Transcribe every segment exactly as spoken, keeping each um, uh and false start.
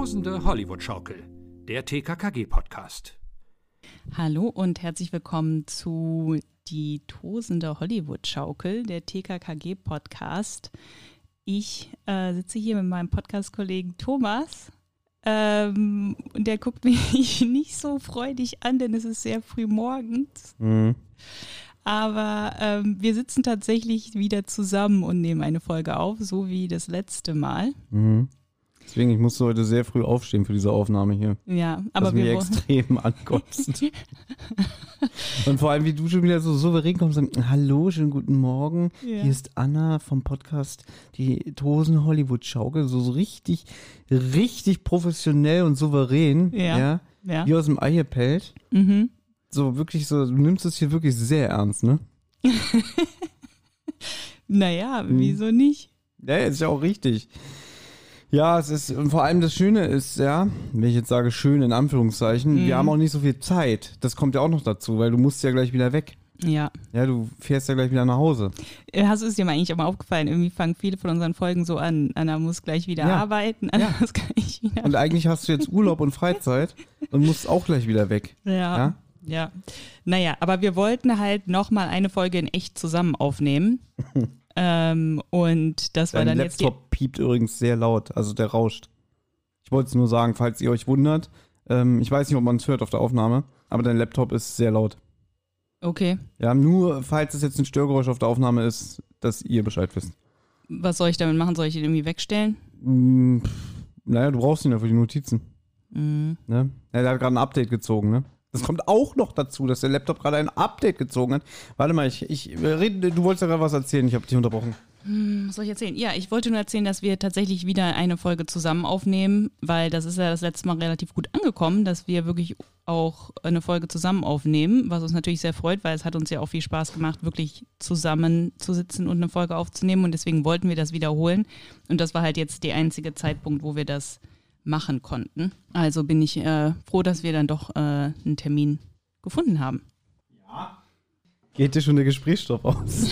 Tosende Hollywood-Schaukel, der T K K G-Podcast. Hallo und herzlich willkommen zu die Tosende Hollywood-Schaukel, der T K K G-Podcast. Ich äh, sitze hier mit meinem Podcast-Kollegen Thomas ähm, und der guckt mich nicht so freudig an, denn es ist sehr früh morgens. Mhm. Aber ähm, wir sitzen tatsächlich wieder zusammen und nehmen eine Folge auf, so wie das letzte Mal. Mhm. Deswegen, ich musste heute sehr früh aufstehen für diese Aufnahme hier. Ja, aber was wir mir wollen extrem ankotzt. Und vor allem, wie du schon wieder so souverän kommst und sagst, hallo, schönen guten Morgen. Ja. Hier ist Anna vom Podcast Die Tosende Hollywood-Schaukel. So, so richtig, richtig professionell und souverän. Ja. Ja, Ja. wie aus dem Ei gepellt. Mhm. So wirklich so, du nimmst es hier wirklich sehr ernst, ne? Naja, Mhm. wieso nicht? Ja, ist ja auch richtig. Ja, es ist, und vor allem das Schöne ist, ja, wenn ich jetzt sage schön in Anführungszeichen, Mhm. wir haben auch nicht so viel Zeit. Das kommt ja auch noch dazu, weil du musst ja gleich wieder weg. Ja. Ja, du fährst ja gleich wieder nach Hause. Hast du es dir mal eigentlich auch mal aufgefallen? Irgendwie fangen viele von unseren Folgen so an. Anna muss gleich wieder Ja. arbeiten, Anna Ja. muss gleich wieder. Und eigentlich hast du jetzt Urlaub und Freizeit und musst auch gleich wieder weg. Ja. Ja? Ja. Naja, aber wir wollten halt nochmal eine Folge in echt zusammen aufnehmen. ähm, und das war Dein dann jetzt die. Laptop piept übrigens sehr laut, also der rauscht. Ich wollte es nur sagen, falls ihr euch wundert. Ähm, ich weiß nicht, ob man es hört auf der Aufnahme, aber dein Laptop ist sehr laut. Okay. Ja, nur falls es jetzt ein Störgeräusch auf der Aufnahme ist, dass ihr Bescheid wisst. Was soll ich damit machen? Soll ich ihn irgendwie wegstellen? Hm, pff, naja, du brauchst ihn ja für die Notizen. Mhm. Ne? Ja, der hat gerade ein Update gezogen, ne? Das kommt auch noch dazu, dass der Laptop gerade ein Update gezogen hat. Warte mal, ich, ich rede, du wolltest ja gerade was erzählen, ich habe dich unterbrochen. Was soll ich erzählen? Ja, ich wollte nur erzählen, dass wir tatsächlich wieder eine Folge zusammen aufnehmen, weil das ist ja das letzte Mal relativ gut angekommen, dass wir wirklich auch eine Folge zusammen aufnehmen, was uns natürlich sehr freut, weil es hat uns ja auch viel Spaß gemacht, wirklich zusammen zu sitzen und eine Folge aufzunehmen und deswegen wollten wir das wiederholen und das war halt jetzt der einzige Zeitpunkt, wo wir das machen konnten. Also bin ich äh, froh, dass wir dann doch äh, einen Termin gefunden haben. Geht dir schon der Gesprächsstoff aus?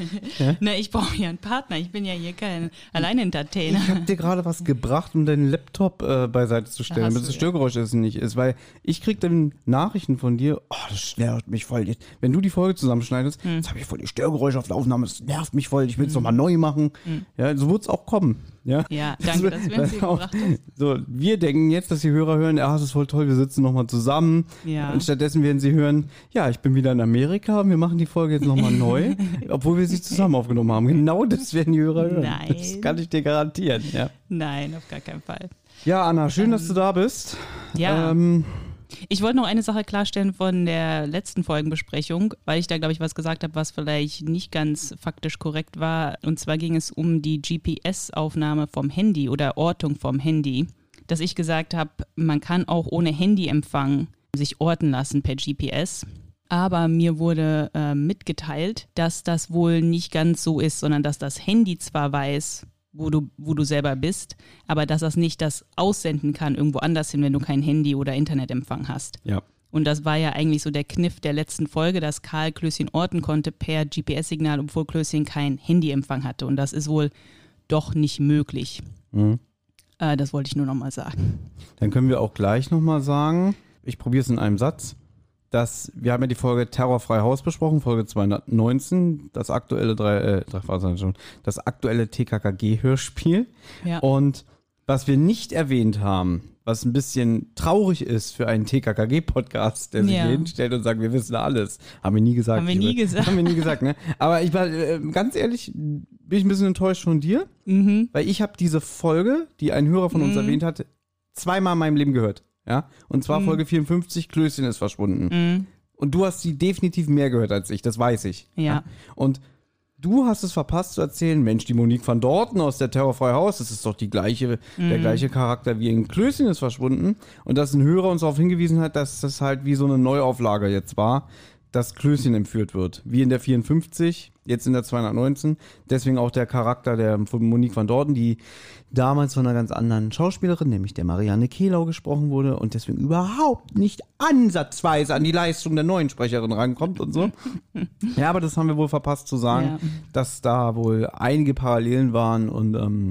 Na, ich brauche ja einen Partner, ich bin ja hier kein Allein-Entertainer. Ich habe dir gerade was gebracht, um deinen Laptop äh, beiseite zu stellen, Ach so, damit das ja. Störgeräusch es nicht ist, weil ich krieg dann Nachrichten von dir, oh, das nervt mich voll. Jetzt, wenn du die Folge zusammenschneidest, Hm. jetzt habe ich voll die Störgeräusche auf der Aufnahme, das nervt mich voll, ich will es nochmal neu machen. Ja, so wird es auch kommen. Ja, Ja, danke, dass du uns hier auch, gebracht hast. So, wir denken jetzt, dass die Hörer hören, ja, das ist voll toll, wir sitzen nochmal zusammen. Ja. Und stattdessen werden sie hören, ja, ich bin wieder in Amerika, wir machen die Folge jetzt nochmal neu, obwohl wir sie zusammen aufgenommen haben. Genau das werden die Hörer hören. Nein. Das kann ich dir garantieren, ja. Nein, auf gar keinen Fall. Ja, Anna, schön, dass du da bist. Ja. Ähm, Ich wollte noch eine Sache klarstellen von der letzten Folgenbesprechung, weil ich da, glaube ich, was gesagt habe, was vielleicht nicht ganz faktisch korrekt war. Und zwar ging es um die G P S-Aufnahme vom Handy oder Ortung vom Handy. Dass ich gesagt habe, man kann auch ohne Handyempfang sich orten lassen per G P S. Aber mir wurde äh, mitgeteilt, dass das wohl nicht ganz so ist, sondern dass das Handy zwar weiß, wo du, wo du selber bist, aber dass das nicht das aussenden kann irgendwo anders hin, wenn du kein Handy oder Internetempfang hast. ja. Und das war ja eigentlich so der Kniff der letzten Folge, dass Karl Klößchen orten konnte per G P S-Signal, obwohl Klößchen kein Handyempfang hatte. Und das ist wohl doch nicht möglich. Mhm. Äh, das wollte ich nur nochmal sagen. Dann können wir auch gleich nochmal sagen, ich probiere es in einem Satz, dass wir haben ja die Folge Terrorfrei Haus besprochen, Folge zweihundertneunzehn, das aktuelle drei, äh, drei Phasen schon, das aktuelle T K K G-Hörspiel. Ja. Und was wir nicht erwähnt haben, was ein bisschen traurig ist für einen T K K G-Podcast, der sich Ja. hier hinstellt und sagt, wir wissen alles. Haben wir nie gesagt. Haben wir nie liebe. gesagt. Haben wir nie gesagt, ne? Aber ich war, äh, ganz ehrlich, bin ich ein bisschen enttäuscht von dir, Mhm. weil ich habe diese Folge, die ein Hörer von uns Mhm. erwähnt hat, zweimal in meinem Leben gehört. Ja? Und zwar Mhm. Folge vierundfünfzig, Klößchen ist verschwunden. Mhm. Und du hast sie definitiv mehr gehört als ich, das weiß ich. Ja. Und du hast es verpasst zu erzählen, Mensch, die Monique van Dorten aus der Terrorfrei Haus, das ist doch die gleiche, der gleiche Charakter wie in Klößchen ist verschwunden. Und dass ein Hörer uns darauf hingewiesen hat, dass das halt wie so eine Neuauflage jetzt war, dass Klößchen entführt wird. Wie in der vierundfünfzig, jetzt in der zweihundertneunzehn. Deswegen auch der Charakter der von Monique van Dorten, die damals von einer ganz anderen Schauspielerin, nämlich der Marianne Kehlau, gesprochen wurde und deswegen überhaupt nicht ansatzweise an die Leistung der neuen Sprecherin rankommt und so. Ja, aber das haben wir wohl verpasst zu sagen, Ja. dass da wohl einige Parallelen waren und ähm,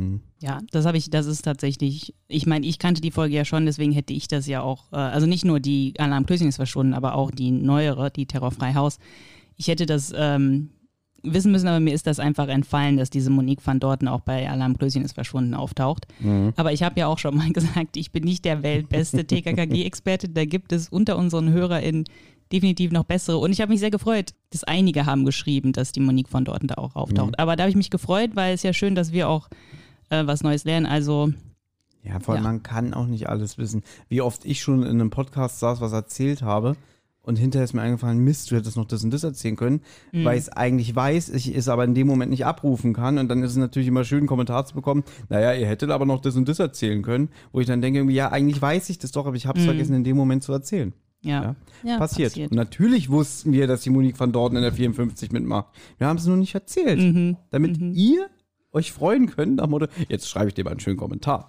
Ja, das habe ich, das ist tatsächlich, ich meine, ich kannte die Folge ja schon, deswegen hätte ich das ja auch, äh, also nicht nur die Alarm Klößchen ist verschwunden, aber auch die neuere, die Terrorfrei Haus. Ich hätte das ähm, wissen müssen, aber mir ist das einfach entfallen, dass diese Monique van Dorten auch bei Alarm Klößchen ist verschwunden auftaucht. Mhm. Aber ich habe ja auch schon mal gesagt, ich bin nicht der weltbeste T K K G-Experte, da gibt es unter unseren HörerInnen definitiv noch bessere. Und ich habe mich sehr gefreut, dass einige haben geschrieben, dass die Monique van Dorten da auch auftaucht. Mhm. Aber da habe ich mich gefreut, weil es ja schön, dass wir auch äh, was Neues lernen. Also ja, vor allem ja. man kann auch nicht alles wissen. Wie oft ich schon in einem Podcast saß, was erzählt habe und hinterher ist mir eingefallen, Mist, du hättest noch das und das erzählen können, mhm. weil ich es eigentlich weiß, ich es aber in dem Moment nicht abrufen kann und dann ist es natürlich immer schön, einen Kommentar zu bekommen, naja, ihr hättet aber noch das und das erzählen können, wo ich dann denke, irgendwie, ja, eigentlich weiß ich das doch, aber ich habe es mhm. vergessen, in dem Moment zu erzählen. Ja, ja? ja passiert. passiert. Und natürlich wussten wir, dass die Monique van Dorten in der vierundfünfzig mitmacht. Wir haben es nur nicht erzählt. Mhm. Damit mhm. ihr euch freuen könnt, nach Motto, jetzt schreibe ich dir mal einen schönen Kommentar,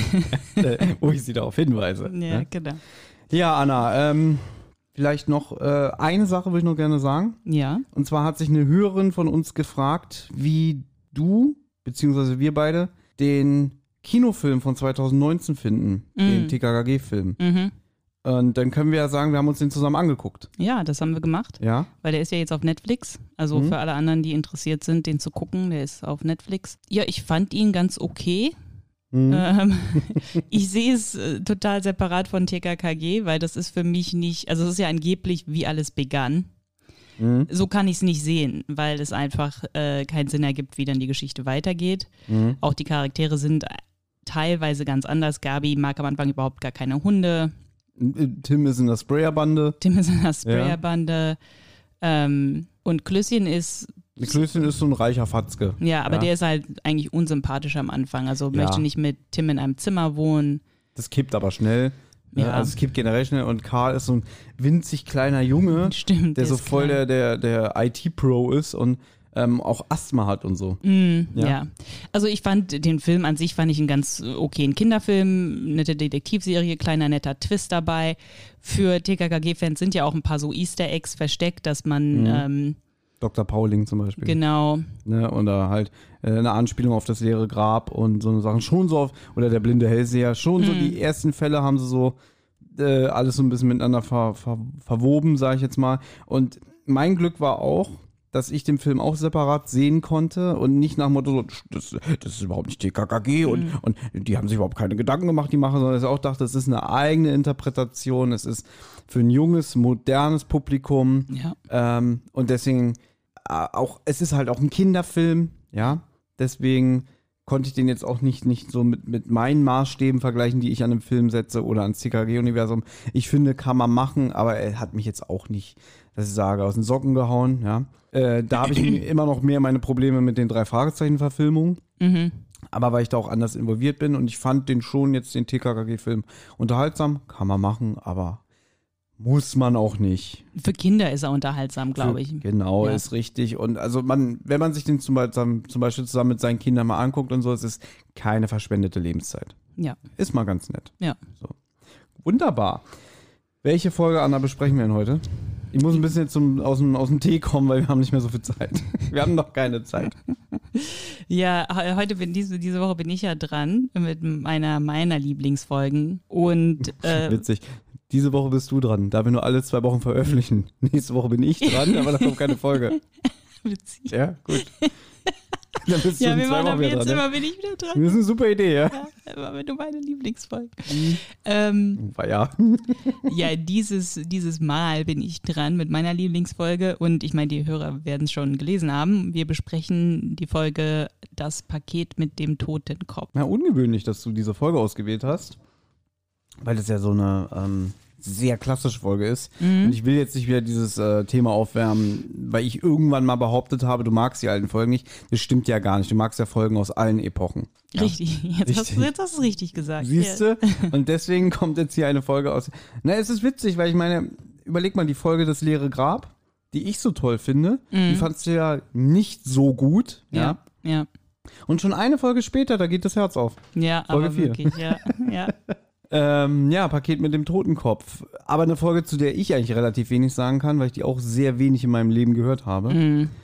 wo ich sie darauf hinweise. Ja, ne? genau. Ja, Anna, ähm, vielleicht noch äh, eine Sache würde ich noch gerne sagen. Ja. Und zwar hat sich eine Hörerin von uns gefragt, wie du, beziehungsweise wir beide, den Kinofilm von zwanzig neunzehn finden, mm. den T K K G-Film. Mhm. Und dann können wir ja sagen, wir haben uns den zusammen angeguckt. Ja, das haben wir gemacht. Ja. Weil der ist ja jetzt auf Netflix. Also mhm. für alle anderen, die interessiert sind, den zu gucken, der ist auf Netflix. Ja, ich fand ihn ganz okay. Mhm. Ähm, ich sehe es äh, total separat von T K K G, weil das ist für mich nicht, also es ist ja angeblich, wie alles begann. Mhm. So kann ich es nicht sehen, weil es einfach äh, keinen Sinn ergibt, wie dann die Geschichte weitergeht. Mhm. Auch die Charaktere sind teilweise ganz anders. Gabi mag am Anfang überhaupt gar keine Hunde. Tim ist in der Sprayerbande. Tim ist in der Sprayerbande. Ja. Ähm, und Klößchen ist. Klößchen ist so ein reicher Fatzke. Ja, aber ja. der ist halt eigentlich unsympathisch am Anfang. Also ja. möchte nicht mit Tim in einem Zimmer wohnen. Das kippt aber schnell. Ja. Also es kippt generell schnell. Und Karl ist so ein winzig kleiner Junge, Stimmt, der der so voll der, der, der I T-Pro ist und Ähm, auch Asthma hat und so. Mm, ja. ja, also ich fand den Film an sich, fand ich einen ganz okayen Kinderfilm, nette Detektivserie, kleiner netter Twist dabei. Für T K K G-Fans sind ja auch ein paar so Easter Eggs versteckt, dass man mhm. ähm, Doktor Pauling zum Beispiel. Genau. Ne, oder halt äh, eine Anspielung auf das leere Grab und so eine Sachen. Schon so auf, oder der blinde Hellseher, schon mm. so die ersten Fälle haben sie so äh, alles so ein bisschen miteinander ver, ver, verwoben, sage ich jetzt mal. Und mein Glück war auch, dass ich den Film auch separat sehen konnte und nicht nach dem Motto, das, das ist überhaupt nicht T K K G und, mhm. und die haben sich überhaupt keine Gedanken gemacht, die machen, sondern dass ich auch dachte, das ist eine eigene Interpretation, es ist für ein junges, modernes Publikum ja. ähm, und deswegen äh, auch, es ist halt auch ein Kinderfilm, ja, deswegen konnte ich den jetzt auch nicht, nicht so mit, mit meinen Maßstäben vergleichen, die ich an einem Film setze oder ans T K K G-Universum. Ich finde, kann man machen, aber er hat mich jetzt auch nicht, dass ich sage, aus den Socken gehauen, ja. Äh, da habe ich immer noch mehr meine Probleme mit den drei Fragezeichen-Verfilmungen. Mhm. Aber weil ich da auch anders involviert bin und ich fand den schon jetzt, den T K K G-Film, unterhaltsam, kann man machen, aber muss man auch nicht. Für Kinder ist er unterhaltsam, glaube ich. Genau, ja. Ist richtig. Und also man, wenn man sich den zum Beispiel, zum Beispiel zusammen mit seinen Kindern mal anguckt und so, es ist keine verschwendete Lebenszeit. Ja. Ist mal ganz nett. Ja. So. Wunderbar. Welche Folge, Anna, besprechen wir denn heute? Ich muss ein bisschen jetzt zum, aus, dem, aus dem Tee kommen, weil wir haben nicht mehr so viel Zeit. Wir haben noch keine Zeit. Ja, heute bin diese, diese Woche bin ich ja dran mit einer meiner Lieblingsfolgen. Und äh, witzig. Diese Woche bist du dran, da wir nur alle zwei Wochen veröffentlichen. Nächste Woche bin ich dran, aber da kommt keine Folge. Witzig. Ja, gut. Dann bist ja, du in wir zwei machen Wochen jetzt dran, immer, ne? bin ich wieder dran. Das ist eine super Idee, ja. Ja, aber du meine Lieblingsfolge. Mhm. Ähm, ja. ja, dieses, dieses Mal bin ich dran mit meiner Lieblingsfolge und ich meine, die Hörer werden es schon gelesen haben. Wir besprechen die Folge Das Paket mit dem Totenkopf. Na, ungewöhnlich, dass du diese Folge ausgewählt hast, weil das ja so eine ähm, sehr klassische Folge ist. Mhm. Und ich will jetzt nicht wieder dieses äh, Thema aufwärmen, weil ich irgendwann mal behauptet habe, du magst die alten Folgen nicht. Das stimmt ja gar nicht. Du magst ja Folgen aus allen Epochen. Ja. Richtig, jetzt, richtig. Hast du, jetzt hast du es richtig gesagt. Siehst du? Ja. Und deswegen kommt jetzt hier eine Folge aus. Na, es ist witzig, weil ich meine, überleg mal die Folge Das leere Grab, die ich so toll finde. Mhm. Die fandst du ja nicht so gut. Ja, ja. ja. Und schon eine Folge später, da geht das Herz auf. Ja, Folge aber vier. Wirklich, ja. ja. Ähm, ja, Paket mit dem Totenkopf. Aber eine Folge, zu der ich eigentlich relativ wenig sagen kann, weil ich die auch sehr wenig in meinem Leben gehört habe. Mm.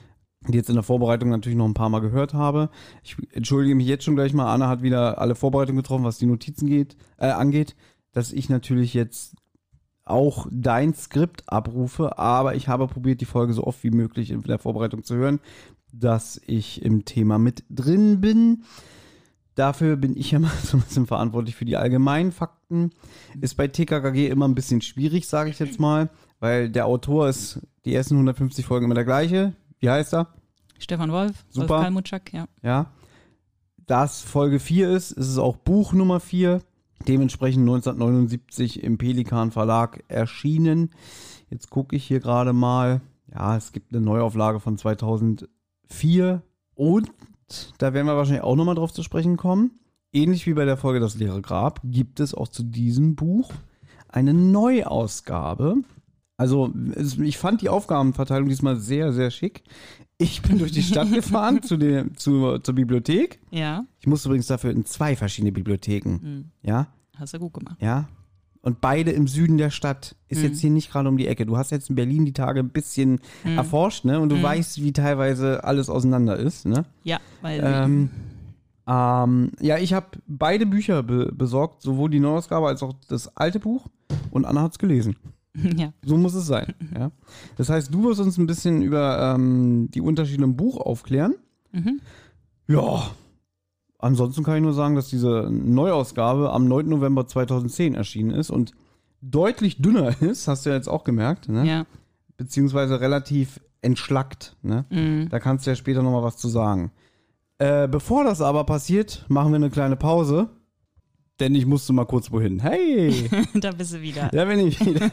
die jetzt in der Vorbereitung natürlich noch ein paar Mal gehört habe. Ich entschuldige mich jetzt schon gleich mal. Anna hat wieder alle Vorbereitungen getroffen, was die Notizen geht, äh, angeht, dass ich natürlich jetzt auch dein Skript abrufe, aber ich habe probiert, die Folge so oft wie möglich in der Vorbereitung zu hören, dass ich im Thema mit drin bin. Dafür bin ich ja mal so ein bisschen verantwortlich für die allgemeinen Fakten. Ist bei T K K G immer ein bisschen schwierig, sage ich jetzt mal, weil der Autor ist die ersten hundertfünfzig Folgen immer der gleiche. Wie heißt er? Stefan Wolf, Super. Wolf Kalmutschak, ja. Ja. Da es Folge vier ist, ist es auch Buch Nummer vier. Dementsprechend neunzehnhundertneunundsiebzig im Pelikan Verlag erschienen. Jetzt gucke ich hier gerade mal. Ja, es gibt eine Neuauflage von zweitausendvier. Und da werden wir wahrscheinlich auch nochmal drauf zu sprechen kommen. Ähnlich wie bei der Folge Das leere Grab gibt es auch zu diesem Buch eine Neuausgabe. Also ich fand die Aufgabenverteilung diesmal sehr, sehr schick. Ich bin durch die Stadt gefahren zu der, zu, zur Bibliothek. Ja. Ich musste übrigens dafür in zwei verschiedene Bibliotheken. Mhm. Ja. Hast du gut gemacht. Ja. Und beide im Süden der Stadt. Ist Mhm. jetzt hier nicht gerade um die Ecke. Du hast jetzt in Berlin die Tage ein bisschen Mhm. erforscht, ne? Und du Mhm. weißt, wie teilweise alles auseinander ist, ne? Ja, weil Ähm, ähm, ja, ich habe beide Bücher be- besorgt, sowohl die Neuausgabe als auch das alte Buch. Und Anna hat es gelesen. ja. So muss es sein. Ja. Das heißt, du wirst uns ein bisschen über ähm, die Unterschiede im Buch aufklären. Mhm. Ja. Ansonsten kann ich nur sagen, dass diese Neuausgabe am neunten November zweitausendzehn erschienen ist und deutlich dünner ist, hast du ja jetzt auch gemerkt, ne? Ja. Beziehungsweise relativ entschlackt. Ne? Mhm. Da kannst du ja später nochmal was zu sagen. Äh, bevor das aber passiert, machen wir eine kleine Pause. Denn ich musste mal kurz wohin. Hey, Da bist du wieder. da bin ich wieder.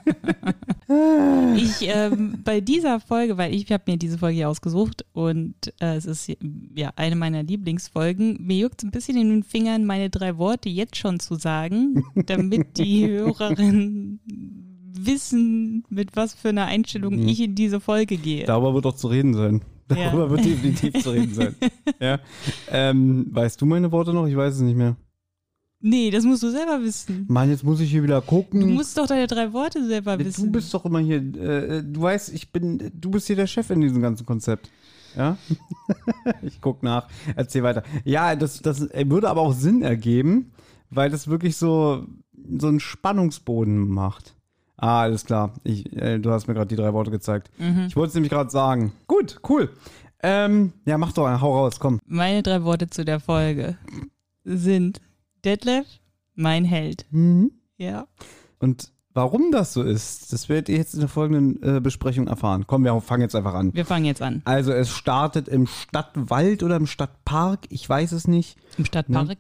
Ich, ähm, bei dieser Folge, weil ich habe mir diese Folge hier ausgesucht und äh, es ist ja eine meiner Lieblingsfolgen, mir juckt es ein bisschen in den Fingern, meine drei Worte jetzt schon zu sagen, damit die Hörerinnen wissen, mit was für einer Einstellung Mhm. ich in diese Folge gehe. Darüber wird doch zu reden sein. Ja. Darüber wird definitiv zu reden sein. Ja. Ähm, weißt du meine Worte noch? Ich weiß es nicht mehr. Nee, das musst du selber wissen. Mann, jetzt muss ich hier wieder gucken. Du musst doch deine drei Worte selber du wissen. bist doch immer hier, äh, du weißt, ich bin, du bist hier der Chef in diesem ganzen Konzept. Ja? Ich guck nach, erzähl weiter. Ja, das, das würde aber auch Sinn ergeben, weil das wirklich so, so einen Spannungsboden macht. Ah, alles klar. Ich, äh, du hast mir gerade die drei Worte gezeigt. Mhm. Ich wollte es nämlich gerade sagen. Gut, cool. Ähm, ja, mach doch einen, hau raus, komm. Meine drei Worte zu der Folge sind Detlef, mein Held. Mhm. Ja. Und warum das so ist, das werdet ihr jetzt in der folgenden äh, Besprechung erfahren. Komm, wir fangen jetzt einfach an. Wir fangen jetzt an. Also es startet im Stadtwald oder im Stadtpark, ich weiß es nicht. Im Stadtpark.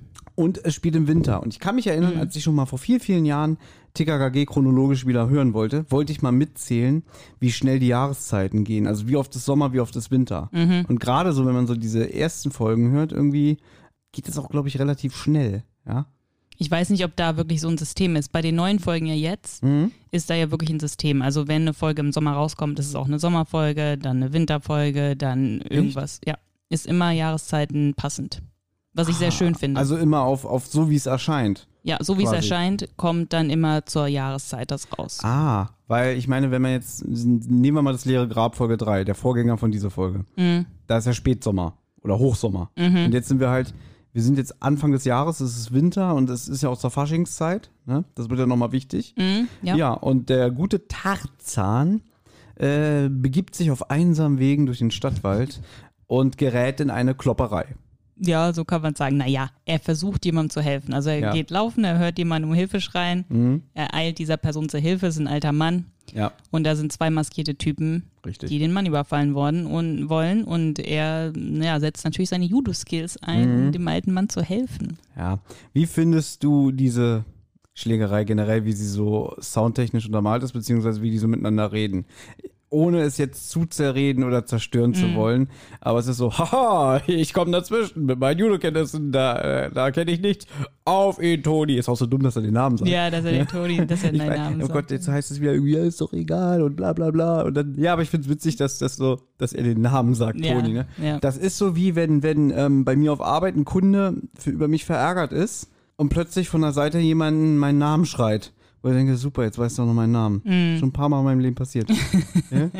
Und es spielt im Winter. Und ich kann mich erinnern, Mhm. als ich schon mal vor vielen, vielen Jahren T K K G chronologisch wieder hören wollte, wollte ich mal mitzählen, wie schnell die Jahreszeiten gehen. Also wie oft ist Sommer, wie oft ist Winter. Mhm. Und gerade so, wenn man so diese ersten Folgen hört, irgendwie geht es auch, glaube ich, relativ schnell. Ja. Ich weiß nicht, ob da wirklich so ein System ist. Bei den neuen Folgen ja jetzt Mhm. ist da ja wirklich ein System. Also wenn eine Folge im Sommer rauskommt, ist es auch eine Sommerfolge, dann eine Winterfolge, dann irgendwas. Ja, ist immer Jahreszeiten passend. Was ich sehr schön finde. Also immer auf, auf so, wie es erscheint. ja, so wie es quasi. erscheint, kommt dann immer zur Jahreszeit das raus. Ah, weil ich meine, wenn man jetzt, nehmen wir mal das leere Grab Folge drei, der Vorgänger von dieser Folge. Mhm. Da ist ja Spätsommer oder Hochsommer. Mhm. Und jetzt sind wir halt, wir sind jetzt Anfang des Jahres, es ist Winter und es ist ja auch zur Faschingszeit. Ne? Das wird ja nochmal wichtig. Mhm. Ja. Ja, und der gute Tarzan äh, begibt sich auf einsamen Wegen durch den Stadtwald und gerät in eine Klopperei. Ja, so kann man sagen. Naja, er versucht jemandem zu helfen. Also er Ja. geht laufen, er hört jemanden um Hilfe schreien, Mhm. er eilt dieser Person zur Hilfe, ist ein alter Mann. Ja, Und da sind zwei maskierte Typen, richtig. die den Mann überfallen worden und wollen. Und er ja, setzt natürlich seine Judo-Skills ein, Mhm. um dem alten Mann zu helfen. Ja. Wie findest du diese Schlägerei generell, wie sie so soundtechnisch untermalt ist, beziehungsweise wie die so miteinander reden? Ohne es jetzt zu zerreden oder zerstören zu Mhm. wollen. Aber es ist so, haha, ich komme dazwischen mit meinen Judo-Kenntnissen, da, äh, da kenne ich nichts. Auf ihn, Toni. Ist auch so dumm, dass er den Namen sagt. Ja, dass er den Toni, dass er Ich seinen mein, Namen oh sagt. Gott, jetzt heißt es wieder irgendwie, ja, ist doch egal und bla bla bla. Und dann, ja, aber ich finde es witzig, dass das so, dass er den Namen sagt, Ja, Toni. Ne? ja. Das ist so wie, wenn, wenn ähm, bei mir auf Arbeit ein Kunde für, über mich verärgert ist und plötzlich von der Seite jemanden meinen Namen schreit. Wo ich denke, super, jetzt weißt du auch noch meinen Namen. Mhm. Schon ein paar Mal in meinem Leben passiert. Ja?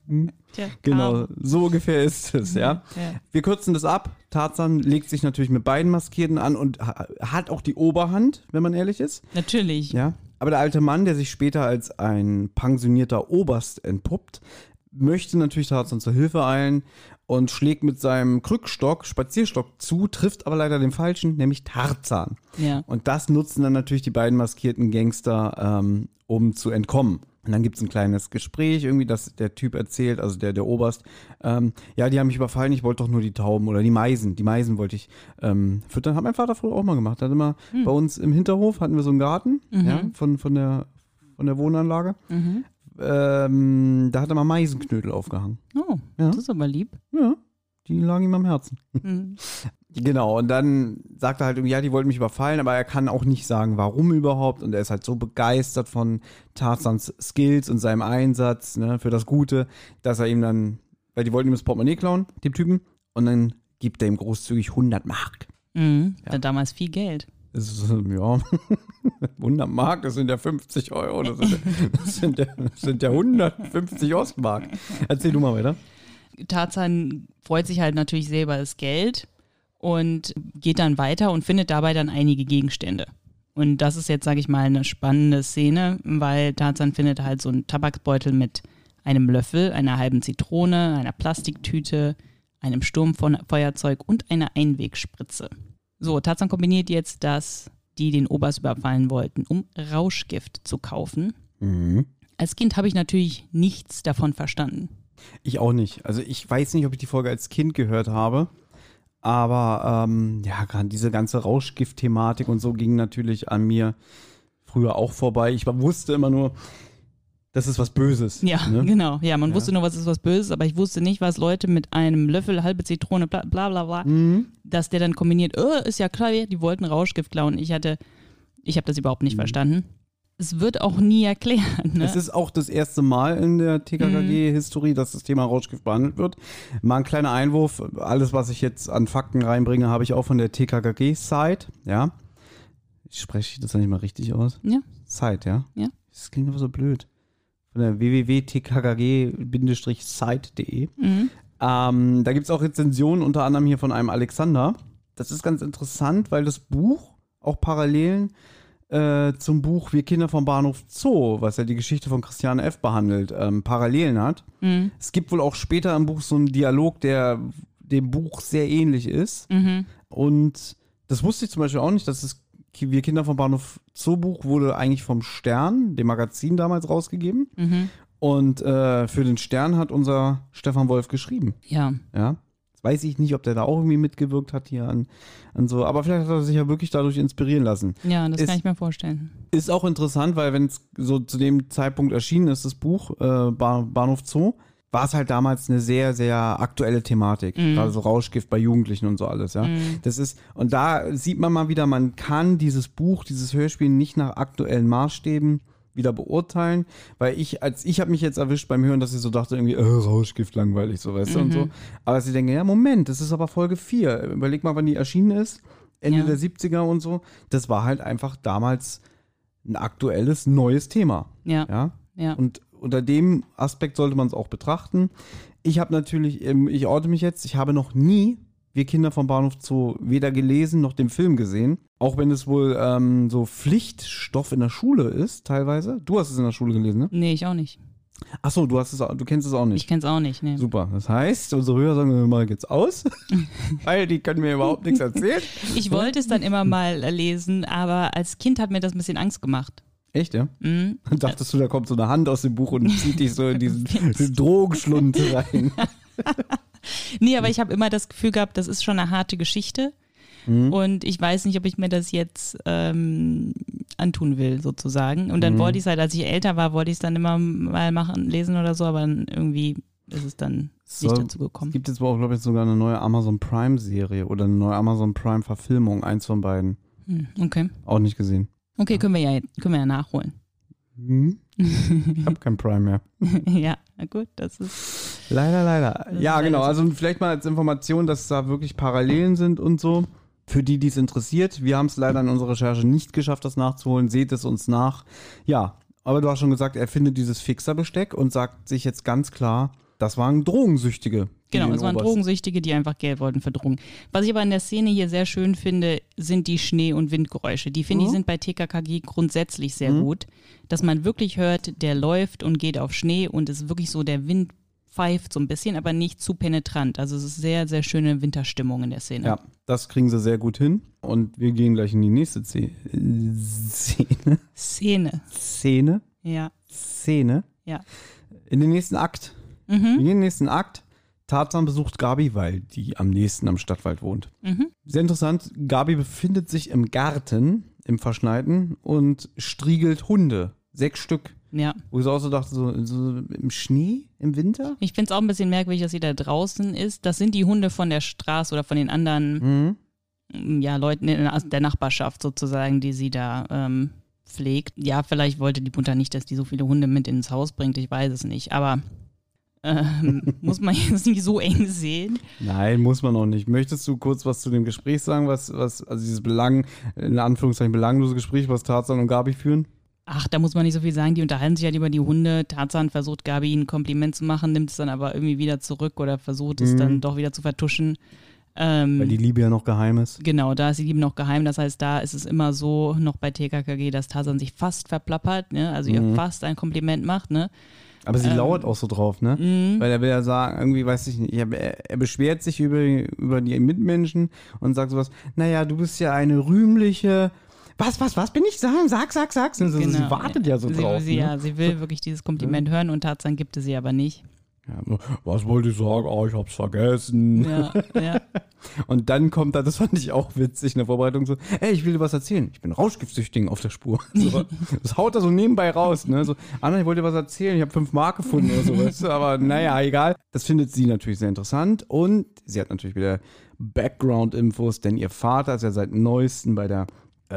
Tja, Genau, so ungefähr ist es, ja. Ja. Wir kürzen das ab. Tarzan legt sich natürlich mit beiden Maskierten an und ha- hat auch die Oberhand, wenn man ehrlich ist. Natürlich. Ja. Aber der alte Mann, der sich später als ein pensionierter Oberst entpuppt, möchte natürlich Tarzan zur Hilfe eilen und schlägt mit seinem Krückstock, Spazierstock zu, trifft aber leider den falschen, nämlich Tarzan. Ja. Und das nutzen dann natürlich die beiden maskierten Gangster, ähm, um zu entkommen. Und dann gibt es ein kleines Gespräch, irgendwie, dass der Typ erzählt, also der, der Oberst, ähm, ja, die haben mich überfallen, ich wollte doch nur die Tauben oder die Meisen. Die Meisen wollte ich ähm, füttern. Hat mein Vater früher auch mal gemacht. Hat immer Hm. bei uns im Hinterhof hatten wir so einen Garten, Mhm. ja, von, von, der, von der Wohnanlage. Mhm. Ähm, da hat er mal Meisenknödel aufgehangen. Oh, Ja. das ist aber lieb. Ja, die lagen ihm am Herzen. Mhm. Genau, und dann sagt er halt, irgendwie, ja, die wollten mich überfallen, aber er kann auch nicht sagen, warum überhaupt. Und er ist halt so begeistert von Tarzans Skills und seinem Einsatz, ne, für das Gute, dass er ihm dann, weil die wollten ihm das Portemonnaie klauen, dem Typen, und dann gibt er ihm großzügig hundert Mark. Mhm. Ja. Ja. Damals viel Geld. Das ist, ähm, ja, hundert Mark, das sind ja fünfzig Euro, das sind, das sind, ja, das sind ja hundertfünfzig Ostmark. Erzähl du mal weiter. Tarzan freut sich halt natürlich sehr über das Geld und geht dann weiter und findet dabei dann einige Gegenstände. Und das ist jetzt, sage ich mal, eine spannende Szene, weil Tarzan findet halt so einen Tabaksbeutel mit einem Löffel, einer halben Zitrone, einer Plastiktüte, einem Sturmfeuerzeug und einer Einwegspritze. So, Tarzan kombiniert jetzt, dass die den Oberst überfallen wollten, um Rauschgift zu kaufen. Mhm. Als Kind habe ich natürlich nichts davon verstanden. Ich auch nicht. Also ich weiß nicht, ob ich die Folge als Kind gehört habe, aber ähm, ja, gerade diese ganze Rauschgift-Thematik und so ging natürlich an mir früher auch vorbei. Ich wusste immer nur, das ist was Böses. Ja, ne? genau. Ja, man Ja. wusste nur, was ist was Böses, aber ich wusste nicht, was Leute mit einem Löffel, halbe Zitrone, bla bla bla, bla Mhm. dass der dann kombiniert, oh, ist ja klar, die wollten Rauschgift klauen. Ich hatte, ich habe das überhaupt nicht Mhm. verstanden. Es wird auch nie erklärt. Ne? Es ist auch das erste Mal in der T K K G-Historie, dass das Thema Rauschgift behandelt wird. Mal ein kleiner Einwurf. Alles, was ich jetzt an Fakten reinbringe, habe ich auch von der T K K G-Site. Ja. Ich spreche das nicht mal richtig aus. Ja. Site, ja? Ja. Das klingt aber so blöd. Von der w w w punkt t k k g Bindestrich site punkt d e. Mhm. Ähm, da gibt es auch Rezensionen, unter anderem hier von einem Alexander. Das ist ganz interessant, weil das Buch auch Parallelen äh, zum Buch Wir Kinder vom Bahnhof Zoo, was ja die Geschichte von Christiane F. behandelt, ähm, Parallelen hat. Mhm. Es gibt wohl auch später im Buch so einen Dialog, der dem Buch sehr ähnlich ist. Mhm. Und das wusste ich zum Beispiel auch nicht, dass das Wir Kinder vom Bahnhof Zoo Buch wurde eigentlich vom Stern, dem Magazin damals, rausgegeben. Mhm. Und äh, für den Stern hat unser Stefan Wolf geschrieben. Ja. Ja. Jetzt weiß ich nicht, ob der da auch irgendwie mitgewirkt hat hier an, an so, aber vielleicht hat er sich ja wirklich dadurch inspirieren lassen. Ja, das Ist- kann ich mir vorstellen. Ist auch interessant, weil wenn es so zu dem Zeitpunkt erschienen ist, das Buch äh, Ba- Bahnhof Zoo, war es halt damals eine sehr, sehr aktuelle Thematik. Mhm. Gerade so Rauschgift bei Jugendlichen und so alles, ja. Mhm. Das ist, und da sieht man mal wieder, man kann dieses Buch, dieses Hörspiel nicht nach aktuellen Maßstäben wieder beurteilen, weil ich, als ich habe mich jetzt erwischt beim Hören, dass ich so dachte, irgendwie, äh, Rauschgift, langweilig, so, weißt du, und Mhm. so. Aber dass ich denke, ja, Moment, das ist aber Folge vier. Überleg mal, wann die erschienen ist. Ende Ja. der siebziger und so. Das war halt einfach damals ein aktuelles, neues Thema. Ja. Ja. Ja. Und unter dem Aspekt sollte man es auch betrachten. Ich habe natürlich, ähm, ich orte mich jetzt, ich habe noch nie Wir Kinder vom Bahnhof Zoo weder gelesen noch den Film gesehen. Auch wenn es wohl ähm, so Pflichtstoff in der Schule ist, teilweise. Du hast es in der Schule gelesen, ne? Nee, ich auch nicht. Achso, du hast es, auch- du kennst es auch nicht. Ich kenn's auch nicht. Nee. Super. Das heißt, unsere Hörer sagen, wir mal geht's aus, weil die können mir überhaupt nichts erzählen. Ich wollte es dann immer mal äh, lesen, aber als Kind hat mir das ein bisschen Angst gemacht. Echt, ja? Mhm. Dann dachtest du, da kommt so eine Hand aus dem Buch und zieht dich so in diesen Drogenschlund rein. Nee, aber ich habe immer das Gefühl gehabt, das ist schon eine harte Geschichte. Mhm. Und ich weiß nicht, ob ich mir das jetzt ähm, antun will, sozusagen. Und dann Mhm. wollte ich es halt, als ich älter war, wollte ich es dann immer mal machen, lesen oder so, aber dann irgendwie ist es dann So, nicht dazu Es gekommen. gibt jetzt auch, glaube ich, sogar eine neue Amazon Prime-Serie oder eine neue Amazon Prime-Verfilmung, eins von beiden. Hm, okay. Auch nicht gesehen. Okay, können wir ja, können wir ja nachholen. Hm? Ich habe kein Prime mehr. Ja, na gut, das ist. Leider, leider. Das ist Ja, leider genau. so. Also vielleicht mal als Information, dass da wirklich Parallelen sind und so. Für die, die es interessiert. Wir haben es leider in unserer Recherche nicht geschafft, das nachzuholen. Seht es uns nach. Ja, aber du hast schon gesagt, er findet dieses Fixerbesteck und sagt sich jetzt ganz klar, das waren Drogensüchtige. Genau, es waren Drogensüchtige, die einfach Geld wollten für Drogen. Was ich aber in der Szene hier sehr schön finde, sind die Schnee- und Windgeräusche. Die finde Mhm. ich sind bei T K K G grundsätzlich sehr Mhm. gut, dass man wirklich hört, der läuft und geht auf Schnee und es ist wirklich so, der Wind pfeift so ein bisschen, aber nicht zu penetrant. Also es ist sehr, sehr schöne Winterstimmung in der Szene. Ja, das kriegen sie sehr gut hin. Und wir gehen gleich in die nächste Szene. Szene. Szene. Szene. Ja. Szene. Ja. In den nächsten Akt. Mhm. Wir gehen in den nächsten Akt. Tarzan besucht Gabi, weil die am nächsten am Stadtwald wohnt. Mhm. Sehr interessant. Gabi befindet sich im Garten, im Verschneiten und striegelt Hunde. Sechs Stück. Ja. Wo ich so auch so dachte, so, so im Schnee, im Winter? Ich finde es auch ein bisschen merkwürdig, dass sie da draußen ist. Das sind die Hunde von der Straße oder von den anderen Mhm. ja, Leuten in der Nachbarschaft sozusagen, die sie da ähm, pflegt. Ja, vielleicht wollte die Mutter nicht, dass die so viele Hunde mit ins Haus bringt, ich weiß es nicht. Aber ähm, muss man jetzt nicht so eng sehen. Nein, muss man auch nicht. Möchtest du kurz was zu dem Gespräch sagen, was, was also dieses Belang, in Anführungszeichen belanglose Gespräch, was Tarzan und Gabi führen? Ach, da muss man nicht so viel sagen. Die unterhalten sich halt über die Hunde. Tarzan versucht, Gabi ein Kompliment zu machen, nimmt es dann aber irgendwie wieder zurück oder versucht es Mhm. dann doch wieder zu vertuschen. Ähm, Weil die Liebe ja noch geheim ist. Genau, da ist die Liebe noch geheim. Das heißt, da ist es immer so, noch bei T K K G, dass Tarzan sich fast verplappert, ne? Also ihr Mhm. fast ein Kompliment macht, ne? Aber sie Ähm, lauert auch so drauf, ne? Mhm. Weil er will ja sagen, irgendwie weiß ich nicht, er, er beschwert sich über, über die Mitmenschen und sagt sowas, naja, du bist ja eine rühmliche, was, was, was bin ich? Sag, sag, sag, sag. Also Genau. sie wartet ja so sie, drauf. Sie, ne? Ja, sie will wirklich dieses Kompliment hören und Tarzan gibt es sie aber nicht. Ja, was wollte ich sagen? Oh, ich hab's vergessen. Ja, ja. Und dann kommt da, das fand ich auch witzig in der Vorbereitung, so, ey, ich will dir was erzählen. Ich bin Rauschgiftsüchtigen auf der Spur. So, das haut er so nebenbei raus, ne? So, Anna, ich wollte dir was erzählen, ich habe fünf Mark gefunden oder so, weißt du? Aber naja, egal. Das findet sie natürlich sehr interessant und sie hat natürlich wieder Background-Infos, denn ihr Vater ist ja seit neuestem bei der äh,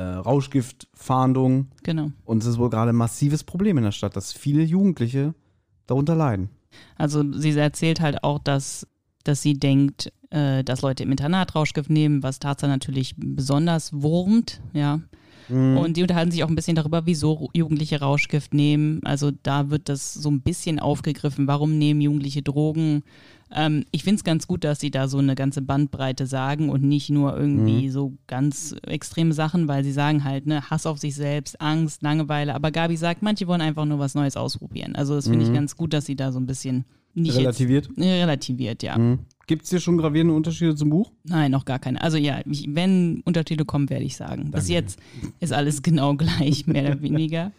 Rauschgiftfahndung Genau. und es ist wohl gerade ein massives Problem in der Stadt, dass viele Jugendliche darunter leiden. Also sie erzählt halt auch, dass, dass sie denkt, äh, dass Leute im Internat Rauschgift nehmen, was Tarzan natürlich besonders wurmt, ja. Mhm. Und die unterhalten sich auch ein bisschen darüber, wieso Jugendliche Rauschgift nehmen. Also da wird das so ein bisschen aufgegriffen, warum nehmen Jugendliche Drogen. Ähm, ich finde es ganz gut, dass sie da so eine ganze Bandbreite sagen und nicht nur irgendwie Mhm. so ganz extreme Sachen, weil sie sagen halt, ne, Hass auf sich selbst, Angst, Langeweile. Aber Gabi sagt, manche wollen einfach nur was Neues ausprobieren. Also das finde Mhm. ich ganz gut, dass sie da so ein bisschen nicht Relativiert? Jetzt, äh, relativiert, ja. Mhm. Gibt es hier schon gravierende Unterschiede zum Buch? Nein, noch gar keine. Also ja, ich, wenn Untertitel kommen, werde ich sagen. Bis Danke. jetzt ist alles genau gleich, mehr oder weniger.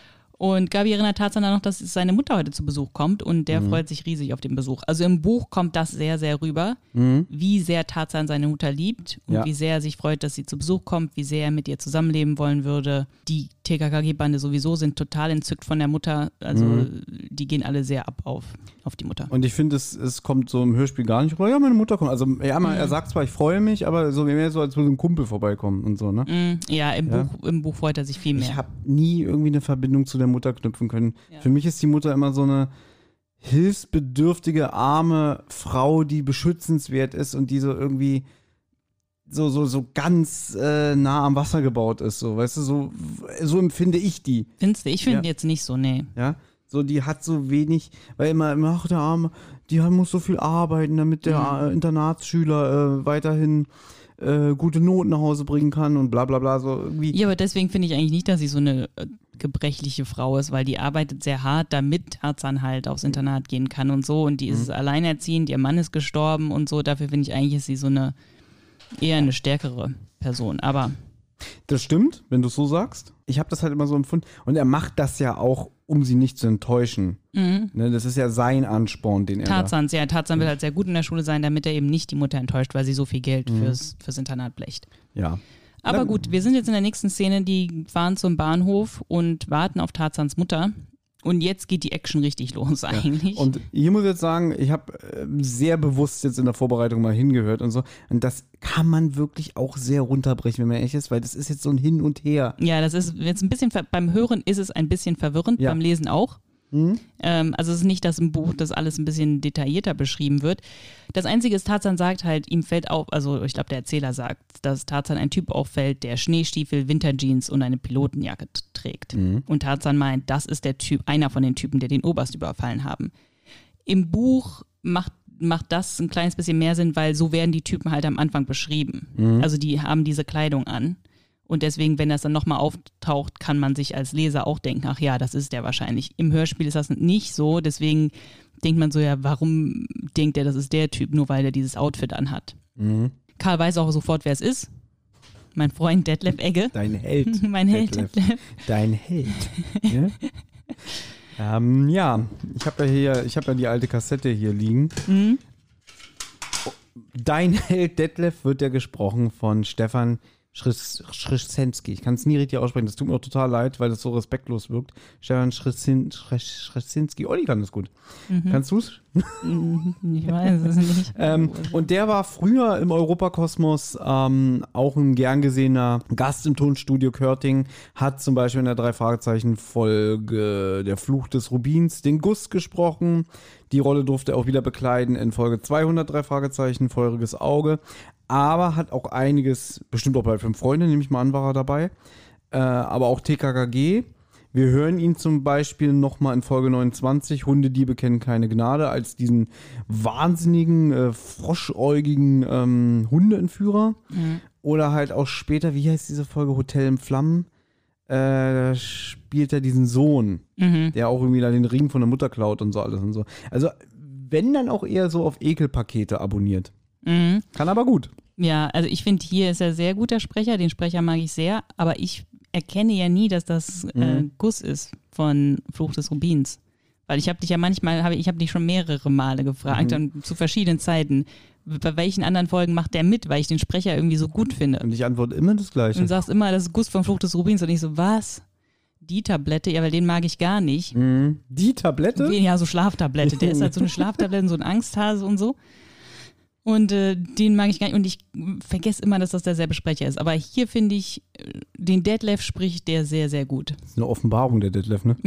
Und Gabi erinnert Tarzan dann noch, dass seine Mutter heute zu Besuch kommt und der Mhm. freut sich riesig auf den Besuch. Also im Buch kommt das sehr, sehr rüber, Mhm. wie sehr Tarzan seine Mutter liebt und Ja. wie sehr er sich freut, dass sie zu Besuch kommt, wie sehr er mit ihr zusammenleben wollen würde. Die T K K G-Bande sowieso sind total entzückt von der Mutter. Also Mhm. die gehen alle sehr ab auf, auf die Mutter. Und ich finde, es, es kommt so im Hörspiel gar nicht rüber. Ja, meine Mutter kommt. Also, ja, man, er sagt zwar, ich freue mich, aber so mehr so, als würde ein Kumpel vorbeikommen und so, ne? Mm, ja, im, Ja. Buch, im Buch freut er sich viel mehr. Ich habe nie irgendwie eine Verbindung zu der Mutter knüpfen können. Ja. Für mich ist die Mutter immer so eine hilfsbedürftige, arme Frau, die beschützenswert ist und die so irgendwie so, so, so ganz äh, nah am Wasser gebaut ist. So, weißt du, so, so empfinde ich die. Findest du? Ich finde Ja. jetzt nicht so, nee. Ja, so die hat so wenig, weil immer, immer ach, der Arme, die muss so viel arbeiten, damit der Mhm. äh, Internatsschüler äh, weiterhin äh, gute Noten nach Hause bringen kann und bla bla bla, so irgendwie. Ja, aber deswegen finde ich eigentlich nicht, dass sie so eine äh, gebrechliche Frau ist, weil die arbeitet sehr hart, damit Tarzan halt aufs Internat gehen kann und so. Und die Mhm. ist alleinerziehend, ihr Mann ist gestorben und so. Dafür finde ich eigentlich, ist sie so eine eher eine stärkere Person. Aber Das stimmt, wenn du es so sagst. Ich habe das halt immer so empfunden. Und er macht das ja auch, um sie nicht zu enttäuschen. mhm. Ne, das ist ja sein Ansporn, den er da. Tarzan, ja, Tarzan will halt sehr gut in der Schule sein, damit er eben nicht die Mutter enttäuscht, weil sie so viel Geld Mhm. fürs, fürs Internat blecht. Ja. Aber Na- gut, wir sind jetzt in der nächsten Szene, die fahren zum Bahnhof und warten auf Tarzans Mutter. Und jetzt geht die Action richtig los eigentlich. Und hier muss ich jetzt sagen, ich habe äh, sehr bewusst jetzt in der Vorbereitung mal hingehört und so. Und das kann man wirklich auch sehr runterbrechen, wenn man ehrlich ist, weil das ist jetzt so ein Hin und Her. Ja, das ist jetzt ein bisschen, ver- beim Hören ist es ein bisschen verwirrend, Ja. beim Lesen auch. Mhm. Ähm, also es ist nicht, dass im Buch das alles ein bisschen detaillierter beschrieben wird. Das Einzige ist, Tarzan sagt halt, ihm fällt auf, also ich glaube, der Erzähler sagt, dass Tarzan ein Typ auffällt, der Schneestiefel, Winterjeans und eine Pilotenjacke t- trägt. Mhm. Und Tarzan meint, das ist der Typ, einer von den Typen, der den Oberst überfallen haben. Im Buch macht, macht das ein kleines bisschen mehr Sinn, weil so werden die Typen halt am Anfang beschrieben. Mhm. Also die haben diese Kleidung an. Und deswegen, wenn das dann nochmal auftaucht, kann man sich als Leser auch denken, ach ja, das ist der wahrscheinlich. Im Hörspiel ist das nicht so, deswegen denkt man so, ja, warum denkt er, das ist der Typ, nur weil er dieses Outfit anhat. Mhm. Karl weiß auch sofort, wer es ist. Mein Freund Detlef Egge. Dein Held. mein Held Detlef. Detlef. Dein Held. Ja, ähm, ja. ich habe ja hier, ich habe ja die alte Kassette hier liegen. Mhm. Dein Held Detlef wird ja gesprochen von Stefan Schrzynski. Ich kann es nie richtig aussprechen, das tut mir auch total leid, weil das so respektlos wirkt. Stefan Schrzynski. Olli kann das gut. Mhm. Kannst du es? Ich weiß es nicht. ähm, und der war früher im Europakosmos ähm, auch ein gern gesehener Gast im Tonstudio Körting, hat zum Beispiel in der Drei-Fragezeichen-Folge Der Fluch des Rubins den Gus gesprochen. Die Rolle durfte er auch wieder bekleiden in Folge zweihundert, Drei Fragezeichen, Feuriges Auge. Aber hat auch einiges, bestimmt auch bei Fünf Freunde, nehme ich mal an, war er dabei. Äh, aber auch T K K G. Wir hören ihn zum Beispiel nochmal in Folge neunundzwanzig, Hundediebe kennen keine Gnade, als diesen wahnsinnigen, äh, froschäugigen ähm, Hundeentführer. Mhm. Oder halt auch später, wie heißt diese Folge, Hotel in Flammen? Äh, da spielt er diesen Sohn, mhm. der auch irgendwie da den Ring von der Mutter klaut und so alles und so. Also wenn, dann auch eher so auf Ekelpakete abonniert. Mhm. Kann aber gut. Ja, also ich finde, hier ist er sehr guter Sprecher, den Sprecher mag ich sehr, aber ich erkenne ja nie, dass das mhm. äh, Gus ist von Fluch des Rubins. Weil ich habe dich ja manchmal, hab, ich habe dich schon mehrere Male gefragt mhm. und zu verschiedenen Zeiten, bei welchen anderen Folgen macht der mit, weil ich den Sprecher irgendwie so gut finde. Und ich antworte immer das Gleiche. Und sagst immer, das ist Gus von Fluch des Rubins und ich so, was? Die Tablette? Ja, weil den mag ich gar nicht. Mhm. Die Tablette? Ja, so Schlaftablette. Der ist halt so eine Schlaftablette, so ein Angsthase und so. Und äh, den mag ich gar nicht. Und ich vergesse immer, dass das derselbe Sprecher ist. Aber hier finde ich, den Detlef spricht der sehr, sehr gut. Das ist eine Offenbarung, der Detlef, ne?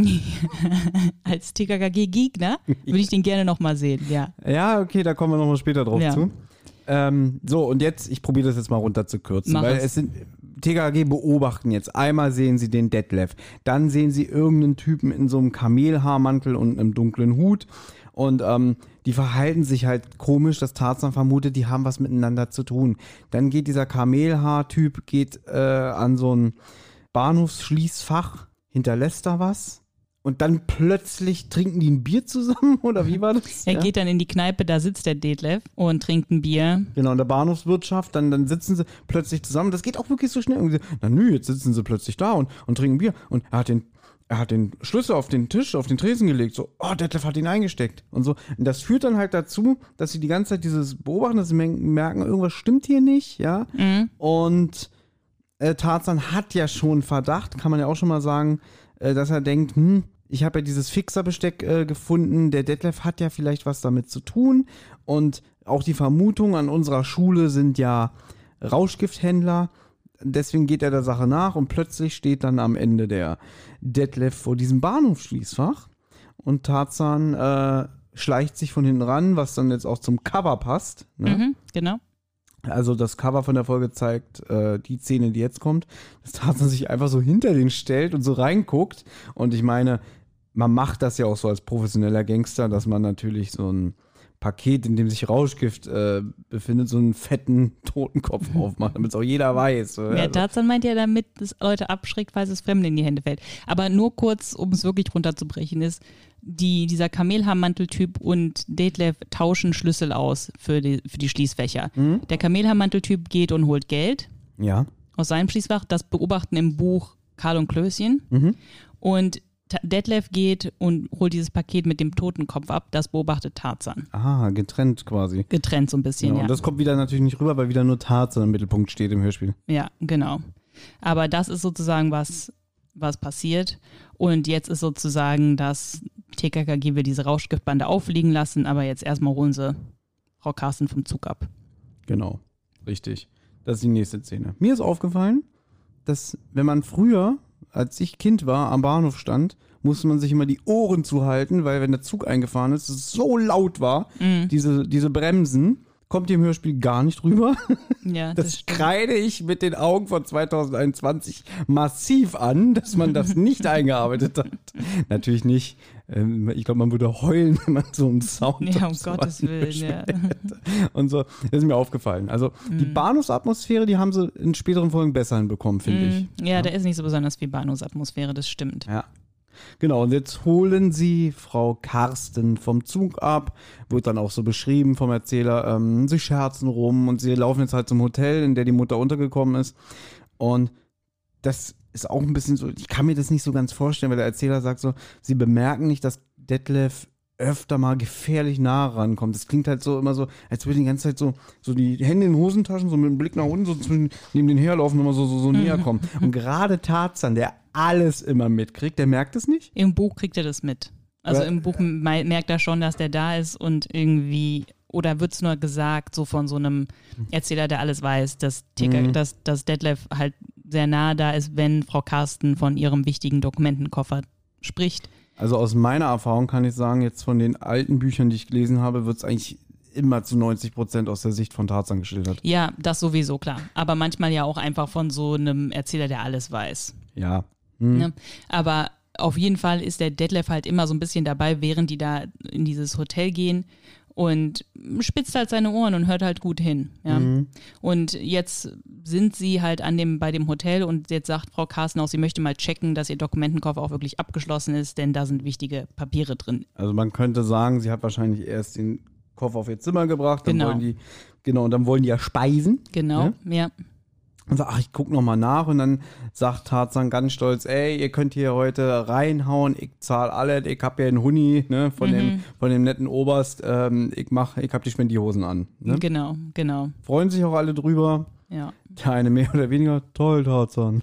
Als T K K G-Gegner würde ich den gerne nochmal sehen, ja. Ja, okay, da kommen wir nochmal später drauf ja. zu. Ähm, so, und jetzt, ich probiere das jetzt mal runter zu kürzen. Mach weil es. es sind, T K K G beobachten jetzt. Einmal sehen sie den Detlef. Dann sehen sie irgendeinen Typen in so einem Kamelhaarmantel und einem dunklen Hut. Und ähm, die verhalten sich halt komisch, dass Tarzan vermutet, die haben was miteinander zu tun. Dann geht dieser Kamelhaar-Typ geht äh, an so ein Bahnhofsschließfach, hinterlässt da was und dann plötzlich trinken die ein Bier zusammen, oder wie war das? Er ja? geht dann in die Kneipe, da sitzt der Detlef und trinkt ein Bier. Genau, in der Bahnhofswirtschaft, dann, dann sitzen sie plötzlich zusammen. Das geht auch wirklich so schnell. Irgendwie, na nö, jetzt sitzen sie plötzlich da und, und trinken Bier. Und er hat den Er hat den Schlüssel auf den Tisch, auf den Tresen gelegt, so, oh, Detlef hat ihn eingesteckt und so. Und das führt dann halt dazu, dass sie die ganze Zeit dieses beobachten, dass sie merken, irgendwas stimmt hier nicht, ja. Mhm. Und äh, Tarzan hat ja schon Verdacht, kann man ja auch schon mal sagen, äh, dass er denkt, hm, ich habe ja dieses Fixerbesteck äh, gefunden, der Detlef hat ja vielleicht was damit zu tun. Und auch die Vermutung an unserer Schule sind ja Rauschgifthändler. Deswegen geht er der Sache nach und plötzlich steht dann am Ende der Detlef vor diesem Bahnhofsschließfach und Tarzan äh, schleicht sich von hinten ran, was dann jetzt auch zum Cover passt. Ne? Mhm, genau. Also das Cover von der Folge zeigt äh, die Szene, die jetzt kommt, dass Tarzan sich einfach so hinter den stellt und so reinguckt. Und ich meine, man macht das ja auch so als professioneller Gangster, dass man natürlich so ein Paket, in dem sich Rauschgift äh, befindet, so einen fetten Totenkopf aufmacht, damit es auch jeder weiß. Ja, also. Tarzan meint ja damit, dass Leute abschreckt, falls es Fremden in die Hände fällt. Aber nur kurz, um es wirklich runterzubrechen, ist, die, dieser Kamelhaarmanteltyp und Detlef tauschen Schlüssel aus für die, für die Schließfächer. Mhm. Der Kamelhaarmanteltyp geht und holt Geld ja. aus seinem Schließfach. Das beobachten im Buch Karl und Klößchen. Mhm. Und Detlef geht und holt dieses Paket mit dem Totenkopf ab, das beobachtet Tarzan. Ah, getrennt quasi. Getrennt so ein bisschen, ja. ja. Und das kommt wieder natürlich nicht rüber, weil wieder nur Tarzan im Mittelpunkt steht im Hörspiel. Ja, genau. Aber das ist sozusagen was, was passiert. Und jetzt ist sozusagen, dass T K K G will diese Rauschgiftbande auffliegen lassen, aber jetzt erstmal holen sie Frau Carsten vom Zug ab. Genau, richtig. Das ist die nächste Szene. Mir ist aufgefallen, dass wenn man früher, als ich Kind war, am Bahnhof stand, musste man sich immer die Ohren zuhalten, weil wenn der Zug eingefahren ist, es so laut war, mhm. diese, diese Bremsen, kommt hier im Hörspiel gar nicht rüber. Ja, das, Das stimmt. kreide ich mit den Augen von zweitausendeinundzwanzig massiv an, dass man das nicht eingearbeitet hat. Natürlich nicht. Ähm, Ich glaube, man würde heulen, wenn man so einen Sound Ja, um auf so Gottes einem Willen, Hörspiel ja. hätte. Und so, das ist mir aufgefallen. Also die Bahnhofsatmosphäre, die haben sie in späteren Folgen besser hinbekommen, finde ich. Mm, Ja, der ist nicht so besonders wie Bahnhofsatmosphäre, das stimmt. Ja. Genau, und jetzt holen sie Frau Karsten vom Zug ab, wird dann auch so beschrieben vom Erzähler, ähm, sie scherzen rum und sie laufen jetzt halt zum Hotel, in der die Mutter untergekommen ist. Und das ist auch ein bisschen so, ich kann mir das nicht so ganz vorstellen, weil der Erzähler sagt so, sie bemerken nicht, dass Detlef öfter mal gefährlich nah rankommt. Das klingt halt so immer so, als würde die ganze Zeit so, so die Hände in den Hosentaschen, so mit dem Blick nach unten, so zwischen, neben den herlaufen, immer so, so, so näher kommen. Und gerade Tarzan, der alles immer mitkriegt, der merkt es nicht. Im Buch kriegt er das mit. Also Aber- im Buch me- merkt er schon, dass der da ist und irgendwie, oder wird es nur gesagt, so von so einem Erzähler, der alles weiß, dass, Tika, Mhm. dass, dass Detlef halt sehr nah da ist, wenn Frau Karsten von ihrem wichtigen Dokumentenkoffer spricht. Also aus meiner Erfahrung kann ich sagen, jetzt von den alten Büchern, die ich gelesen habe, wird es eigentlich immer zu neunzig Prozent aus der Sicht von Tarzan geschildert. Ja, das sowieso, klar. Aber manchmal ja auch einfach von so einem Erzähler, der alles weiß. Ja. Hm. Ne? Aber auf jeden Fall ist der Detlef halt immer so ein bisschen dabei, während die da in dieses Hotel gehen und spitzt halt seine Ohren und hört halt gut hin. Ja? Mhm. Und jetzt sind sie halt an dem, bei dem Hotel und jetzt sagt Frau Karsten auch, sie möchte mal checken, dass ihr Dokumentenkoffer auch wirklich abgeschlossen ist, denn da sind wichtige Papiere drin. Also man könnte sagen, sie hat wahrscheinlich erst den Koffer auf ihr Zimmer gebracht, dann Genau. wollen die, genau, und dann wollen die ja speisen. Genau, Ne? ja. Und sagt, ach, ich guck noch mal nach und dann sagt Tarzan ganz stolz, ey, ihr könnt hier heute reinhauen, ich zahl alles, ich hab ja einen Huni, ne, von dem, von dem netten Oberst, ähm, ich mach, ich hab die Spendierhosen an. Ne? Genau, genau. Freuen sich auch alle drüber. Ja. Der eine mehr oder weniger, toll, Tarzan.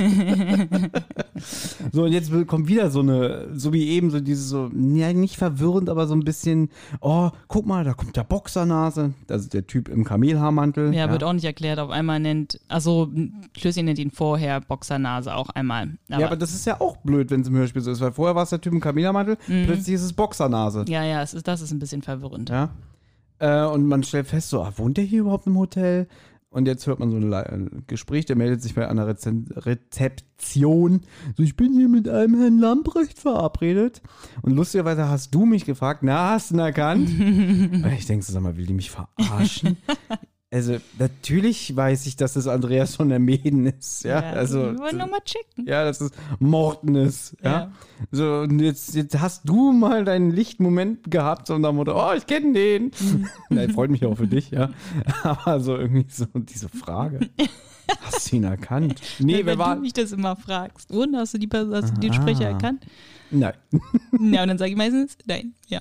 So, und jetzt kommt wieder so eine, so wie eben, so dieses so, ja, nicht verwirrend, aber so ein bisschen, oh, guck mal, da kommt der Boxernase, das ist der Typ im Kamelhaarmantel. Ja, wird auch nicht erklärt. Auf einmal nennt, also Klößchen nennt ihn vorher Boxernase auch einmal. Aber, Ja, aber das ist ja auch blöd, wenn es im Hörspiel so ist, weil vorher war es der Typ im Kamelhaarmantel, plötzlich ist es Boxernase. ja, ja, es ist, das ist ein bisschen verwirrend. Ja. Äh, und man stellt fest, so, ah, wohnt der hier überhaupt im Hotel? Und jetzt hört man so ein Le- ein Gespräch, der meldet sich bei einer Rezen- Rezeption. So, ich bin hier mit einem Herrn Lamprecht verabredet. Und lustigerweise hast du mich gefragt, na, hast du ihn erkannt? Und ich denke so, sag mal, will die mich verarschen? Also, natürlich weiß ich, dass das Andreas von der Mäden ist. Ja, also. wir wollen nochmal checken. Ja, dass es Morten ist. Ja. Ja. So, und jetzt, jetzt hast du mal deinen Lichtmoment gehabt, so unter dem Motto, oh, ich kenne den. Nein, freut mich auch für dich, ja. Aber so irgendwie so diese Frage. Hast du ihn erkannt? Nee, wer Wenn war. du mich das immer fragst. Und hast du die, Person- hast du den Sprecher Ah. erkannt? Nein. Ja, und dann sage ich meistens, nein, ja,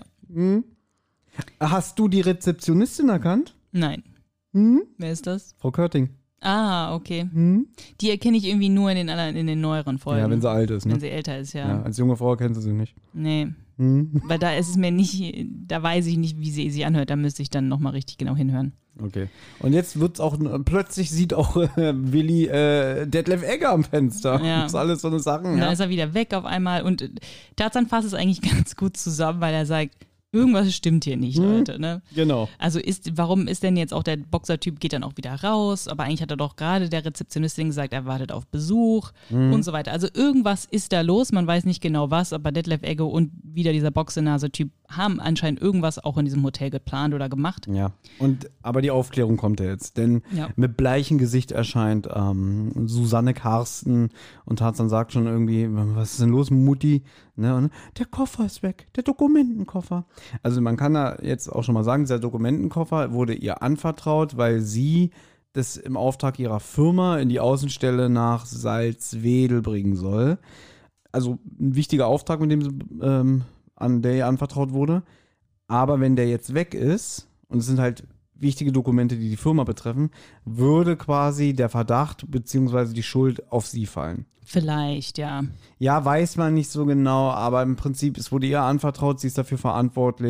Hast du die Rezeptionistin erkannt? nein. Hm? Wer ist das? Frau Körting. Ah, okay. Hm? Die erkenne ich irgendwie nur in den anderen, in den neueren Folgen. Ja, wenn sie alt ist, ne? Wenn sie älter ist, ja. Ja, als junge Frau kennst du sie nicht. Nee. Hm? Weil da ist es mir nicht, da weiß ich nicht, wie sie sie anhört. Da müsste ich dann nochmal richtig genau hinhören. Okay. Und jetzt wird's auch, plötzlich sieht auch äh, Willi äh, Detlef Egger am Fenster. Ja. Das ist alles so eine Sachen. Und Ja. dann ist er wieder weg auf einmal. Und äh, Tarzan fasst es eigentlich ganz gut zusammen, weil er sagt, irgendwas stimmt hier nicht, Leute. Ne? Genau. Also ist, warum ist denn jetzt auch der Boxertyp, geht dann auch wieder raus, aber eigentlich hat er doch gerade der Rezeptionistin gesagt, er wartet auf Besuch und so weiter. Also irgendwas ist da los, man weiß nicht genau was, aber Detlef Egge und wieder dieser Boxernase-Typ haben anscheinend irgendwas auch in diesem Hotel geplant oder gemacht. Ja, und aber die Aufklärung kommt ja jetzt, denn Ja. mit bleichem Gesicht erscheint ähm, Susanne Karsten und Tarzan sagt schon irgendwie, was ist denn los, Mutti? Ne? Und der Koffer ist weg, der Dokumentenkoffer. Also man kann da jetzt auch schon mal sagen, dieser Dokumentenkoffer wurde ihr anvertraut, weil sie das im Auftrag ihrer Firma in die Außenstelle nach Salzwedel bringen soll. Also ein wichtiger Auftrag, mit dem sie, ähm, an der ihr anvertraut wurde. Aber wenn der jetzt weg ist, und es sind halt wichtige Dokumente, die die Firma betreffen, würde quasi der Verdacht bzw. die Schuld auf sie fallen. Vielleicht, ja. Ja, weiß man nicht so genau, aber im Prinzip, es wurde ihr anvertraut, sie ist dafür verantwortlich.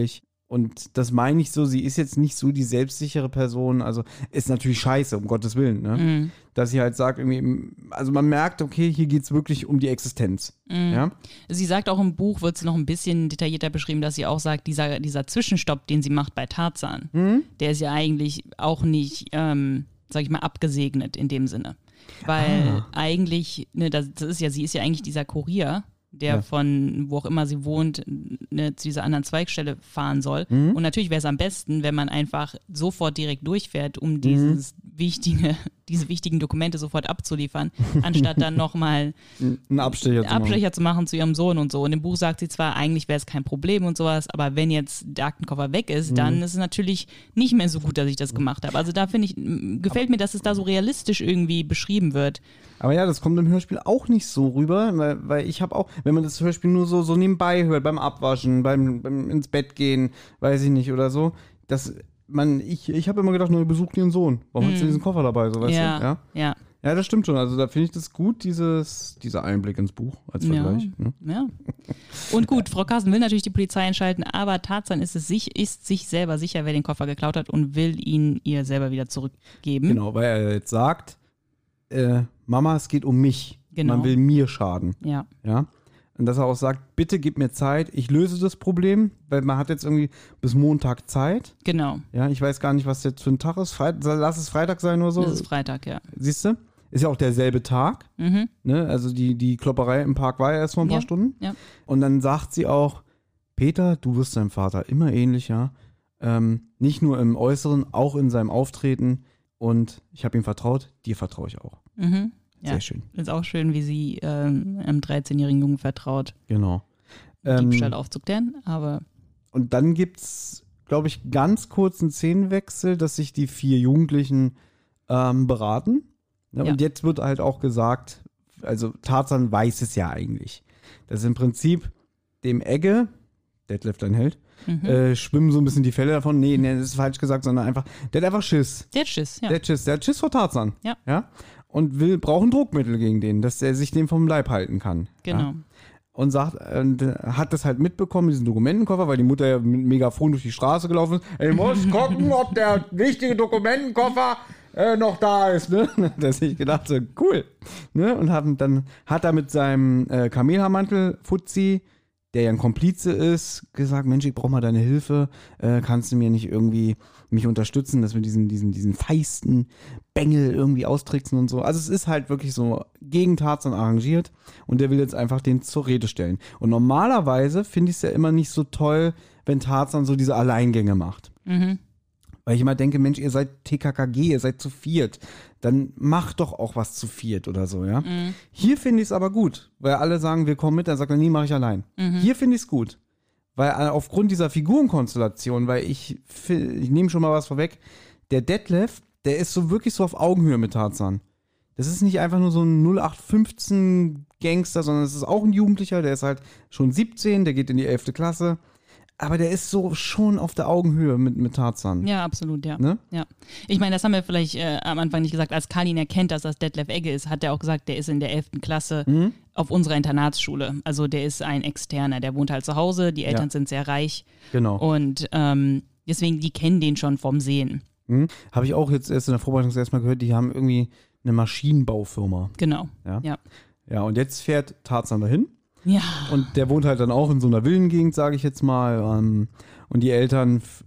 Und das meine ich so, sie ist jetzt nicht so die selbstsichere Person, also ist natürlich scheiße, um Gottes Willen, ne? Mhm. Dass sie halt sagt, irgendwie, also man merkt, okay, hier geht es wirklich um die Existenz. Mhm. Ja? Sie sagt auch im Buch, wird es noch ein bisschen detaillierter beschrieben, dass sie auch sagt, dieser, dieser Zwischenstopp, den sie macht bei Tarzan, Mhm. der ist ja eigentlich auch nicht, ähm, sag ich mal, abgesegnet in dem Sinne. Weil Ah. eigentlich, ne, das, das ist ja, sie ist ja eigentlich dieser Kurier, der Ja. von wo auch immer sie wohnt, ne, zu dieser anderen Zweigstelle fahren soll. Mhm. Und natürlich wäre es am besten, wenn man einfach sofort direkt durchfährt, um dieses wichtige, diese wichtigen Dokumente sofort abzuliefern, anstatt dann nochmal Einen Abstecher zu machen. Abstecher zu machen zu ihrem Sohn und so. Und im Buch sagt sie zwar, eigentlich wäre es kein Problem und sowas, aber wenn jetzt der Aktenkoffer weg ist, Mhm. dann ist es natürlich nicht mehr so gut, dass ich das gemacht habe. Also da finde ich, m, gefällt mir, dass es da so realistisch irgendwie beschrieben wird. Aber ja, das kommt im Hörspiel auch nicht so rüber, weil, weil ich habe auch, wenn man das Hörspiel nur so, so nebenbei hört, beim Abwaschen, beim, beim ins Bett gehen, weiß ich nicht, oder so, dass man, ich, ich habe immer gedacht, nur besucht ihren Sohn. Warum hast du diesen Koffer dabei, so, weißt Ja, du? Ja. ja. Ja, das stimmt schon. Also da finde ich das gut, dieses, dieser Einblick ins Buch als Vergleich. Ne? Ja. Und gut, Frau Carsten will natürlich die Polizei einschalten, aber Tarzan ist es sich, ist sich selber sicher, wer den Koffer geklaut hat und will ihn ihr selber wieder zurückgeben. Genau, weil er jetzt sagt, äh, Mama, es geht um mich. Genau. Man will mir schaden. Ja. Ja. Und dass er auch sagt, bitte gib mir Zeit, ich löse das Problem, weil man hat jetzt irgendwie bis Montag Zeit. Genau. Ja, ich weiß gar nicht, was jetzt für ein Tag ist. Freit- lass es Freitag sein oder so. Das ist Freitag, ja. Siehst du? Ist ja auch derselbe Tag. Mhm. Ne? Also die, die Klopperei im Park war ja erst vor ein paar Ja, Stunden. ja. Und dann sagt sie auch, Peter, du wirst deinem Vater immer ähnlicher. Ähm, nicht nur im Äußeren, auch in seinem Auftreten. Und ich habe ihm vertraut, dir vertraue ich auch. Mhm. Ja. Sehr schön. Ist auch schön, wie sie ähm, einem dreizehnjährigen Jungen vertraut, Genau. Ähm, Diebstahl aufzuklären, aber Und dann gibt es, glaube ich, ganz kurzen Szenenwechsel, dass sich die vier Jugendlichen ähm, beraten. Ne? Ja. Und jetzt wird halt auch gesagt, also Tarzan weiß es ja eigentlich, dass im Prinzip dem Egge, Detlef dein Held, mhm. äh, schwimmen so ein bisschen die Fälle davon. Nee, nee, das ist falsch gesagt, sondern einfach, der hat einfach Schiss. der hat Schiss, ja. Der hat Schiss, der hat Schiss vor Tarzan. Ja. ja? Und will, braucht ein Druckmittel gegen den, dass er sich dem vom Leib halten kann. Genau. Ja? Und sagt, und hat das halt mitbekommen, diesen Dokumentenkoffer, weil die Mutter ja mit Megafon durch die Straße gelaufen ist. Ich muss gucken, ob der wichtige Dokumentenkoffer äh, noch da ist. Ne? Dass ich gedacht so, cool. Ne? Und hat, dann hat er mit seinem äh, Kamelhaarmantel Fuzzi, der ja ein Komplize ist, gesagt, Mensch, ich brauche mal deine Hilfe. Äh, kannst du mir nicht irgendwie mich unterstützen, dass wir diesen, diesen, diesen feisten Bengel irgendwie austricksen und so. Also es ist halt wirklich so gegen Tarzan arrangiert und der will jetzt einfach den zur Rede stellen. Und normalerweise finde ich es ja immer nicht so toll, wenn Tarzan so diese Alleingänge macht. Mhm. Weil ich immer denke, Mensch, ihr seid T K K G, ihr seid zu viert. Dann macht doch auch was zu viert oder so, ja. Mhm. Hier finde ich es aber gut, weil alle sagen, wir kommen mit, dann sagt er, nee, mache ich allein. Mhm. Hier finde ich es gut. Weil aufgrund dieser Figurenkonstellation, weil ich, ich nehme schon mal was vorweg, der Detlef, der ist so wirklich so auf Augenhöhe mit Tarzan. Das ist nicht einfach nur so ein null acht fünfzehn Gangster, sondern es ist auch ein Jugendlicher, der ist halt schon siebzehn, der geht in die elfte Klasse. Aber der ist so schon auf der Augenhöhe mit, mit Tarzan. Ja, absolut, ja. Ne? ja. Ich meine, das haben wir vielleicht äh, am Anfang nicht gesagt. Als Karl ihn erkennt, dass das Detlef Egge ist, hat er auch gesagt, der ist in der elften Klasse Mhm. auf unserer Internatsschule. Also der ist ein Externer, der wohnt halt zu Hause, die Eltern Ja. sind sehr reich Genau. und ähm, deswegen, die kennen den schon vom Sehen. Mhm. Habe ich auch jetzt erst in der Vorbereitung erst mal gehört, die haben irgendwie eine Maschinenbaufirma. Genau. Ja. Ja. Ja, und jetzt fährt Tarzan dahin. Ja. Und der wohnt halt dann auch in so einer Villengegend, sage ich jetzt mal. Ähm, und die Eltern f-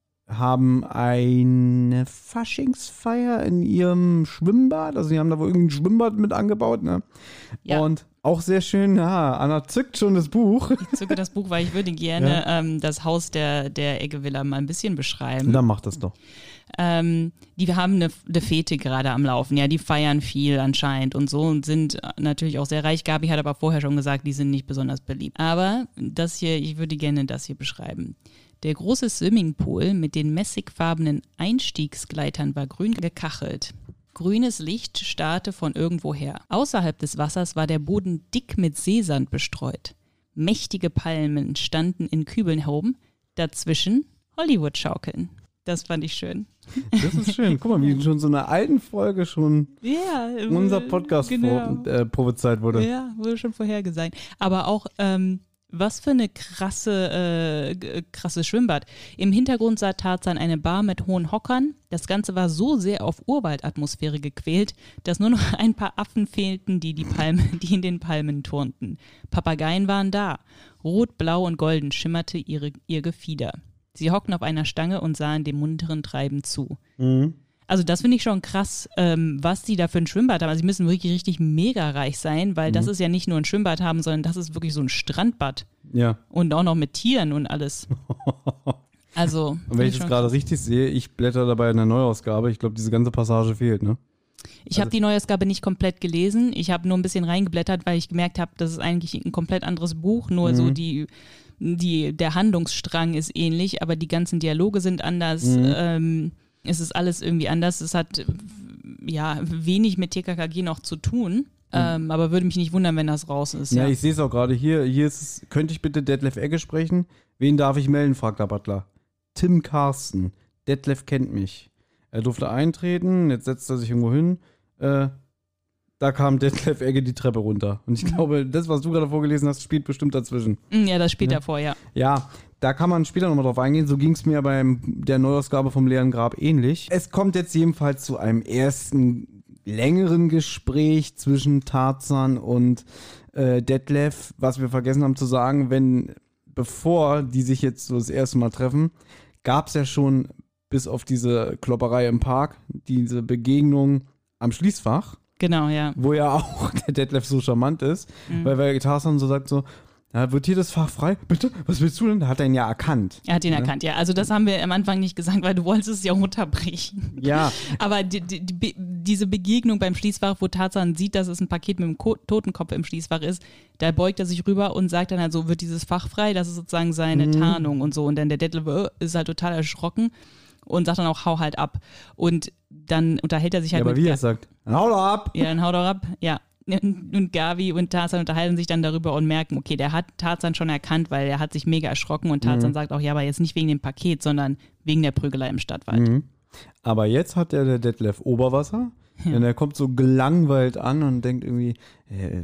haben eine Faschingsfeier in ihrem Schwimmbad. Also die haben da wohl irgendein Schwimmbad mit angebaut. Ne? Ja. Und auch sehr schön, ja, Anna zückt schon das Buch. Ich zücke das Buch, weil ich würde gerne ähm, das Haus der, der Egge-Villa mal ein bisschen beschreiben. Dann macht das doch. Ähm, die haben eine, eine Fete gerade am Laufen, ja, die feiern viel anscheinend und so und sind natürlich auch sehr reich. Gabi hat aber vorher schon gesagt, die sind nicht besonders beliebt. Aber das hier, ich würde gerne das hier beschreiben. Der große Swimmingpool mit den messigfarbenen Einstiegsgleitern war grün gekachelt. Grünes Licht starrte von irgendwoher. Außerhalb des Wassers war der Boden dick mit Seesand bestreut. Mächtige Palmen standen in Kübeln herum, dazwischen Hollywood-Schaukeln. Das fand ich schön. Das ist schön. Guck mal, wie schon so eine alten Folge schon Ja, unser Podcast genau. vor, äh, prophezeit wurde. Ja, wurde schon vorhergesagt. Aber auch, ähm, Was für eine krasse, äh, krasse Schwimmbad. Im Hintergrund sah Tarzan eine Bar mit hohen Hockern. Das Ganze war so sehr auf Urwaldatmosphäre gequält, dass nur noch ein paar Affen fehlten, die, die, Palmen, die in den Palmen turnten. Papageien waren da. Rot, blau und golden schimmerte ihre, ihr Gefieder. Sie hockten auf einer Stange und sahen dem munteren Treiben zu. Mhm. Also das finde ich schon krass, ähm, was die da für ein Schwimmbad haben. Also sie müssen wirklich richtig mega reich sein, weil mhm. das ist ja nicht nur ein Schwimmbad haben, sondern das ist wirklich so ein Strandbad. Ja. Und auch noch mit Tieren und alles. Also. Und wenn ich das gerade richtig sehe, ich blätter dabei in der Neuausgabe, ich glaube, diese ganze Passage fehlt, ne? Ich habe die Neuausgabe nicht komplett gelesen. Ich habe nur ein bisschen reingeblättert, weil ich gemerkt habe, das ist eigentlich ein komplett anderes Buch, nur mhm. so die, die, der Handlungsstrang ist ähnlich, aber die ganzen Dialoge sind anders. Mhm. Ähm, es ist alles irgendwie anders. Es hat ja wenig mit T K K G noch zu tun, mhm. ähm, aber würde mich nicht wundern, wenn das raus ist. Ja, ja. Ich sehe es auch gerade hier. Hier ist es, könnte ich bitte Detlef Egge sprechen? Wen darf ich melden, fragt der Butler. Tim Carsten. Detlef kennt mich. Er durfte eintreten, jetzt setzt er sich irgendwo hin. Äh, da kam Detlef Egge die Treppe runter. Und ich glaube, das, was du gerade vorgelesen hast, spielt bestimmt dazwischen. Ja, das spielt ja. davor, ja. Ja, da kann man später nochmal drauf eingehen. So ging es mir bei der Neuausgabe vom leeren Grab ähnlich. Es kommt jetzt jedenfalls zu einem ersten längeren Gespräch zwischen Tarzan und äh, Detlef. Was wir vergessen haben zu sagen, wenn, bevor die sich jetzt so das erste Mal treffen, gab es ja schon bis auf diese Klopperei im Park, diese Begegnung am Schließfach. Genau, ja. Wo ja auch der Detlef so charmant ist, mhm. weil, weil Tarzan so sagt so, ja, wird hier das Fach frei? Bitte? Was willst du denn? Da hat er ihn ja erkannt. Er hat ihn ja? erkannt, ja. Also das haben wir am Anfang nicht gesagt, weil du wolltest es ja unterbrechen. Ja. Aber die, die, die, diese Begegnung beim Schließfach, wo Tarzan sieht, dass es ein Paket mit einem Ko- Totenkopf im Schließfach ist, da beugt er sich rüber und sagt dann halt so, wird dieses Fach frei? Das ist sozusagen seine mhm. Tarnung und so. Und dann der Detlef äh, ist halt total erschrocken und sagt dann auch, hau halt ab. Und dann unterhält er sich halt ja, mit... aber wie er sagt, hau doch ab! Ja, dann hau doch ab, ja. Und Gabi und Tarzan unterhalten sich dann darüber und merken, okay, der hat Tarzan schon erkannt, weil er hat sich mega erschrocken und Tarzan mhm. sagt auch, ja, aber jetzt nicht wegen dem Paket, sondern wegen der Prügelei im Stadtwald. Mhm. Aber jetzt hat der, der Detlef Oberwasser, ja. denn er kommt so gelangweilt an und denkt irgendwie, äh,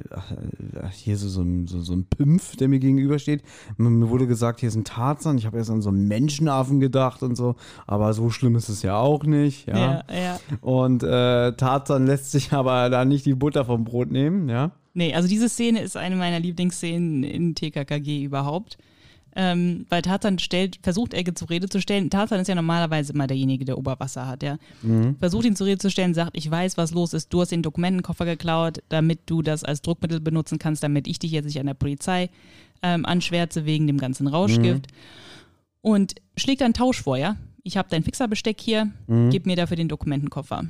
hier so, so, ein, so, so ein Pimpf, der mir gegenübersteht. Mir wurde gesagt, hier ist ein Tarzan, ich habe erst an so einen Menschenaffen gedacht und so, aber so schlimm ist es ja auch nicht. Ja, ja. ja. Und äh, Tarzan lässt sich aber da nicht die Butter vom Brot nehmen, ja. Nee, also diese Szene ist eine meiner Lieblingsszenen in T K K G überhaupt. Ähm, weil Tarzan stellt, versucht Egge zur Rede zu stellen. Tarzan ist ja normalerweise immer derjenige, der Oberwasser hat, ja. Mhm. Versucht ihn zur Rede zu stellen, sagt, ich weiß, was los ist, du hast den Dokumentenkoffer geklaut, damit du das als Druckmittel benutzen kannst, damit ich dich jetzt nicht an der Polizei ähm, anschwärze wegen dem ganzen Rauschgift. Mhm. Und schlägt dann Tausch vor, ja. Ich habe dein Fixerbesteck hier, mhm. gib mir dafür den Dokumentenkoffer.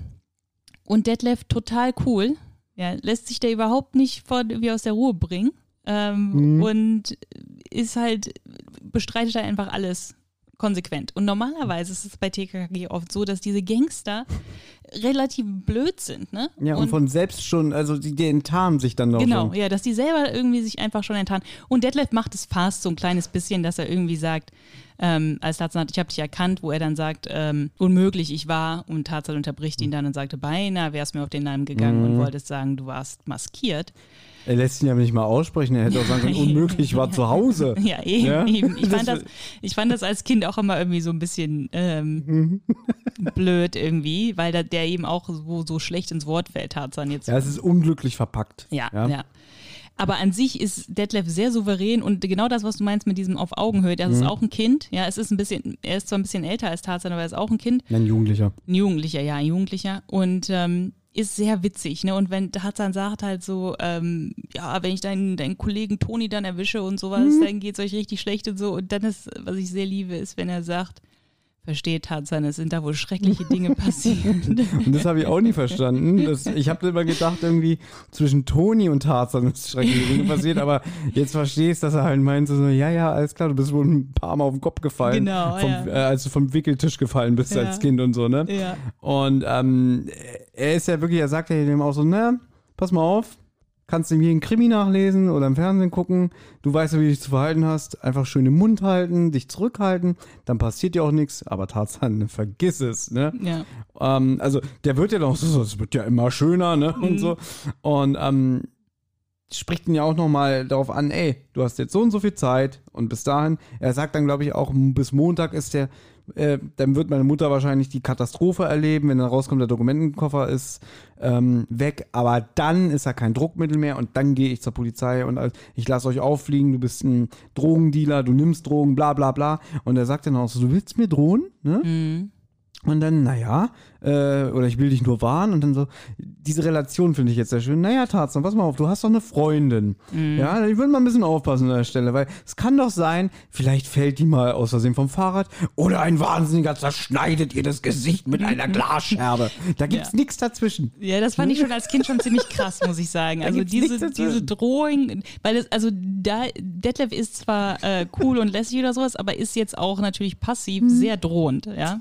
Und Detlef, total cool, ja, lässt sich der überhaupt nicht vor, wie aus der Ruhe bringen. Ähm, mhm. Und ist halt, bestreitet da einfach alles konsequent. Und normalerweise ist es bei T K K G oft so, dass diese Gangster relativ blöd sind, ne? Ja, und, und von selbst schon, also die, die enttarnen sich dann noch. Genau, schon. Ja, dass die selber irgendwie sich einfach schon enttarnen. Und Detlef macht es fast so ein kleines bisschen, dass er irgendwie sagt, ähm, als Tarzan sagt, ich habe dich erkannt, wo er dann sagt, ähm, unmöglich, ich war, und Tarzan unterbricht ihn dann und sagte, beinahe wär's mir auf den Leim gegangen mhm. und wolltest sagen, du warst maskiert. Er lässt ihn aber nicht mal aussprechen, er hätte auch sagen können, unmöglich, ich war zu Hause. Ja, eben. Ja? eben. Ich, fand das, ich fand das als Kind auch immer irgendwie so ein bisschen ähm, blöd irgendwie, weil da, der eben auch so, so schlecht ins Wort fällt, Tarzan jetzt. Ja, es ist unglücklich verpackt. Ja, ja. ja. Aber an sich ist Detlef sehr souverän und genau das, was du meinst mit diesem auf Augenhöhe, das mhm. ist auch ein Kind. Ja, es ist ein bisschen, er ist zwar ein bisschen älter als Tarzan, aber er ist auch ein Kind. Ein Jugendlicher. Ein Jugendlicher, ja, ein Jugendlicher. Und ähm, ist sehr witzig, ne? Und wenn Tarzan sagt halt so, ähm, ja, wenn ich deinen, deinen Kollegen Toni dann erwische und sowas, mhm. dann geht's euch richtig schlecht und so. Und dann ist, was ich sehr liebe, ist, wenn er sagt, versteht Tarzan, es sind da wohl schreckliche Dinge passiert. Und das habe ich auch nie verstanden. Das, ich habe immer gedacht, irgendwie zwischen Toni und Tarzan ist schreckliche Dinge passiert, aber jetzt verstehst du, dass er halt meint, so, ja, ja, alles klar, du bist wohl ein paar Mal auf den Kopf gefallen, genau, vom, ja. äh, als du vom Wickeltisch gefallen bist ja. als Kind und so, ne? Ja. Und ähm, er ist ja wirklich, er sagt ja dem auch so, ne, pass mal auf, kannst du hier einen Krimi nachlesen oder im Fernsehen gucken. Du weißt ja, wie du dich zu verhalten hast. Einfach schön den Mund halten, dich zurückhalten. Dann passiert dir auch nichts. Aber Tarzan, vergiss es. Ne? Ja. Ähm, also der wird ja noch so, es wird ja immer schöner, ne? Und mhm. so. Und ähm, spricht ihn ja auch nochmal darauf an, ey, du hast jetzt so und so viel Zeit und bis dahin, er sagt dann, glaube ich, auch, bis Montag ist der, äh, dann wird meine Mutter wahrscheinlich die Katastrophe erleben, wenn dann rauskommt, der Dokumentenkoffer ist ähm, weg, aber dann ist er kein Druckmittel mehr und dann gehe ich zur Polizei und also, ich lasse euch auffliegen, du bist ein Drogendealer, du nimmst Drogen, bla bla bla. Und er sagt dann auch so, du willst mir drohen? Ne? Mhm. Und dann, naja, äh, oder ich will dich nur warnen und dann so, diese Relation finde ich jetzt sehr schön. Naja, Tarzan, pass mal auf, du hast doch eine Freundin. Mhm. Ja, ich würde mal ein bisschen aufpassen an der Stelle, weil es kann doch sein, vielleicht fällt die mal aus Versehen vom Fahrrad oder ein Wahnsinniger zerschneidet ihr das Gesicht mit einer Glasscherbe. Da gibt's ja. nichts dazwischen. Ja, das fand ich schon als Kind schon ziemlich krass, muss ich sagen. Also diese, diese Drohung, weil es, also da, Detlef ist zwar äh, cool und lässig oder sowas, aber ist jetzt auch natürlich passiv mhm. sehr drohend, ja.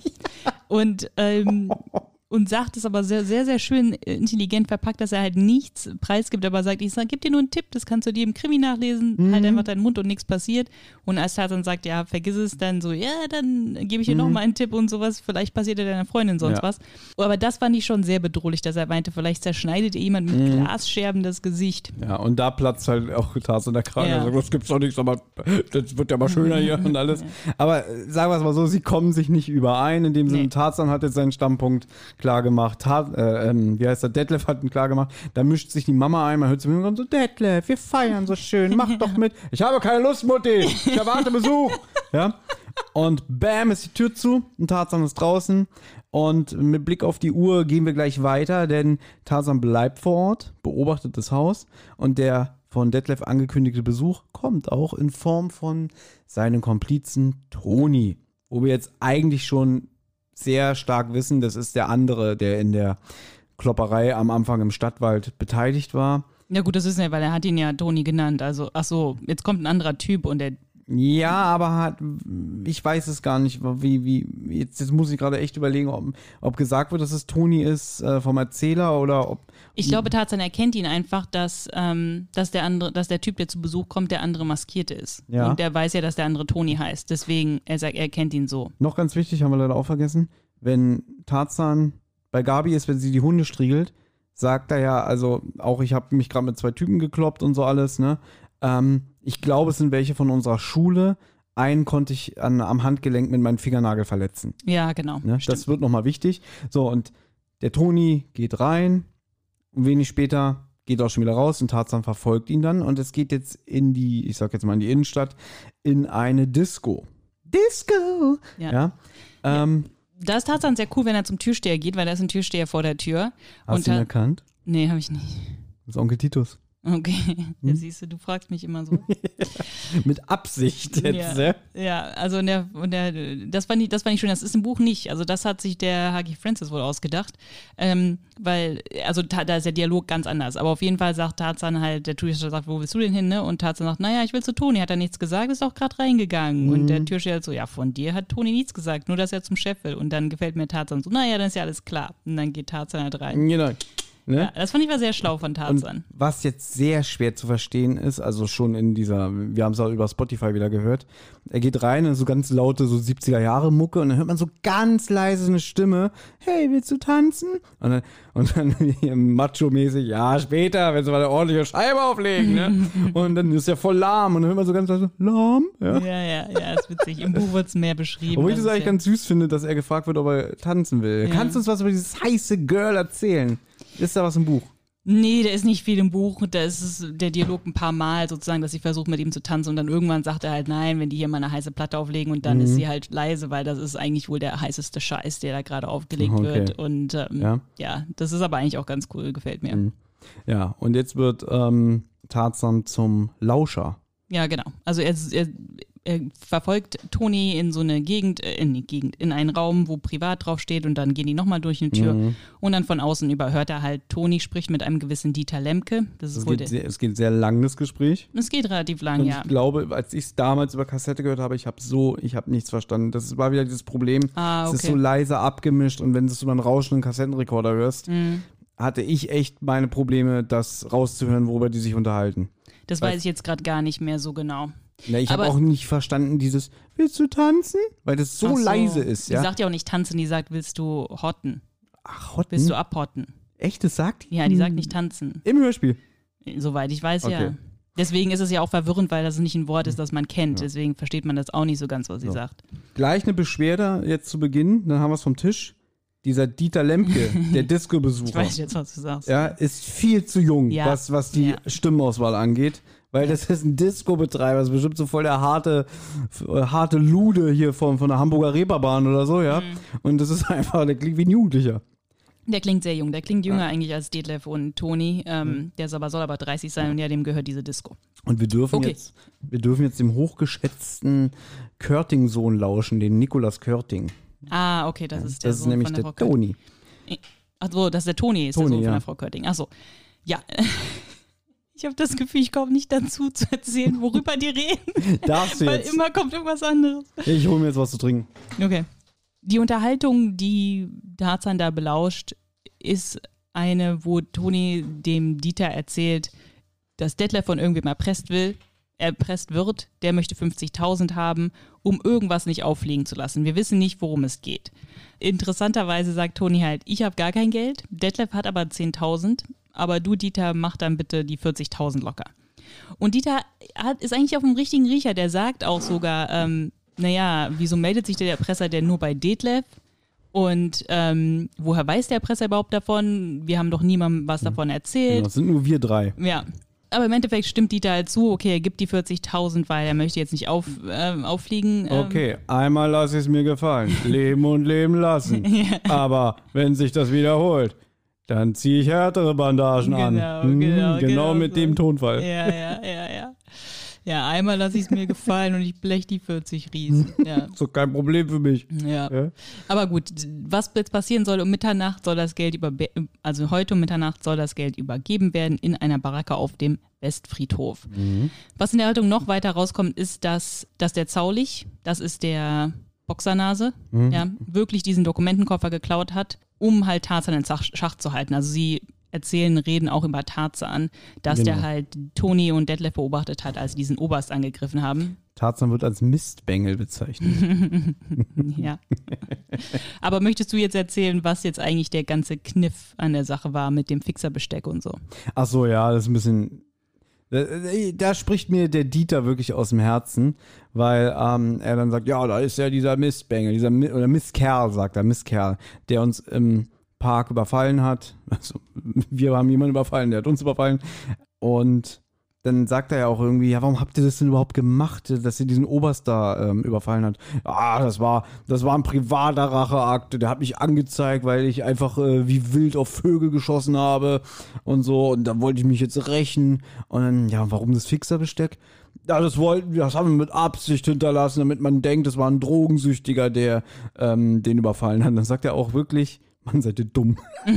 Und, ähm, und sagt es aber sehr, sehr, sehr schön intelligent verpackt, dass er halt nichts preisgibt, aber sagt, ich sag, gib dir nur einen Tipp, das kannst du dir im Krimi nachlesen, mhm. halt einfach deinen Mund und nichts passiert. Und als Tarzan sagt, ja, vergiss es, dann so, ja, dann gebe ich dir mhm. nochmal einen Tipp und sowas, vielleicht passiert ja deiner Freundin sonst ja. was. Aber das fand ich schon sehr bedrohlich, dass er meinte, vielleicht zerschneidet ihr jemand mit mhm. Glasscherben das Gesicht. Ja, und da platzt halt auch Tarzan der Kragen. Ja. Also, das gibt's doch nicht, aber das wird ja mal schöner hier und alles. Ja. Aber sagen wir es mal so, sie kommen sich nicht überein, in dem Sinne, nee. Tarzan hat jetzt seinen Standpunkt klar gemacht. Tar- äh, ähm, wie heißt der? Detlef hat ihn klar gemacht. Da mischt sich die Mama ein, man hört sie mir und so, Detlef, wir feiern so schön, mach doch mit. Ich habe keine Lust, Mutti, ich erwarte Besuch. Ja. Und bam, ist die Tür zu und Tarzan ist draußen. Und mit Blick auf die Uhr gehen wir gleich weiter, denn Tarzan bleibt vor Ort, beobachtet das Haus und der von Detlef angekündigte Besuch kommt auch in Form von seinem Komplizen Toni. Wo wir jetzt eigentlich schon sehr stark wissen, das ist der andere, der in der Klopperei am Anfang im Stadtwald beteiligt war. Ja gut, das ist ja, weil er hat ihn ja Toni genannt. Also, ach so, jetzt kommt ein anderer Typ und der... Ja, aber hat, ich weiß es gar nicht, wie, wie, jetzt, jetzt muss ich gerade echt überlegen, ob, ob gesagt wird, dass es Toni ist äh, vom Erzähler oder ob... Ich glaube, Tarzan erkennt ihn einfach, dass, ähm, dass der andere, dass der Typ, der zu Besuch kommt, der andere Maskierte ist. Ja. Und der weiß ja, dass der andere Toni heißt. Deswegen, er sagt, er kennt ihn so. Noch ganz wichtig, haben wir leider auch vergessen, wenn Tarzan bei Gabi ist, wenn sie die Hunde striegelt, sagt er ja, also auch ich habe mich gerade mit zwei Typen gekloppt und so alles, ne? Ähm, ich glaube, es sind welche von unserer Schule. Einen konnte ich an, am Handgelenk mit meinem Fingernagel verletzen. Ja, genau. Ne? Das wird nochmal wichtig. So, und der Toni geht rein und wenig später geht er auch schon wieder raus und Tarzan verfolgt ihn dann. Und es geht jetzt in die, ich sag jetzt mal in die Innenstadt, in eine Disco. Disco! Ja. ja? Ähm, Da ist Tarzan sehr cool, wenn er zum Türsteher geht, weil da ist ein Türsteher vor der Tür. Hast und du ihn ta- erkannt? Nee, habe ich nicht. Das ist Onkel Titus. Okay, Hm? ja, siehst du, du fragst mich immer so. Mit Absicht jetzt, ja, ja? Ja, also und der, und der, das, fand ich, das fand ich schön, das ist im Buch nicht. Also das hat sich der H G Francis wohl ausgedacht. Ähm, weil, also da ist der Dialog ganz anders. Aber auf jeden Fall sagt Tarzan halt, der Türsteher sagt, wo willst du denn hin, ne? Und Tarzan sagt, naja, ich will zu Toni. Hat er nichts gesagt, ist auch gerade reingegangen. Mhm. Und der Türsteher halt so, ja, von dir hat Toni nichts gesagt, nur dass er zum Chef will. Und dann gefällt mir Tarzan so, naja, dann ist ja alles klar. Und dann geht Tarzan halt rein. Genau. Ne? Ja, das fand ich war sehr schlau von Tarzan. Und was jetzt sehr schwer zu verstehen ist, also schon in dieser, wir haben es auch über Spotify wieder gehört, er geht rein in so ganz laute so siebziger-Jahre-Mucke und dann hört man so ganz leise eine Stimme, hey, willst du tanzen? Und dann, und dann macho-mäßig, ja, später, wenn sie mal eine ordentliche Scheibe auflegen, ne? Und dann ist ja voll lahm und dann hört man so ganz leise, lahm? Ja, ja, ja, ja, ist witzig. Im Buch wird es mehr beschrieben. Obwohl ich das eigentlich ja ganz süß finde, dass er gefragt wird, ob er tanzen will. Ja. Kannst du uns was über dieses heiße Girl erzählen? Ist da was im Buch? Nee, da ist nicht viel im Buch. Da ist es der Dialog ein paar Mal sozusagen, dass sie versucht mit ihm zu tanzen und dann irgendwann sagt er halt, nein, wenn die hier mal eine heiße Platte auflegen und dann mhm. ist sie halt leise, weil das ist eigentlich wohl der heißeste Scheiß, der da gerade aufgelegt okay. wird. Und ähm, ja. ja, das ist aber eigentlich auch ganz cool, gefällt mir. Mhm. Ja, und jetzt wird ähm, Tarzan zum Lauscher. Ja, genau. Also er, er, er verfolgt Toni in so eine Gegend, äh, in die Gegend, in einen Raum, wo privat draufsteht und dann gehen die nochmal durch eine Tür mhm. und dann von außen überhört er halt, Toni spricht mit einem gewissen Dieter Lemke. Das ist es, wohl geht der, sehr, es geht sehr lang, das Gespräch. Es geht relativ lang, und ja. Ich glaube, als ich es damals über Kassette gehört habe, ich habe so, ich habe nichts verstanden. Das war wieder dieses Problem, ah, okay. es ist so leise abgemischt und wenn du es über einen rauschenden Kassettenrekorder hörst, mhm. hatte ich echt meine Probleme, das rauszuhören, worüber die sich unterhalten. Das weiß ich jetzt gerade gar nicht mehr so genau. Ja, ich habe auch nicht verstanden, dieses, willst du tanzen? Weil das so, so leise ist. Die ja? sagt ja auch nicht tanzen, die sagt, willst du hotten? Ach, hotten? Willst du abhotten? Echt, das sagt die? Ja, die sagt nicht tanzen. Im Hörspiel? Soweit ich weiß, Okay. ja. Deswegen ist es ja auch verwirrend, weil das nicht ein Wort ist, das man kennt. Deswegen versteht man das auch nicht so ganz, was sie So. sagt. Gleich eine Beschwerde jetzt zu Beginn, dann haben wir es vom Tisch. Dieser Dieter Lemke, der Ich Disco-Besucher, weiß jetzt, was du sagst. ja, ist viel zu jung, Ja. was, was die Ja. Stimmenauswahl angeht. Weil das ist ein Disco-Betreiber, das ist bestimmt so voll der harte, äh, harte Lude hier von, von der Hamburger Reeperbahn oder so, ja. Mhm. Und das ist einfach, der klingt wie ein Jugendlicher. Der klingt sehr jung. Der klingt jünger eigentlich als Detlef und Toni. Ähm, Mhm. der ist aber, soll aber dreißig sein und ja, dem gehört diese Disco. Und wir dürfen Okay. jetzt, wir dürfen jetzt dem hochgeschätzten Körting-Sohn lauschen, den Nikolaus Körting. Ah, okay, das ist der Das ist Sohn nämlich von der der Frau Körting. Toni. Achso, das ist der Toni, ist Toni, der Sohn ja. von der Frau Körting. Achso, ja. Ich habe das Gefühl, ich komme nicht dazu zu erzählen, worüber die reden, Darfst du weil jetzt? immer kommt irgendwas anderes. Ich hole mir jetzt was zu trinken. Okay. Die Unterhaltung, die Tarzan da belauscht, ist eine, wo Toni dem Dieter erzählt, dass Detlef von irgendwem erpresst will, erpresst wird, der möchte fünfzigtausend haben, um irgendwas nicht auffliegen zu lassen. Wir wissen nicht, worum es geht. Interessanterweise sagt Toni halt, ich habe gar kein Geld, Detlef hat aber zehntausend, aber du, Dieter, mach dann bitte die vierzigtausend locker. Und Dieter hat, ist eigentlich auf dem richtigen Riecher, der sagt auch sogar, ähm, naja, wieso meldet sich der Erpresser denn nur bei Detlef? Und ähm, woher weiß der Erpresser überhaupt davon? Wir haben doch niemandem was davon erzählt. Genau, das sind nur wir drei. Ja. Aber im Endeffekt stimmt Dieter halt zu, okay, er gibt die vierzigtausend, weil er möchte jetzt nicht auf, äh, auffliegen. Ähm, Okay, einmal lasse ich es mir gefallen. Leben und leben lassen. Aber wenn sich das wiederholt, dann ziehe ich härtere Bandagen an. Genau, Hm, genau, genau genau mit so. dem Tonfall. Ja, ja, ja, ja. Ja, einmal lasse ich es mir gefallen und ich blech die vierzig Riesen. Ja. So kein Problem für mich. Ja. Ja? Aber gut, was jetzt passieren soll, um Mitternacht soll das Geld über, also heute um Mitternacht soll das Geld übergeben werden in einer Baracke auf dem Westfriedhof. Mhm. Was in der Haltung noch weiter rauskommt, ist, dass, dass der Zaulich, das ist der Boxernase, Mhm. ja, wirklich diesen Dokumentenkoffer geklaut hat, um halt Tarzan in Schach, Schach zu halten. Also sie erzählen, reden auch über Tarzan, dass Genau. der halt Toni und Detlef beobachtet hat, als sie diesen Oberst angegriffen haben. Tarzan wird als Mistbengel bezeichnet. Ja. Aber möchtest du jetzt erzählen, was jetzt eigentlich der ganze Kniff an der Sache war mit dem Fixerbesteck und so? Ach so, ja, das ist ein bisschen. Da, da spricht mir der Dieter wirklich aus dem Herzen, weil ähm, er dann sagt, ja, da ist ja dieser Mistbengel, dieser Mi- oder Mistkerl, sagt er, Mistkerl, der uns im Park überfallen hat. Also, wir haben jemanden überfallen, der hat uns überfallen. Und dann sagt er ja auch irgendwie, ja, warum habt ihr das denn überhaupt gemacht, dass ihr diesen Oberst da ähm, überfallen hat? Ah, das war, das war ein privater Racheakt. Der hat mich angezeigt, weil ich einfach äh, wie wild auf Vögel geschossen habe und so. Und da wollte ich mich jetzt rächen. Und dann, ja, warum das Fixerbesteck? Ja, das wollten, das haben wir mit Absicht hinterlassen, damit man denkt, das war ein Drogensüchtiger, der ähm, den überfallen hat. Dann sagt er auch wirklich, Mann, seid ihr dumm.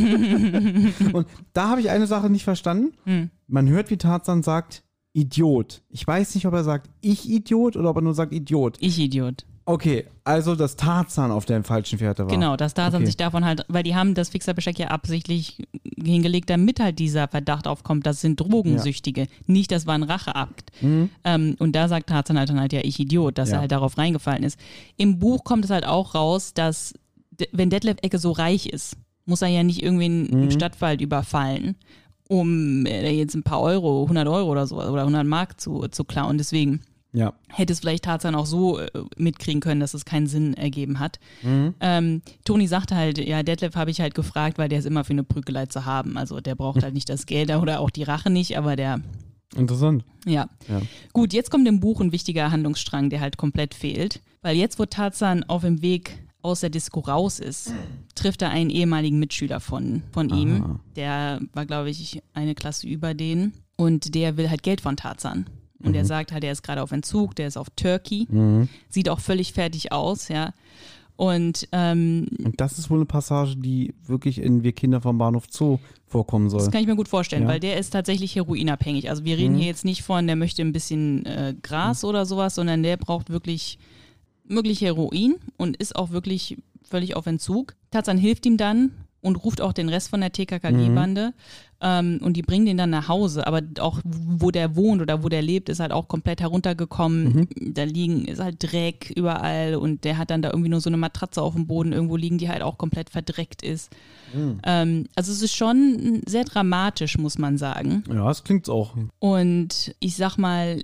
Und da habe ich eine Sache nicht verstanden. Hm. Man hört, wie Tarzan sagt, Idiot. Ich weiß nicht, ob er sagt, ich Idiot oder ob er nur sagt, Idiot. Ich Idiot. Okay, also, dass Tarzan auf der falschen Fährte war. Genau, dass Tarzan Okay. sich davon halt, weil die haben das Fixerbesteck ja absichtlich hingelegt, damit halt dieser Verdacht aufkommt, das sind Drogensüchtige. Nicht, das war ein Racheakt. Mhm. Ähm, und da sagt Tarzan halt dann halt, ja, ich Idiot, dass Ja. er halt darauf reingefallen ist. Im Buch kommt es halt auch raus, dass, d- wenn Detlef Ecke so reich ist, muss er ja nicht irgendwie einen Mhm. einen Stadtwald überfallen, um äh, jetzt ein paar Euro, hundert Euro oder so, oder hundert Mark zu, zu klauen. Deswegen Ja. hätte es vielleicht Tarzan auch so äh, mitkriegen können, dass es keinen Sinn ergeben hat. Mhm. Ähm, Toni sagte halt, ja, Detlef habe ich halt gefragt, weil der ist immer für eine Prügelei zu haben. Also der braucht halt nicht das Geld oder auch die Rache nicht, aber der, Interessant. ja. Ja. Gut, jetzt kommt im Buch ein wichtiger Handlungsstrang, der halt komplett fehlt. Weil jetzt, wo Tarzan auf dem Weg aus der Disco raus ist, trifft er einen ehemaligen Mitschüler von, von ihm. Aha. Der war, glaube ich, eine Klasse über den. Und der will halt Geld von Tarzan. Und er sagt halt, er ist gerade auf Entzug, der ist auf Turkey. Mhm. Sieht auch völlig fertig aus, ja. Und ähm, Und das ist wohl eine Passage, die wirklich in Wir Kinder vom Bahnhof Zoo vorkommen soll. das kann ich mir gut vorstellen, Ja. weil der ist tatsächlich heroinabhängig. Also wir reden Mhm. hier jetzt nicht von, der möchte ein bisschen äh, Gras oder sowas, sondern der braucht wirklich, wirklich Heroin und ist auch wirklich völlig auf Entzug. Tarzan hilft ihm dann und ruft auch den Rest von der T K K G-Bande mhm. ähm, und die bringen den dann nach Hause, aber auch wo der wohnt oder wo der lebt, ist halt auch komplett heruntergekommen, mhm. da liegen, ist halt Dreck überall und der hat dann da irgendwie nur so eine Matratze auf dem Boden irgendwo liegen, die halt auch komplett verdreckt ist. Mhm. Ähm, also es ist schon sehr dramatisch, muss man sagen. Ja, es klingt auch. Und ich sag mal,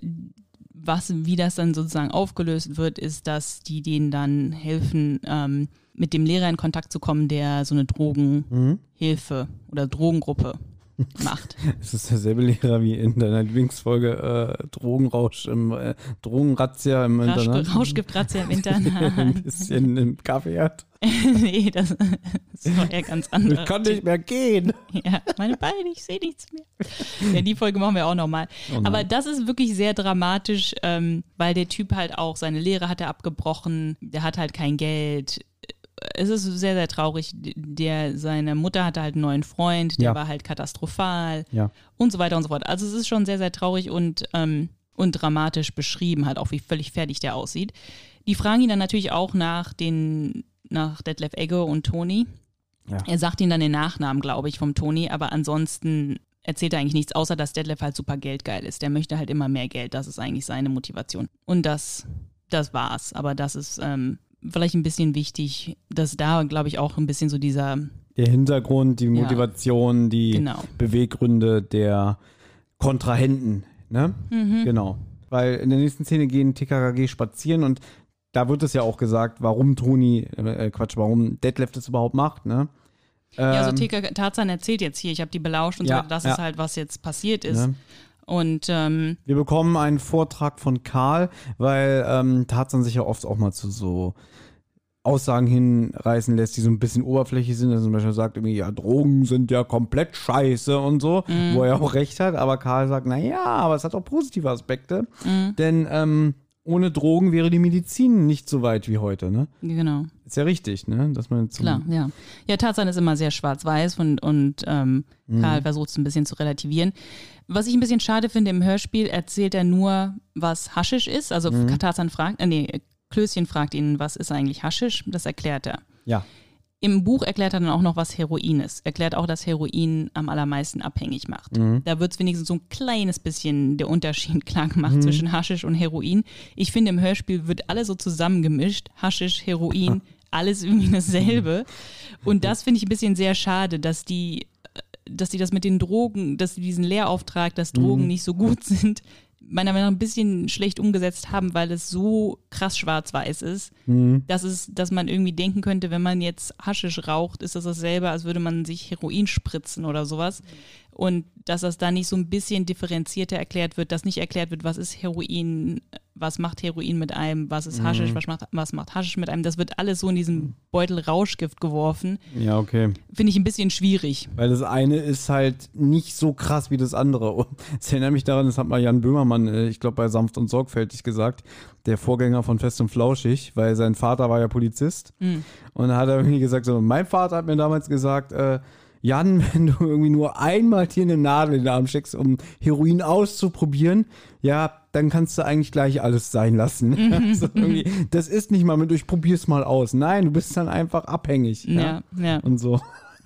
was, wie das dann sozusagen aufgelöst wird, ist, dass die denen dann helfen, ähm, mit dem Lehrer in Kontakt zu kommen, der so eine Drogenhilfe mhm. oder Drogengruppe macht. Es ist derselbe Lehrer wie in deiner Lieblingsfolge äh, Drogenrausch im äh, Drogenrazzia im Rausch, Internat. Rauschgiftrazzia im Internat. Ein bisschen im Kaffee hat. Nee, das, das war eher ganz anders. Ich kann nicht mehr gehen. Ja, meine Beine, ich sehe nichts mehr. Ja, die Folge machen wir auch nochmal. Oh Aber das ist wirklich sehr dramatisch, ähm, weil der Typ halt auch, seine Lehre hat er abgebrochen, der hat halt kein Geld. Es ist sehr, sehr traurig. Der, seine Mutter hatte halt einen neuen Freund, der ja. war halt katastrophal ja. und so weiter und so fort. Also es ist schon sehr, sehr traurig und, ähm, und dramatisch beschrieben, halt auch wie völlig fertig der aussieht. Die fragen ihn dann natürlich auch nach den, nach Detlef Egge und Toni. Ja. Er sagt ihnen dann den Nachnamen, glaube ich, vom Toni, aber ansonsten erzählt er eigentlich nichts, außer dass Detlef halt super geldgeil ist. Der möchte halt immer mehr Geld, das ist eigentlich seine Motivation. Und das, das war's. Aber das ist ähm, vielleicht ein bisschen wichtig, dass da, glaube ich, auch ein bisschen so dieser... Der Hintergrund, die Motivation, ja, die genau. Beweggründe der Kontrahenten, ne? Mhm. Genau. Weil in der nächsten Szene gehen T K K G spazieren und da wird es ja auch gesagt, warum Toni, äh, Quatsch, warum Detlef das überhaupt macht, ne? Ähm, ja, also T K K Tarzan erzählt jetzt hier, ich habe die belauscht und ja, so, das ja. ist halt, was jetzt passiert ist. Ne? Und ähm, wir bekommen einen Vortrag von Karl, weil ähm, Tarzan sich ja oft auch mal zu so Aussagen hinreißen lässt, die so ein bisschen oberflächlich sind. Also zum Beispiel sagt irgendwie, ja, Drogen sind ja komplett scheiße und so, mm. wo er auch recht hat. Aber Karl sagt, naja, aber es hat auch positive Aspekte. Mm. Denn ähm, ohne Drogen wäre die Medizin nicht so weit wie heute, ne? Genau. Ist ja richtig, ne? Dass man zum Klar, ja. Ja, Tarzan ist immer sehr schwarz-weiß und, und ähm, Mhm. Karl versucht es ein bisschen zu relativieren. Was ich ein bisschen schade finde, im Hörspiel erzählt er nur, was Haschisch ist. Also Mhm. Tarzan fragt, äh, nee, Klößchen fragt ihn, was ist eigentlich Haschisch? Das erklärt er. Ja. Im Buch erklärt er dann auch noch, was Heroin ist. Erklärt auch, dass Heroin am allermeisten abhängig macht. Mhm. Da wird es wenigstens so ein kleines bisschen der Unterschied klar gemacht Mhm. zwischen Haschisch und Heroin. Ich finde, im Hörspiel wird alles so zusammengemischt. Haschisch, Heroin, alles irgendwie dasselbe. Und das finde ich ein bisschen sehr schade, dass die, dass die das mit den Drogen, dass sie diesen Lehrauftrag, dass Drogen Mhm. nicht so gut sind, meiner Meinung nach ein bisschen schlecht umgesetzt haben, weil es so krass schwarz-weiß ist, Mhm. dass es, dass man irgendwie denken könnte, wenn man jetzt Haschisch raucht, ist das dasselbe, als würde man sich Heroin spritzen oder sowas. Und dass das da nicht so ein bisschen differenzierter erklärt wird, dass nicht erklärt wird, was ist Heroin, was macht Heroin mit einem, was ist Haschisch, Mhm. was macht, was macht Haschisch mit einem. Das wird alles so in diesen Beutel Rauschgift geworfen. Ja, okay. Finde ich ein bisschen schwierig. Weil das eine ist halt nicht so krass wie das andere. Und es erinnert mich daran, das hat mal Jan Böhmermann, äh, ich glaube bei Sanft und Sorgfältig gesagt, der Vorgänger von Fest und Flauschig, weil sein Vater war ja Polizist. Mhm. Und da hat er irgendwie gesagt, so, mein Vater hat mir damals gesagt, äh, Jan, wenn du irgendwie nur einmal dir eine Nadel in den Arm steckst, um Heroin auszuprobieren, ja, dann kannst du eigentlich gleich alles sein lassen. Also irgendwie, das ist nicht mal mit, ich probier's mal aus. Nein, du bist dann einfach abhängig. Ja, Ja, ja, Und so.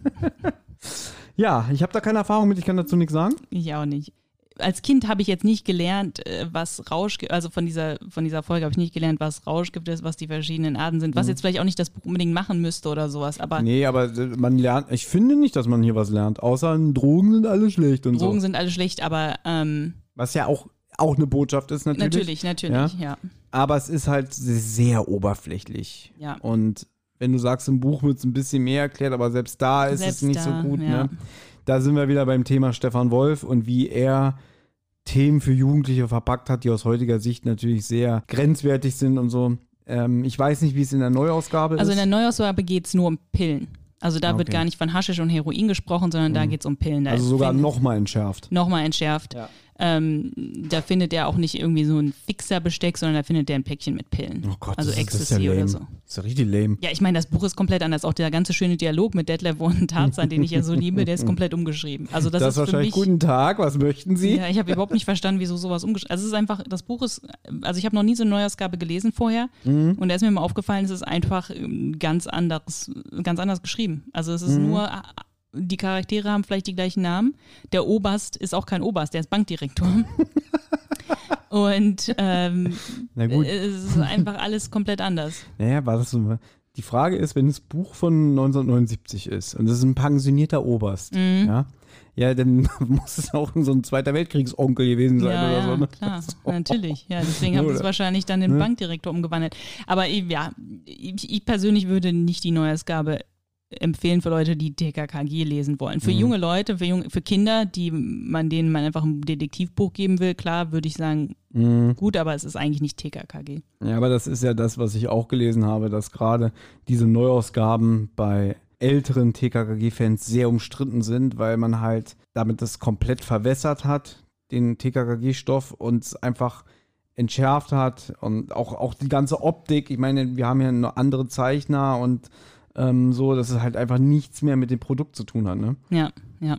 Ja, ich habe da keine Erfahrung mit, ich kann dazu nichts sagen. ich auch nicht. Als Kind habe ich jetzt nicht gelernt, äh, was Rauschgift, also von dieser, von dieser Folge habe ich nicht gelernt, was Rauschgift ist, was die verschiedenen Arten sind, was Mhm. jetzt vielleicht auch nicht das Buch unbedingt machen müsste oder sowas, aber Nee, aber man lernt, ich finde nicht, dass man hier was lernt, außer Drogen sind alle schlecht und Drogen so. sind alle schlecht, aber ähm, Was ja auch, auch eine Botschaft ist natürlich. natürlich, natürlich, ja. Aber es ist halt sehr oberflächlich. Ja. Und wenn du sagst, im Buch wird es ein bisschen mehr erklärt, aber selbst da ist Selbst es nicht da, so gut. ja. Ne? Da sind wir wieder beim Thema Stefan Wolf und wie er Themen für Jugendliche verpackt hat, die aus heutiger Sicht natürlich sehr grenzwertig sind und so. Ähm, ich weiß nicht, wie es in der Neuausgabe Also in ist. der Neuausgabe geht es nur um Pillen. Also da Ah, wird okay. gar nicht von Haschisch und Heroin gesprochen, sondern da Mhm. geht es um Pillen. Da also sogar finden- nochmal entschärft. Nochmal entschärft. Ja. Ähm, da findet er auch nicht irgendwie so ein Fixerbesteck, sondern da findet er ein Päckchen mit Pillen. Oh Gott, also das, ist- das ist Ecstasy ja lame. oder so. Das ist ja richtig lame. Ja, ich meine, das Buch ist komplett anders. Auch der ganze schöne Dialog mit Detlef und Tarzan, den ich ja so liebe, der ist komplett umgeschrieben. Also das, Das, ist für wahrscheinlich mich, guten Tag, was möchten Sie? ja, ich habe überhaupt nicht verstanden, wieso sowas umgeschrieben. Also es ist einfach, das Buch ist, also ich habe noch nie so eine Neuausgabe gelesen vorher Mhm. und da ist mir mal aufgefallen, es ist einfach ähm, ganz anders, ganz anders geschrieben. Also es ist Mhm. nur, die Charaktere haben vielleicht die gleichen Namen. Der Oberst ist auch kein Oberst, der ist Bankdirektor. Und ähm, Na gut. es ist einfach alles komplett anders. Naja, war das so. Die Frage ist, wenn das Buch von neunzehnhundertneunundsiebzig ist und das ist ein pensionierter Oberst, Mhm. ja, ja, dann muss es auch so ein Zweiter Weltkriegsonkel gewesen sein Ja, oder ja, so. Ne? klar, So. natürlich. Ja, deswegen haben sie es Oder? wahrscheinlich dann den Ne? Bankdirektor umgewandelt. Aber ich- ja, ich, ich persönlich würde nicht die Neuausgabe empfehlen für Leute, die T K K G lesen wollen. Für Mhm. junge Leute, für, junge, für Kinder, die man denen man einfach ein Detektivbuch geben will, klar, würde ich sagen, Mhm. gut, aber es ist eigentlich nicht T K K G. Ja, aber das ist ja das, was ich auch gelesen habe, dass gerade diese Neuausgaben bei älteren T K K G-Fans sehr umstritten sind, weil man halt damit das komplett verwässert hat, den T K K G-Stoff, und es einfach entschärft hat und auch, auch die ganze Optik. Ich meine, wir haben ja noch andere Zeichner und ähm, so, dass es halt einfach nichts mehr mit dem Produkt zu tun hat, ne? Ja, ja.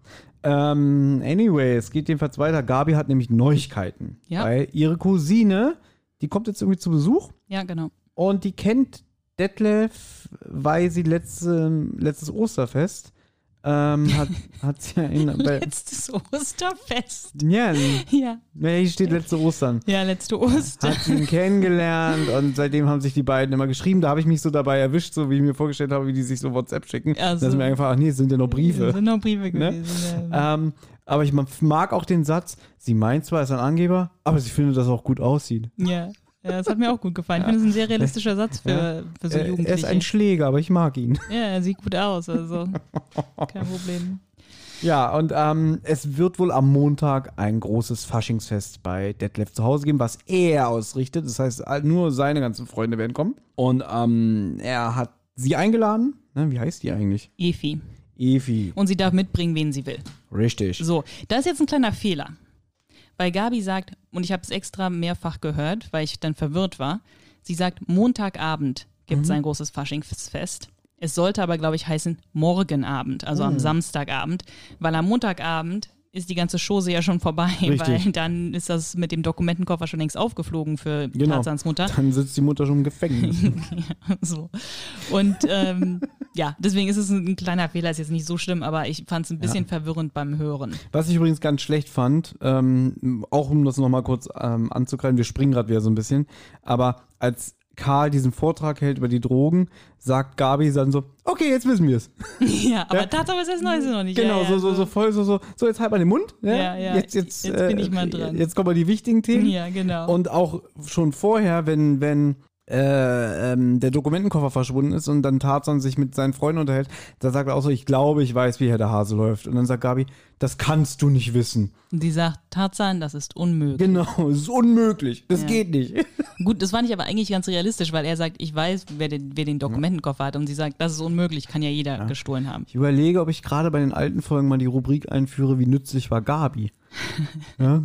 Ähm, anyway, es geht jedenfalls weiter. Gabi hat nämlich Neuigkeiten. Ja. Weil ihre Cousine, die kommt jetzt irgendwie zu Besuch Ja, genau. und die kennt Detlef, weil sie letzte, letztes Osterfest ähm, hat, hat sie ja in, bei, Letztes Osterfest. ja, Ja, ja, hier steht letzte Ostern. ja, letzte Oster. Hat sie ihn kennengelernt und seitdem haben sich die beiden immer geschrieben. Da habe ich mich so dabei erwischt, so wie ich mir vorgestellt habe, wie die sich so WhatsApp schicken. Ja, Da so. ist mir einfach, ach nee, es sind ja noch Briefe. Das sind noch Briefe Ne? gewesen. Ja. Ähm, aber ich mag auch den Satz, sie meint zwar, er ist ein Angeber, aber sie findet, dass er auch gut aussieht. Ja. Ja, das hat mir auch gut gefallen. Ich finde, das ist ein sehr realistischer Satz für, Ja. für so er, Jugendliche. er ist ein Schläger, aber ich mag ihn. ja, er sieht gut aus, also kein Problem. Ja, und ähm, es wird wohl am Montag ein großes Faschingsfest bei Detlef zu Hause geben, was er ausrichtet. Das heißt, nur seine ganzen Freunde werden kommen. Und ähm, er hat sie eingeladen. Ne, wie heißt die eigentlich? Efi. Efi. Und sie darf mitbringen, wen sie will. Richtig. So, da ist jetzt ein kleiner Fehler. Weil Gabi sagt, und ich habe es extra mehrfach gehört, weil ich dann verwirrt war, sie sagt, Montagabend gibt es Mhm. ein großes Faschingsfest. Es sollte aber, glaube ich, heißen Morgenabend, also Mhm. am Samstagabend, weil am Montagabend ist die ganze Chose ja schon vorbei, Richtig. weil dann ist das mit dem Dokumentenkoffer schon längst aufgeflogen für Genau. Tarzans Mutter. Dann sitzt die Mutter schon im Gefängnis. Ja, so. Und ähm, ja, deswegen ist es ein kleiner Fehler, ist jetzt nicht so schlimm, aber ich fand es ein bisschen verwirrend beim Hören. Was ich übrigens ganz schlecht fand, ähm, auch um das nochmal kurz ähm, anzugreifen, wir springen gerade wieder so ein bisschen, aber als Karl diesen Vortrag hält über die Drogen, sagt Gabi dann so, okay, jetzt wissen wir es. Ja, aber Ja. Tatsache ist das Neueste noch nicht. Genau, ja, so, ja, so, so voll, so, so, so, jetzt halt mal den Mund. Ne? Ja, ja, Jetzt, jetzt, jetzt bin ich mal dran. Jetzt kommen mal die wichtigen Themen. Ja, genau. Und auch schon vorher, wenn, wenn äh, ähm, der Dokumentenkoffer verschwunden ist und dann Tarzan sich mit seinen Freunden unterhält, da sagt er auch so, ich glaube, ich weiß, wie Herr der Hase läuft. Und dann sagt Gabi, das kannst du nicht wissen. Und die sagt, Tarzan, das ist unmöglich. Genau, es ist unmöglich. Das Ja. geht nicht. Gut, das fand ich aber eigentlich ganz realistisch, weil er sagt, ich weiß, wer den, wer den Dokumentenkoffer hat. Und sie sagt, das ist unmöglich, kann ja jeder gestohlen haben. Ich überlege, ob ich gerade bei den alten Folgen mal die Rubrik einführe, wie nützlich war Gabi. Ja?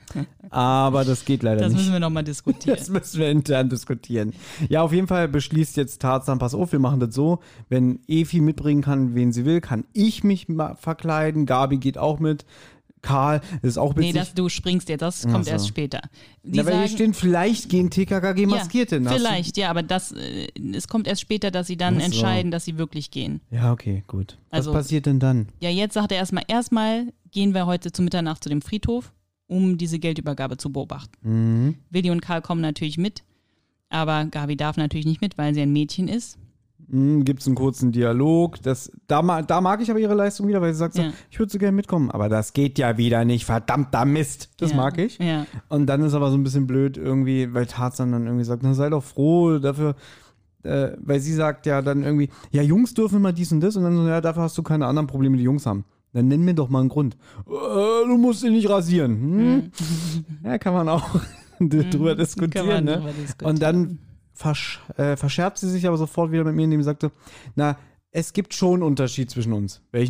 Aber das geht leider Das nicht. müssen wir nochmal diskutieren. Das müssen wir intern diskutieren. Ja, auf jeden Fall beschließt jetzt Tarzan, pass auf, wir machen das so, wenn Efi mitbringen kann, wen sie will, kann ich mich mal verkleiden, Gabi geht auch mit, Karl ist auch Nee, witzig. das, du springst jetzt, das Ach kommt so. erst später. Die Na, weil hier sagen- stehen, vielleicht gehen T K K G Maskierte ja, nach. vielleicht, ja, aber das, äh, es kommt erst später, dass sie dann Ach so. entscheiden, dass sie wirklich gehen. Ja, okay, gut. Was Also- passiert denn dann? Ja, jetzt sagt er erstmal, erstmal gehen wir heute zu Mitternacht zu dem Friedhof, um diese Geldübergabe zu beobachten. Mhm. Willi und Karl kommen natürlich mit, aber Gabi darf natürlich nicht mit, weil sie ein Mädchen ist. Mhm, Gibt es einen kurzen Dialog. Das, da, ma- da mag ich aber ihre Leistung wieder, weil sie sagt so, Ja. ich würde so gerne mitkommen. Aber das geht ja wieder nicht, verdammter Mist. Das Ja. mag ich. Ja. Und dann ist aber so ein bisschen blöd irgendwie, weil Tarzan dann irgendwie sagt, na sei doch froh dafür, äh, weil sie sagt ja dann irgendwie, ja Jungs dürfen immer dies und das und dann so, ja dafür hast du keine anderen Probleme, die Jungs haben. Dann nenn mir doch mal einen Grund. Äh, du musst ihn nicht rasieren. Hm? Ja, kann man auch drüber diskutieren. Kann man ne? drüber diskutieren. Und dann versch äh, verscherzt sie sich aber sofort wieder mit mir, indem sie sagte, na, es gibt schon einen Unterschied zwischen uns. Welchen denn?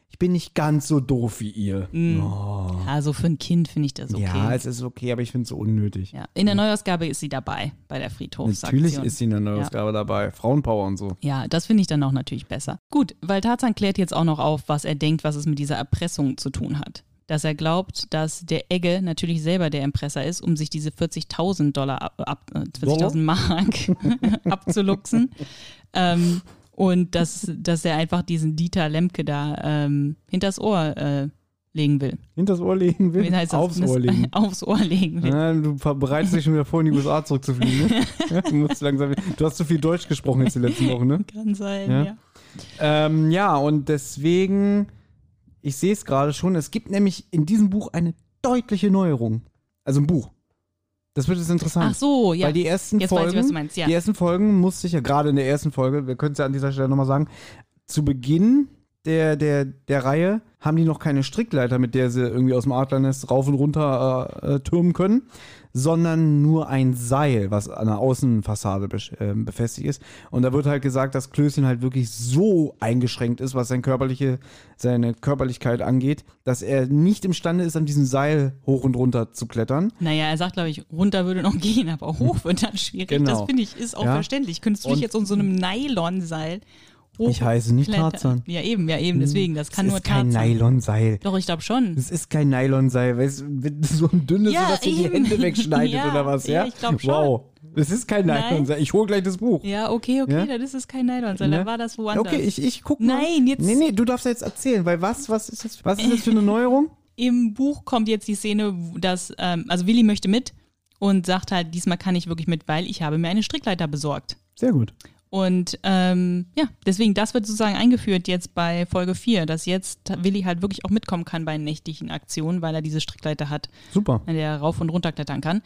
ich bin nicht ganz so doof wie ihr. Mm. Oh. Also für ein Kind finde ich das okay. Ja, es ist okay, aber ich finde es so unnötig. Ja. In der Neuausgabe ist sie dabei, bei der Friedhofsaktion. Natürlich ist sie in der Neuausgabe ja. dabei. Frauenpower und so. Ja, das finde ich dann auch natürlich besser. Gut, weil Tarzan klärt jetzt auch noch auf, was er denkt, was es mit dieser Erpressung zu tun hat. Dass er glaubt, dass der Egge natürlich selber der Erpresser ist, um sich diese vierzigtausend Dollar, ab, ab, vierzigtausend Mark abzuluxen. ähm, und dass, dass er einfach diesen Dieter Lemke da ähm, hinters Ohr äh, legen will. Hinters Ohr legen will? Wie heißt das? Aufs Ohr legen. Aufs Ohr legen will. Ja, du bereitest dich schon wieder vor, in die U S A zurückzufliegen. Ne? Ja, du, musst langsam, du hast zu viel Deutsch gesprochen jetzt die letzten Wochen, ne? Kann sein, ja. Ja, ähm, ja und deswegen... Ich sehe es gerade schon, es gibt nämlich in diesem Buch eine deutliche Neuerung. Also ein Buch. Das wird jetzt interessant. Ach so, ja. Weil die ersten jetzt Folgen, weiß ich, was du meinst, ja. die ersten Folgen musste ich ja gerade in der ersten Folge, wir können es ja an dieser Stelle nochmal sagen, zu Beginn der, der, der Reihe haben die noch keine Strickleiter, mit der sie irgendwie aus dem Adlernest rauf und runter äh, türmen können, sondern nur ein Seil, was an der Außenfassade be- äh, befestigt ist. Und da wird halt gesagt, dass Klößchen halt wirklich so eingeschränkt ist, was seine körperliche, seine Körperlichkeit angeht, dass er nicht imstande ist, an diesem Seil hoch und runter zu klettern. Naja, er sagt, glaube ich, runter würde noch gehen, aber hoch wird dann schwierig. Genau. Das finde ich ist auch Ja. verständlich. Könntest du dich Und- jetzt um so einem Nylonseil hoch Ich heiße nicht klettern? Tarzan. Ja, eben, ja, eben, deswegen, das kann es nur ist kein Tarzan. Nylonseil. Doch, ich glaube schon. Das ist kein Nylonseil, weißt du, so ein dünnes, Ja, dass dir die eben. Hände wegschneidet Ja, oder was, ja? ja, ich glaub schon. Wow, das ist kein Nein. Nylonseil. Ich hole gleich das Buch. Ja, okay, okay, Ja? dann ist es kein Nylonseil, Ja. dann war das woanders. Okay, ich, ich guck mal. Nein, jetzt- Nee, nee, du darfst jetzt erzählen, weil was, was ist das, was ist das für eine Neuerung? Im Buch kommt jetzt die Szene, wo dass, ähm, also Willi möchte mit und sagt halt, diesmal kann ich wirklich mit, weil ich habe mir eine Strickleiter besorgt. Sehr gut. Und ähm, ja, deswegen, das wird sozusagen eingeführt jetzt bei Folge vier, dass jetzt Willi halt wirklich auch mitkommen kann bei nächtlichen Aktionen, weil er diese Strickleiter hat, Super. an der er rauf und runter klettern kann.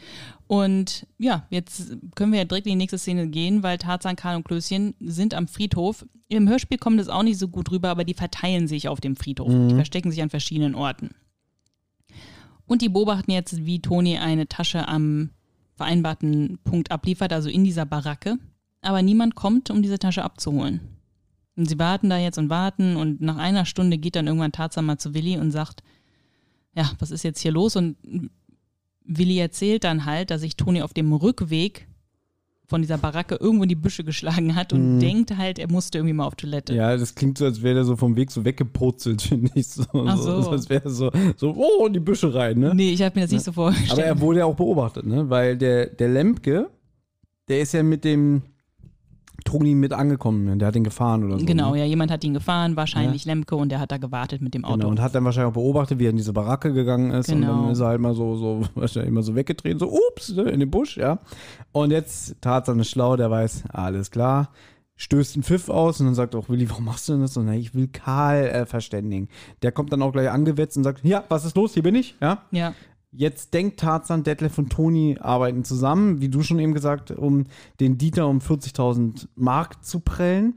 Und ja, jetzt können wir ja direkt in die nächste Szene gehen, weil Tarzan, Karl und Klößchen sind am Friedhof. Im Hörspiel kommt es auch nicht so gut rüber, aber die verteilen sich auf dem Friedhof. Mhm. Die verstecken sich an verschiedenen Orten. Und die beobachten jetzt, wie Toni eine Tasche am vereinbarten Punkt abliefert, also in dieser Baracke. Aber niemand kommt, um diese Tasche abzuholen. Und sie warten da jetzt und warten und nach einer Stunde geht dann irgendwann Tarzan mal zu Willi und sagt, ja, was ist jetzt hier los? Und Willi erzählt dann halt, dass sich Toni auf dem Rückweg von dieser Baracke irgendwo in die Büsche geschlagen hat und Mhm. denkt halt, er musste irgendwie mal auf Toilette. Ja, das klingt so, als wäre der so vom Weg so weggepurzelt, finde ich. So, Ach so. so. Als wäre so, so, oh, in die Büsche rein, ne? Nee, ich habe mir das nicht so vorgestellt. Aber er wurde ja auch beobachtet, ne? Weil der, der Lemke, der ist ja mit dem Toni mit angekommen, ne? Der hat ihn gefahren oder so. Genau, ne? ja, jemand hat ihn gefahren, wahrscheinlich Lemke, und der hat da gewartet mit dem Auto. Genau, und hat dann wahrscheinlich auch beobachtet, wie er in diese Baracke gegangen ist. Genau. Und dann ist er halt mal so, so wahrscheinlich immer so weggedreht, so ups, ne, in den Busch, ja. Und jetzt Tarzan ist schlau, der weiß, alles klar, stößt einen Pfiff aus und dann sagt auch Willi, warum machst du denn das? Und na, ich will Karl äh, verständigen. Der kommt dann auch gleich angewetzt und sagt, ja, was ist los, hier bin ich, ja. Ja. Jetzt denkt Tarzan, Detlef und Toni arbeiten zusammen, wie du schon eben gesagt, um den Dieter um vierzigtausend Mark zu prellen.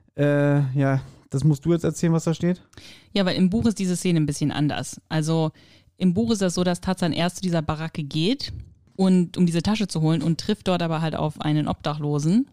Äh, ja, das musst du jetzt erzählen, was da steht. Ja, weil im Buch ist diese Szene ein bisschen anders. Also im Buch ist das so, dass Tarzan erst zu dieser Baracke geht, und, um diese Tasche zu holen, und trifft dort aber halt auf einen Obdachlosen.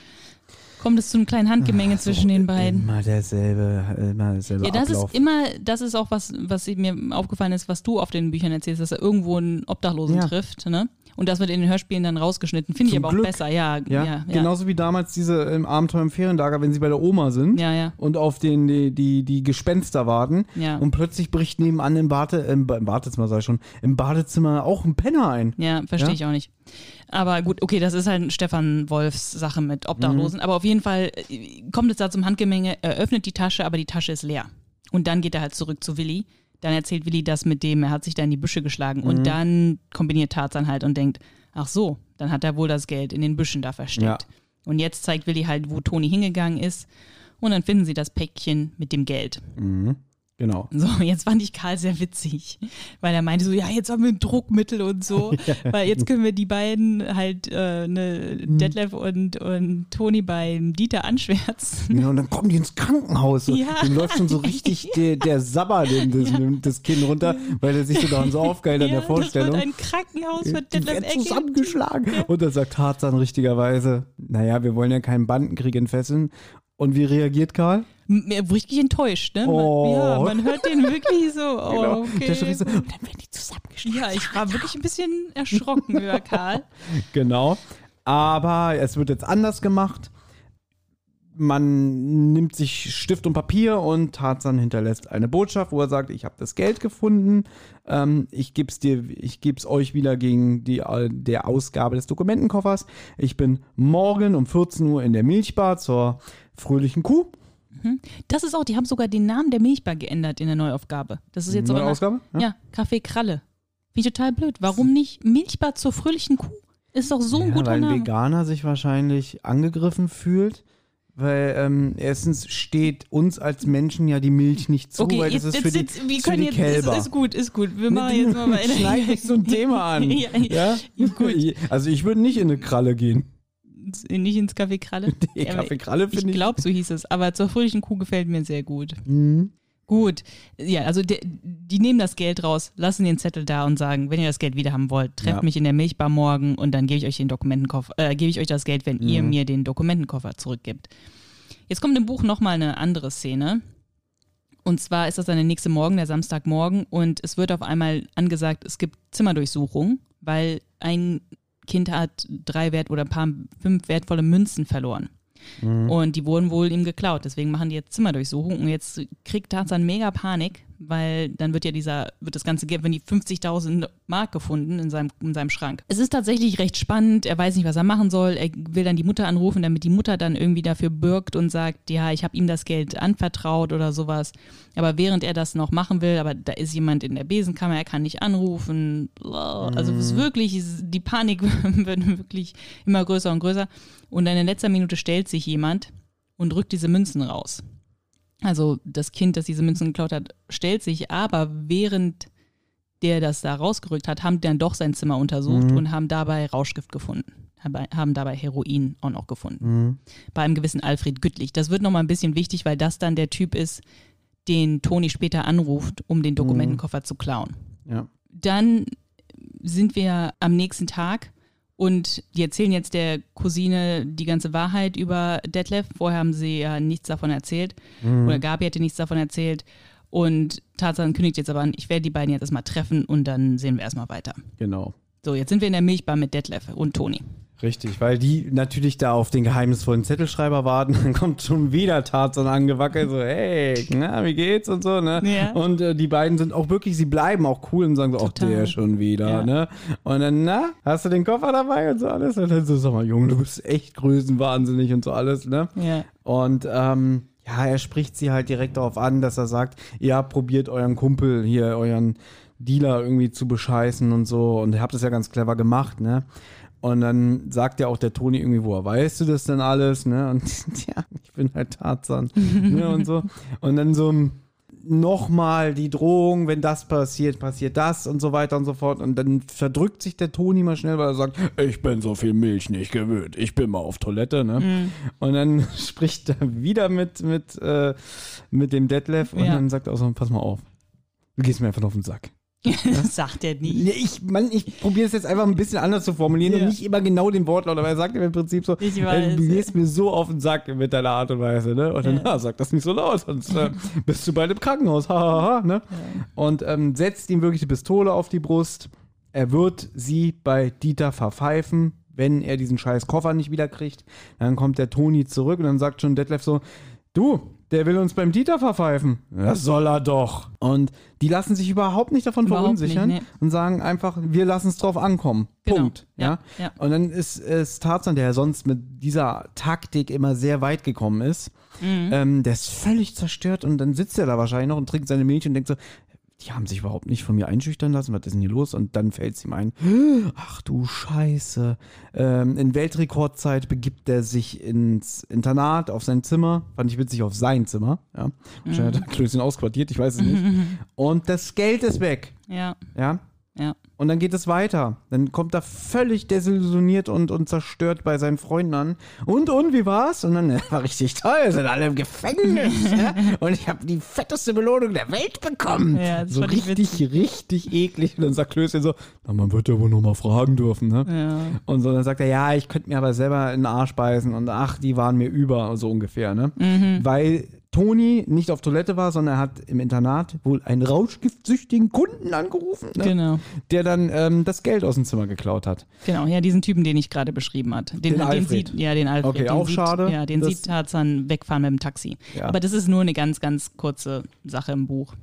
Kommt es zu einem kleinen Handgemenge zwischen den beiden. Immer derselbe, immer derselbe Ja, das Ablauf. ist immer, das ist auch was, was mir aufgefallen ist, was du auf den Büchern erzählst, dass er irgendwo einen Obdachlosen Ja. trifft, ne? Und das wird in den Hörspielen dann rausgeschnitten. Finde ich Zum aber auch Glück. besser, ja. Ja, Ja, ja. genauso wie damals diese im Abenteuer im Ferienlager, wenn sie bei der Oma sind Ja, ja. und auf den, die, die, die Gespenster warten Ja. und plötzlich bricht nebenan im, Bade, im, im Badezimmer, sag ich schon, im Badezimmer auch ein Penner ein. Ja, verstehe Ja? ich auch nicht. Aber gut, okay, das ist halt Stefan Wolfs Sache mit Obdachlosen. Aber auf jeden Fall äh, kommt es da zum Handgemenge, er öffnet die Tasche, aber die Tasche ist leer. Und dann geht er halt zurück zu Willi. Dann erzählt Willi das mit dem, er hat sich da in die Büsche geschlagen. Und dann kombiniert Tarzan halt und denkt, ach so, dann hat er wohl das Geld in den Büschen da versteckt. Ja. Und jetzt zeigt Willi halt, wo Toni hingegangen ist. Und dann finden sie das Päckchen mit dem Geld. Mhm. Genau. So, jetzt fand ich Karl sehr witzig, weil er meinte so, ja, jetzt haben wir ein Druckmittel und so, weil jetzt können wir die beiden halt, äh, ne, Detlef und, und Toni beim Dieter anschwärzen. Genau, und dann kommen die ins Krankenhaus. So. Ja. Dem läuft schon so richtig der, der Sabber dem, das, das Kinn runter, weil er sich so daran so aufgeilt an der Vorstellung. Das wird ein Krankenhaus für Die Detlef werden Ecke. zusammengeschlagen. Und dann sagt Tarzan richtigerweise, naja, wir wollen ja keinen Bandenkrieg entfesseln. Und wie reagiert Karl? Richtig enttäuscht, ne? Oh. Man, ja, man hört den wirklich so, oh, Genau. okay. Der Schritt so, und dann werden die zusammengeschlagen. Ja, ich war wirklich ein bisschen erschrocken über Karl. Genau. Aber es wird jetzt anders gemacht. Man nimmt sich Stift und Papier und Tarzan hinterlässt eine Botschaft, wo er sagt, ich habe das Geld gefunden, ähm, ich gebe es dir, ich gebe es euch wieder gegen die der Ausgabe des Dokumentenkoffers. Ich bin morgen um vierzehn Uhr in der Milchbar zur fröhlichen Kuh. Das ist auch, die haben sogar den Namen der Milchbar geändert in der Neuaufgabe. Das ist jetzt Neue sogar eine, Ausgabe? Ja, ja Kaffee Kralle. Finde ich total blöd. Warum nicht Milchbar zur fröhlichen Kuh? Ist doch so ein Ja, guter weil ein Name. Veganer sich wahrscheinlich angegriffen fühlt. Weil ähm, erstens steht uns als Menschen ja die Milch nicht zu, Okay, weil das jetzt, ist für jetzt, die, jetzt, wir ist für können die jetzt, Kälber. ist, ist gut, ist gut. Wir machen jetzt mal weiter. Schneid nicht so ein Thema an. ja, Ja? ja, gut. Also ich würde nicht in eine Kralle gehen. Nicht ins Café Kralle? Die Ja, Kaffeekralle ich finde ich. glaube, so hieß es. Aber zur fröhlichen Kuh gefällt mir sehr gut. Mhm. Gut. Ja, also die, die nehmen das Geld raus, lassen den Zettel da und sagen, wenn ihr das Geld wieder haben wollt, trefft Ja. mich in der Milchbar morgen und dann gebe ich euch den Dokumentenkoffer, äh, gebe ich euch das Geld, wenn Mhm. ihr mir den Dokumentenkoffer zurückgibt. Jetzt kommt im Buch nochmal eine andere Szene. Und zwar ist das dann der nächste Morgen, der Samstagmorgen, und es wird auf einmal angesagt, es gibt Zimmerdurchsuchung, weil ein Kind hat drei wert oder ein paar, fünf wertvolle Münzen verloren. Mhm. Und die wurden wohl ihm geklaut. Deswegen machen die jetzt Zimmerdurchsuchung. Und jetzt kriegt Tarzan mega Panik, weil dann wird ja dieser, wird das ganze Geld, wenn die fünfzigtausend Mark gefunden in seinem, in seinem Schrank. Es ist tatsächlich recht spannend. Er weiß nicht, was er machen soll. Er will dann die Mutter anrufen, damit die Mutter dann irgendwie dafür bürgt und sagt, ja, ich habe ihm das Geld anvertraut oder sowas. Aber während er das noch machen will, aber da ist jemand in der Besenkammer, er kann nicht anrufen. Also es ist wirklich, die Panik wird wirklich immer größer und größer. Und dann in letzter Minute stellt sich jemand und rückt diese Münzen raus. Also das Kind, das diese Münzen geklaut hat, stellt sich, aber während der das da rausgerückt hat, haben die dann doch sein Zimmer untersucht Mhm. und haben dabei Rauschgift gefunden. Haben dabei Heroin auch noch gefunden. Mhm. Bei einem gewissen Alfred Güttlich. Das wird nochmal ein bisschen wichtig, weil das dann der Typ ist, den Toni später anruft, um den Dokumentenkoffer zu klauen. Ja. Dann sind wir am nächsten Tag und die erzählen jetzt der Cousine die ganze Wahrheit über Detlef. Vorher haben sie ja nichts davon erzählt. Mhm. Oder Gabi hatte nichts davon erzählt. Und Tarzan kündigt jetzt aber an, ich werde die beiden jetzt erstmal treffen und dann sehen wir erstmal weiter. Genau. So, jetzt sind wir in der Milchbar mit Detlef und Toni. Richtig, weil die natürlich da auf den geheimnisvollen Zettelschreiber warten. Dann kommt schon wieder Tarzan angewackelt, so, hey, na, wie geht's und so, ne? Ja. Und äh, die beiden sind auch wirklich, sie bleiben auch cool und sagen so, ach, Total. der schon wieder, Ja. ne? Und dann, na, hast du den Koffer dabei und so alles? Und dann so, sag mal, Junge, du bist echt größenwahnsinnig und so alles, ne? Ja. Und, ähm, ja, er spricht sie halt direkt darauf an, dass er sagt, ja, probiert euren Kumpel hier, euren Dealer irgendwie zu bescheißen und so. Und ihr habt das ja ganz clever gemacht, ne? Und dann sagt ja auch der Toni irgendwie, woher weißt du das denn alles, ne? Und ja, ich bin halt Tarzan, ne? Und so. Und dann so nochmal die Drohung, wenn das passiert, passiert das und so weiter und so fort. Und dann verdrückt sich der Toni mal schnell, weil er sagt, ich bin so viel Milch nicht gewöhnt, ich bin mal auf Toilette, ne? Mhm. Und dann spricht er wieder mit, mit, äh, mit dem Detlef und Ja. dann sagt er auch so, pass mal auf, du gehst mir einfach auf den Sack. Das sagt er nie. Nee, ich, Mann, ich probiere es jetzt einfach ein bisschen anders zu formulieren Ja. und nicht immer genau den Wortlaut, aber er sagt im Prinzip so, Ich äh, weiß. du gehst mir so auf den Sack mit deiner Art und Weise, ne? Und dann, Ja. ja, sag das nicht so laut, sonst äh, bist du bald im Krankenhaus, hahaha, ne? Und ähm, setzt ihm wirklich die Pistole auf die Brust. Er wird sie bei Dieter verpfeifen, wenn er diesen scheiß Koffer nicht wiederkriegt. Dann kommt der Toni zurück und dann sagt schon Detlef so, du, der will uns beim Dieter verpfeifen. Das soll er doch. Und die lassen sich überhaupt nicht davon Überhaupt verunsichern nicht, nee. und sagen einfach, wir lassen es drauf ankommen. Genau. Punkt. Ja, Ja, ja. Und dann ist, ist Tarzan, der ja sonst mit dieser Taktik immer sehr weit gekommen ist, Mhm. ähm, der ist völlig zerstört und dann sitzt er da wahrscheinlich noch und trinkt seine Milch und denkt so, die haben sich überhaupt nicht von mir einschüchtern lassen, was ist denn hier los? Und dann fällt es ihm ein, ach du Scheiße. Ähm, in Weltrekordzeit begibt er sich ins Internat, auf sein Zimmer, fand ich witzig, auf sein Zimmer, ja. Wahrscheinlich hat er Klößchen ausquartiert, ich weiß es nicht. Und das Geld ist weg, Ja. ja. Ja. Und dann geht es weiter. Dann kommt er völlig desillusioniert und, und zerstört bei seinen Freunden an. Und, und, wie war's? Und dann, das war richtig toll, sind alle im Gefängnis. Ja? Und ich habe die fetteste Belohnung der Welt bekommen. Ja, das so fand ich richtig, witzig. richtig eklig. Und dann sagt Klößchen so, na, man wird ja wohl noch mal fragen dürfen. Ne? Ja. Und so, dann sagt er, ja, ich könnte mir aber selber in den Arsch beißen. Und ach, die waren mir über, so ungefähr. Ne? Mhm. Weil Toni nicht auf Toilette war, sondern er hat im Internat wohl einen rauschgiftsüchtigen Kunden angerufen, ne? Genau. der dann ähm, das Geld aus dem Zimmer geklaut hat. Genau, ja, diesen Typen, den ich gerade beschrieben hat. Den, Den den Alfred. sieht, ja, den Alfred. Okay, den auch sieht, schade. Ja, den Das- sieht Tarzan wegfahren mit dem Taxi. Ja. Aber das ist nur eine ganz, ganz kurze Sache im Buch.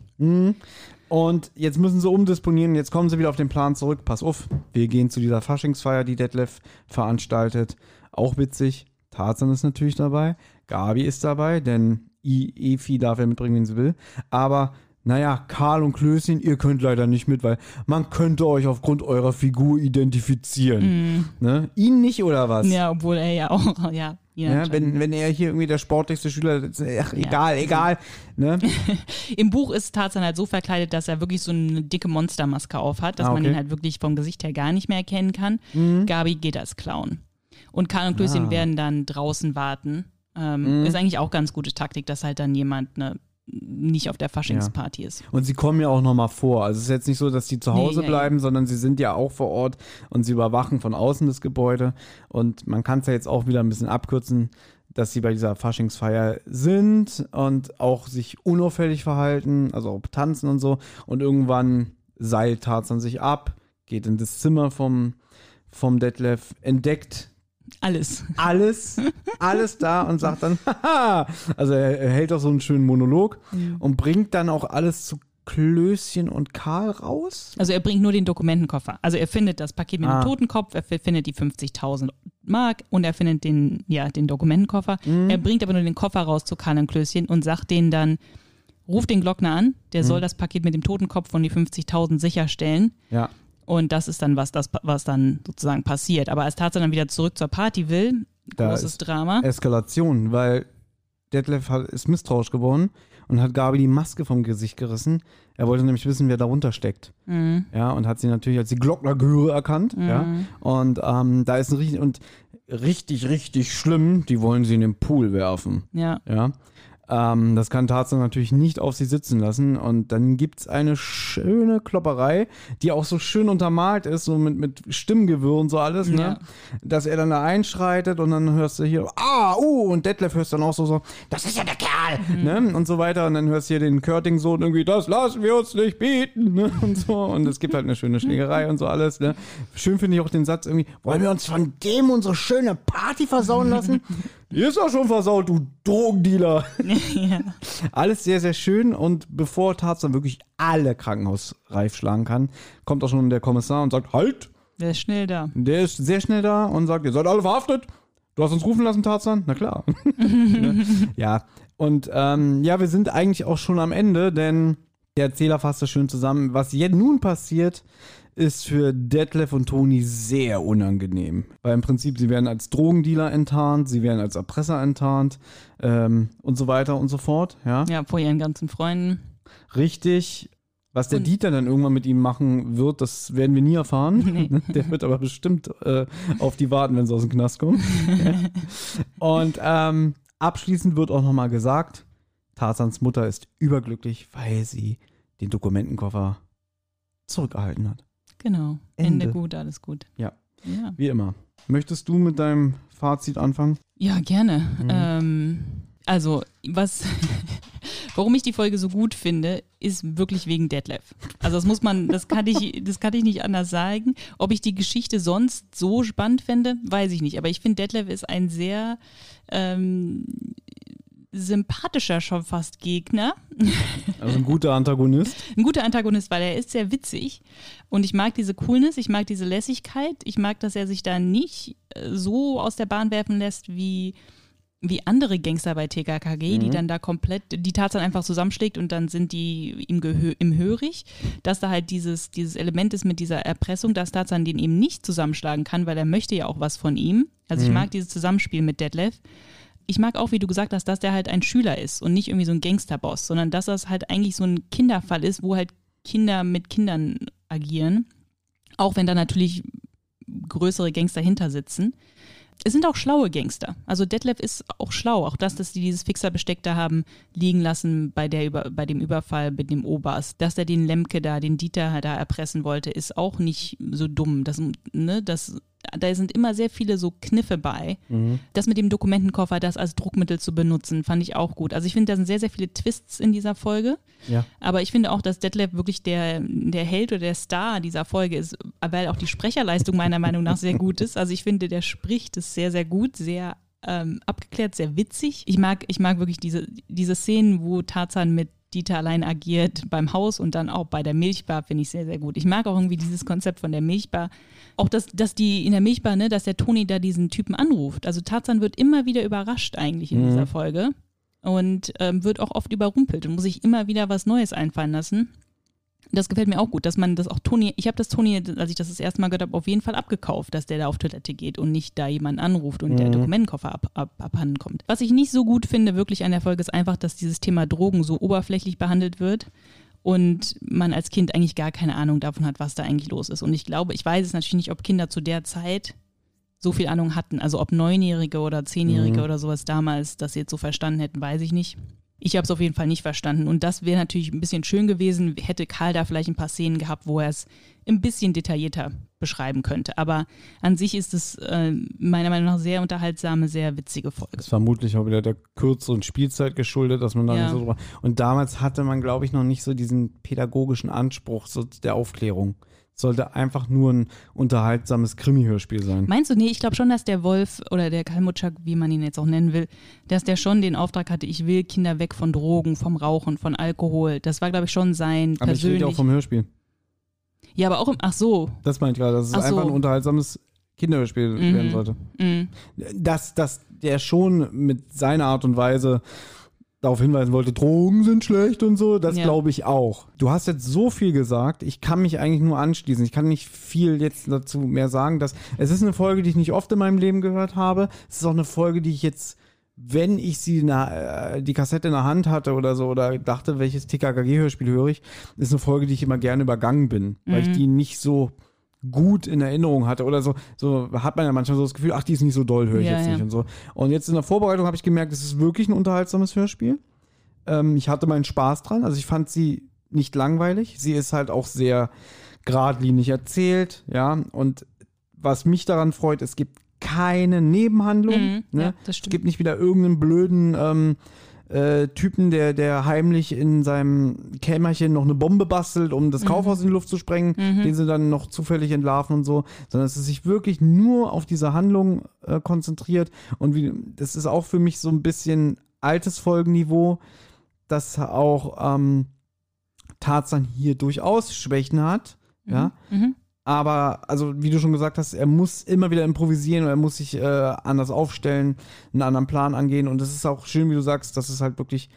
Und jetzt müssen sie umdisponieren, jetzt kommen sie wieder auf den Plan zurück. Pass auf, wir gehen zu dieser Faschingsfeier, die Detlef veranstaltet. Auch witzig, Tarzan ist natürlich dabei, Gabi ist dabei, denn I, Efi darf er mitbringen, wen sie will. Aber naja, Karl und Klößchen, ihr könnt leider nicht mit, weil man könnte euch aufgrund eurer Figur identifizieren. Ne? Ihn nicht oder was? Ja, obwohl er ja auch, ja. Ja, wenn, wenn er hier irgendwie der sportlichste Schüler ist, ach, egal, Ja. egal. Ne? Im Buch ist Tarzan halt so verkleidet, dass er wirklich so eine dicke Monstermaske auf hat, dass Ah, man okay. ihn halt wirklich vom Gesicht her gar nicht mehr erkennen kann. Gabi geht als Clown. Und Karl und Klößchen Ah. werden dann draußen warten. Ähm, Ist eigentlich auch ganz gute Taktik, dass halt dann jemand ne, nicht auf der Faschingsparty ist. Und sie kommen ja auch nochmal vor. Also es ist jetzt nicht so, dass die zu Hause Nee, ja, bleiben, sondern sie sind ja auch vor Ort und sie überwachen von außen das Gebäude. Und man kann es ja jetzt auch wieder ein bisschen abkürzen, dass sie bei dieser Faschingsfeier sind und auch sich unauffällig verhalten, also auch tanzen und so. Und irgendwann seilt Tarzan sich ab, geht in das Zimmer vom, vom Detlef, entdeckt Alles. alles, alles da und sagt dann, haha, also er, er hält auch so einen schönen Monolog und bringt dann auch alles zu Klößchen und Karl raus. Also er bringt nur den Dokumentenkoffer. Also er findet das Paket mit Ah. dem Totenkopf, er findet die fünfzigtausend Mark und er findet den, ja, den Dokumentenkoffer. Mhm. Er bringt aber nur den Koffer raus zu Karl und Klößchen und sagt denen dann, ruf den Glockner an, der Mhm. soll das Paket mit dem Totenkopf und die fünfzigtausend sicherstellen. Ja, Und das ist dann was, das, was dann sozusagen passiert. Aber als Tarzan dann wieder zurück zur Party will, Da großes ist Drama. Eskalation, weil Detlef hat, ist misstrauisch geworden und hat Gabi die Maske vom Gesicht gerissen. Er wollte nämlich wissen, wer darunter steckt. Mhm. Ja, und hat sie natürlich als die Glocknergöre erkannt. Ja, und ähm, da ist ein richtig, und richtig, richtig schlimm, die wollen sie in den Pool werfen. Ja. Ja, ähm, das kann Tarzan natürlich nicht auf sie sitzen lassen und dann gibt es eine schöne Klopperei, die auch so schön untermalt ist, so mit, mit Stimmgewirr und so alles, ne? Ja. Dass er dann da einschreitet und dann hörst du hier, ah, uh, und Detlef hörst dann auch so, so, das ist ja der Kerl, ne? Und so weiter und dann hörst du hier den Körting-Sohn irgendwie, das lassen wir uns nicht bieten, ne? Und so und es gibt halt eine schöne Schlägerei und so alles, ne? Schön finde ich auch den Satz irgendwie, wollen wir uns von dem unsere schöne Party versauen lassen? Die ist doch schon versaut, du Drogendealer. Ja. Alles sehr, sehr schön und bevor Tarzan wirklich alle krankenhausreif schlagen kann, kommt auch schon der Kommissar und sagt, halt, Der ist schnell da. der ist sehr schnell da und sagt, ihr seid alle verhaftet. Du hast uns rufen lassen, Tarzan? Na klar. Ne? Ja, und ähm, ja, wir sind eigentlich auch schon am Ende, denn der Erzähler fasst das schön zusammen. Was jetzt nun passiert, ist für Detlef und Toni sehr unangenehm. Weil im Prinzip, sie werden als Drogendealer enttarnt, sie werden als Erpresser enttarnt ähm, und so weiter und so fort. Ja, Ja, vor ihren ganzen Freunden. richtig. Was der Und- Dieter dann irgendwann mit ihm machen wird, das werden wir nie erfahren. Nee. Der wird aber bestimmt äh, auf die warten, wenn sie aus dem Knast kommen. Und ähm, abschließend wird auch nochmal gesagt, Tarzans Mutter ist überglücklich, weil sie den Dokumentenkoffer zurückerhalten hat. Genau. Ende. Ende gut, alles gut. Ja. Ja, Wie immer. Möchtest du mit deinem Fazit anfangen? ja gerne. Ähm, also, was, warum ich die Folge so gut finde, ist wirklich wegen Detlef. Also das muss man, das kann ich, das kann ich nicht anders sagen. Ob ich die Geschichte sonst so spannend fände, weiß ich nicht. Aber ich finde, Detlef ist ein sehr ähm, sympathischer schon fast Gegner. Also ein guter Antagonist. Ein guter Antagonist, weil er ist sehr witzig und ich mag diese Coolness, ich mag diese Lässigkeit, ich mag, dass er sich da nicht äh, so aus der Bahn werfen lässt wie, wie andere Gangster bei T K K G, die dann da komplett die Tarzan einfach zusammenschlägt und dann sind die ihm gehö- im Hörig, dass da halt dieses, dieses Element ist mit dieser Erpressung, dass Tarzan den eben nicht zusammenschlagen kann, weil er möchte ja auch was von ihm. Also ich mag dieses Zusammenspiel mit Detlef. Ich mag auch, wie du gesagt hast, dass der halt ein Schüler ist und nicht irgendwie so ein Gangsterboss, sondern dass das halt eigentlich so ein Kinderfall ist, wo halt Kinder mit Kindern agieren. Auch wenn da natürlich größere Gangster hinter sitzen. Es sind auch schlaue Gangster. Also Detlef ist auch schlau. Auch das, dass die dieses Fixerbesteck da haben liegen lassen bei, der Über- bei dem Überfall mit dem Oberst. Dass er den Lemke da, den Dieter da erpressen wollte, ist auch nicht so dumm. Das, ne, das, da sind immer sehr viele so Kniffe bei. Mhm. Das mit dem Dokumentenkoffer, das als Druckmittel zu benutzen, fand ich auch gut. Also ich finde, da sind sehr, sehr viele Twists in dieser Folge. Ja. Aber ich finde auch, dass Detlef wirklich der, der Held oder der Star dieser Folge ist, weil auch die Sprecherleistung meiner Meinung nach sehr gut ist. Also ich finde, der spricht es sehr, sehr gut, sehr ähm, abgeklärt, sehr witzig. Ich mag, ich mag wirklich diese, diese Szenen, wo Tarzan mit Dieter allein agiert beim Haus und dann auch bei der Milchbar, finde ich sehr, sehr gut. Ich mag auch irgendwie dieses Konzept von der Milchbar. Auch, dass, dass die in der Milchbar, ne, dass der Toni da diesen Typen anruft. Also Tarzan wird immer wieder überrascht eigentlich in mhm. dieser Folge und ähm, wird auch oft überrumpelt und muss sich immer wieder was Neues einfallen lassen. Das gefällt mir auch gut, dass man das auch Toni, ich habe das Toni, als ich das das erste Mal gehört habe, auf jeden Fall abgekauft, dass der da auf Toilette geht und nicht da jemanden anruft und mhm. der Dokumentenkoffer ab, ab, abhanden kommt. Was ich nicht so gut finde wirklich an der Folge ist einfach, dass dieses Thema Drogen so oberflächlich behandelt wird und man als Kind eigentlich gar keine Ahnung davon hat, was da eigentlich los ist. Und ich glaube, ich weiß es natürlich nicht, ob Kinder zu der Zeit so viel Ahnung hatten, also ob Neunjährige oder Zehnjährige mhm. oder sowas damals das jetzt so verstanden hätten, weiß ich nicht. Ich habe es auf jeden Fall nicht verstanden und das wäre natürlich ein bisschen schön gewesen, hätte Karl da vielleicht ein paar Szenen gehabt, wo er es ein bisschen detaillierter beschreiben könnte. Aber an sich ist es äh, meiner Meinung nach sehr unterhaltsame, sehr witzige Folge. Das ist vermutlich auch wieder der kürzeren Spielzeit geschuldet, dass man da ja. nicht so drüber... Und damals hatte man, glaube ich, noch nicht so diesen pädagogischen Anspruch so der Aufklärung. Es sollte einfach nur ein unterhaltsames Krimi-Hörspiel sein. Meinst du? Nee, ich glaube schon, dass der Wolf oder der Kalmutschak, wie man ihn jetzt auch nennen will, dass der schon den Auftrag hatte, ich will Kinder weg von Drogen, vom Rauchen, von Alkohol. Das war, glaube ich, schon sein aber persönlich... Aber ich rede auch vom Hörspiel. Ja, aber auch im... Ach so. Das meinte ich gerade, dass es ach einfach so. ein unterhaltsames Kinderhörspiel mhm. werden sollte. Mhm. Dass, dass der schon mit seiner Art und Weise darauf hinweisen wollte, Drogen sind schlecht und so, das ja. glaube ich auch. Du hast jetzt so viel gesagt, ich kann mich eigentlich nur anschließen. Ich kann nicht viel jetzt dazu mehr sagen. Dass, es ist eine Folge, die ich nicht oft in meinem Leben gehört habe. Es ist auch eine Folge, die ich jetzt, wenn ich sie na, die Kassette in der Hand hatte oder so, oder dachte, welches T K K G-Hörspiel höre ich, ist eine Folge, die ich immer gerne übergangen bin, mhm. weil ich die nicht so gut in Erinnerung hatte oder so, so hat man ja manchmal so das Gefühl, ach, die ist nicht so doll, höre ich ja, jetzt ja. nicht und so. Und jetzt in der Vorbereitung habe ich gemerkt, es ist wirklich ein unterhaltsames Hörspiel. Ähm, ich hatte meinen Spaß dran, also ich fand sie nicht langweilig. Sie ist halt auch sehr geradlinig erzählt, ja, und was mich daran freut, es gibt keine Nebenhandlung, mhm, ne? Ja, das stimmt. Es gibt nicht wieder irgendeinen blöden ähm, Äh, Typen, der, der heimlich in seinem Kämmerchen noch eine Bombe bastelt, um das mhm. Kaufhaus in die Luft zu sprengen, mhm. den sie dann noch zufällig entlarven und so, sondern dass es sich wirklich nur auf diese Handlung äh, konzentriert und wie, das ist auch für mich so ein bisschen altes Folgenniveau, dass auch ähm, Tarzan hier durchaus Schwächen hat, mhm. ja, mhm. aber, also wie du schon gesagt hast, er muss immer wieder improvisieren und er muss sich äh, anders aufstellen, einen anderen Plan angehen. Und es ist auch schön, wie du sagst, dass es halt wirklich,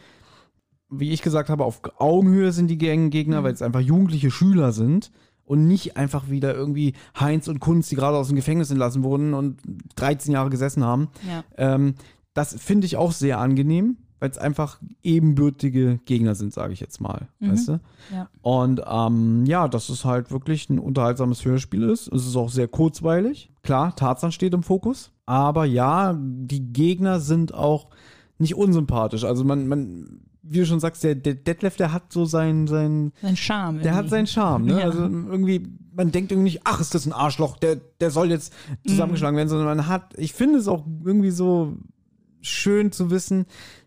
wie ich gesagt habe, auf Augenhöhe sind die Gegner, mhm. weil es einfach jugendliche Schüler sind und nicht einfach wieder irgendwie Heinz und Kunz, die gerade aus dem Gefängnis entlassen wurden und dreizehn Jahre gesessen haben. Ja. Ähm, das finde ich auch sehr angenehm, weil es einfach ebenbürtige Gegner sind, sage ich jetzt mal, mhm. weißt du? Ja. Und ähm, ja, dass es halt wirklich ein unterhaltsames Hörspiel ist. Es ist auch sehr kurzweilig. Klar, Tarzan steht im Fokus. Aber ja, die Gegner sind auch nicht unsympathisch. Also man, man wie du schon sagst, der, der Detlef, der hat so seinen sein, sein Charme. Der irgendwie. hat seinen Charme, ne? Ja. Also irgendwie, man denkt irgendwie nicht, ach, ist das ein Arschloch, der, der soll jetzt zusammengeschlagen mhm. werden, sondern man hat, ich finde es auch irgendwie so schön zu wissen,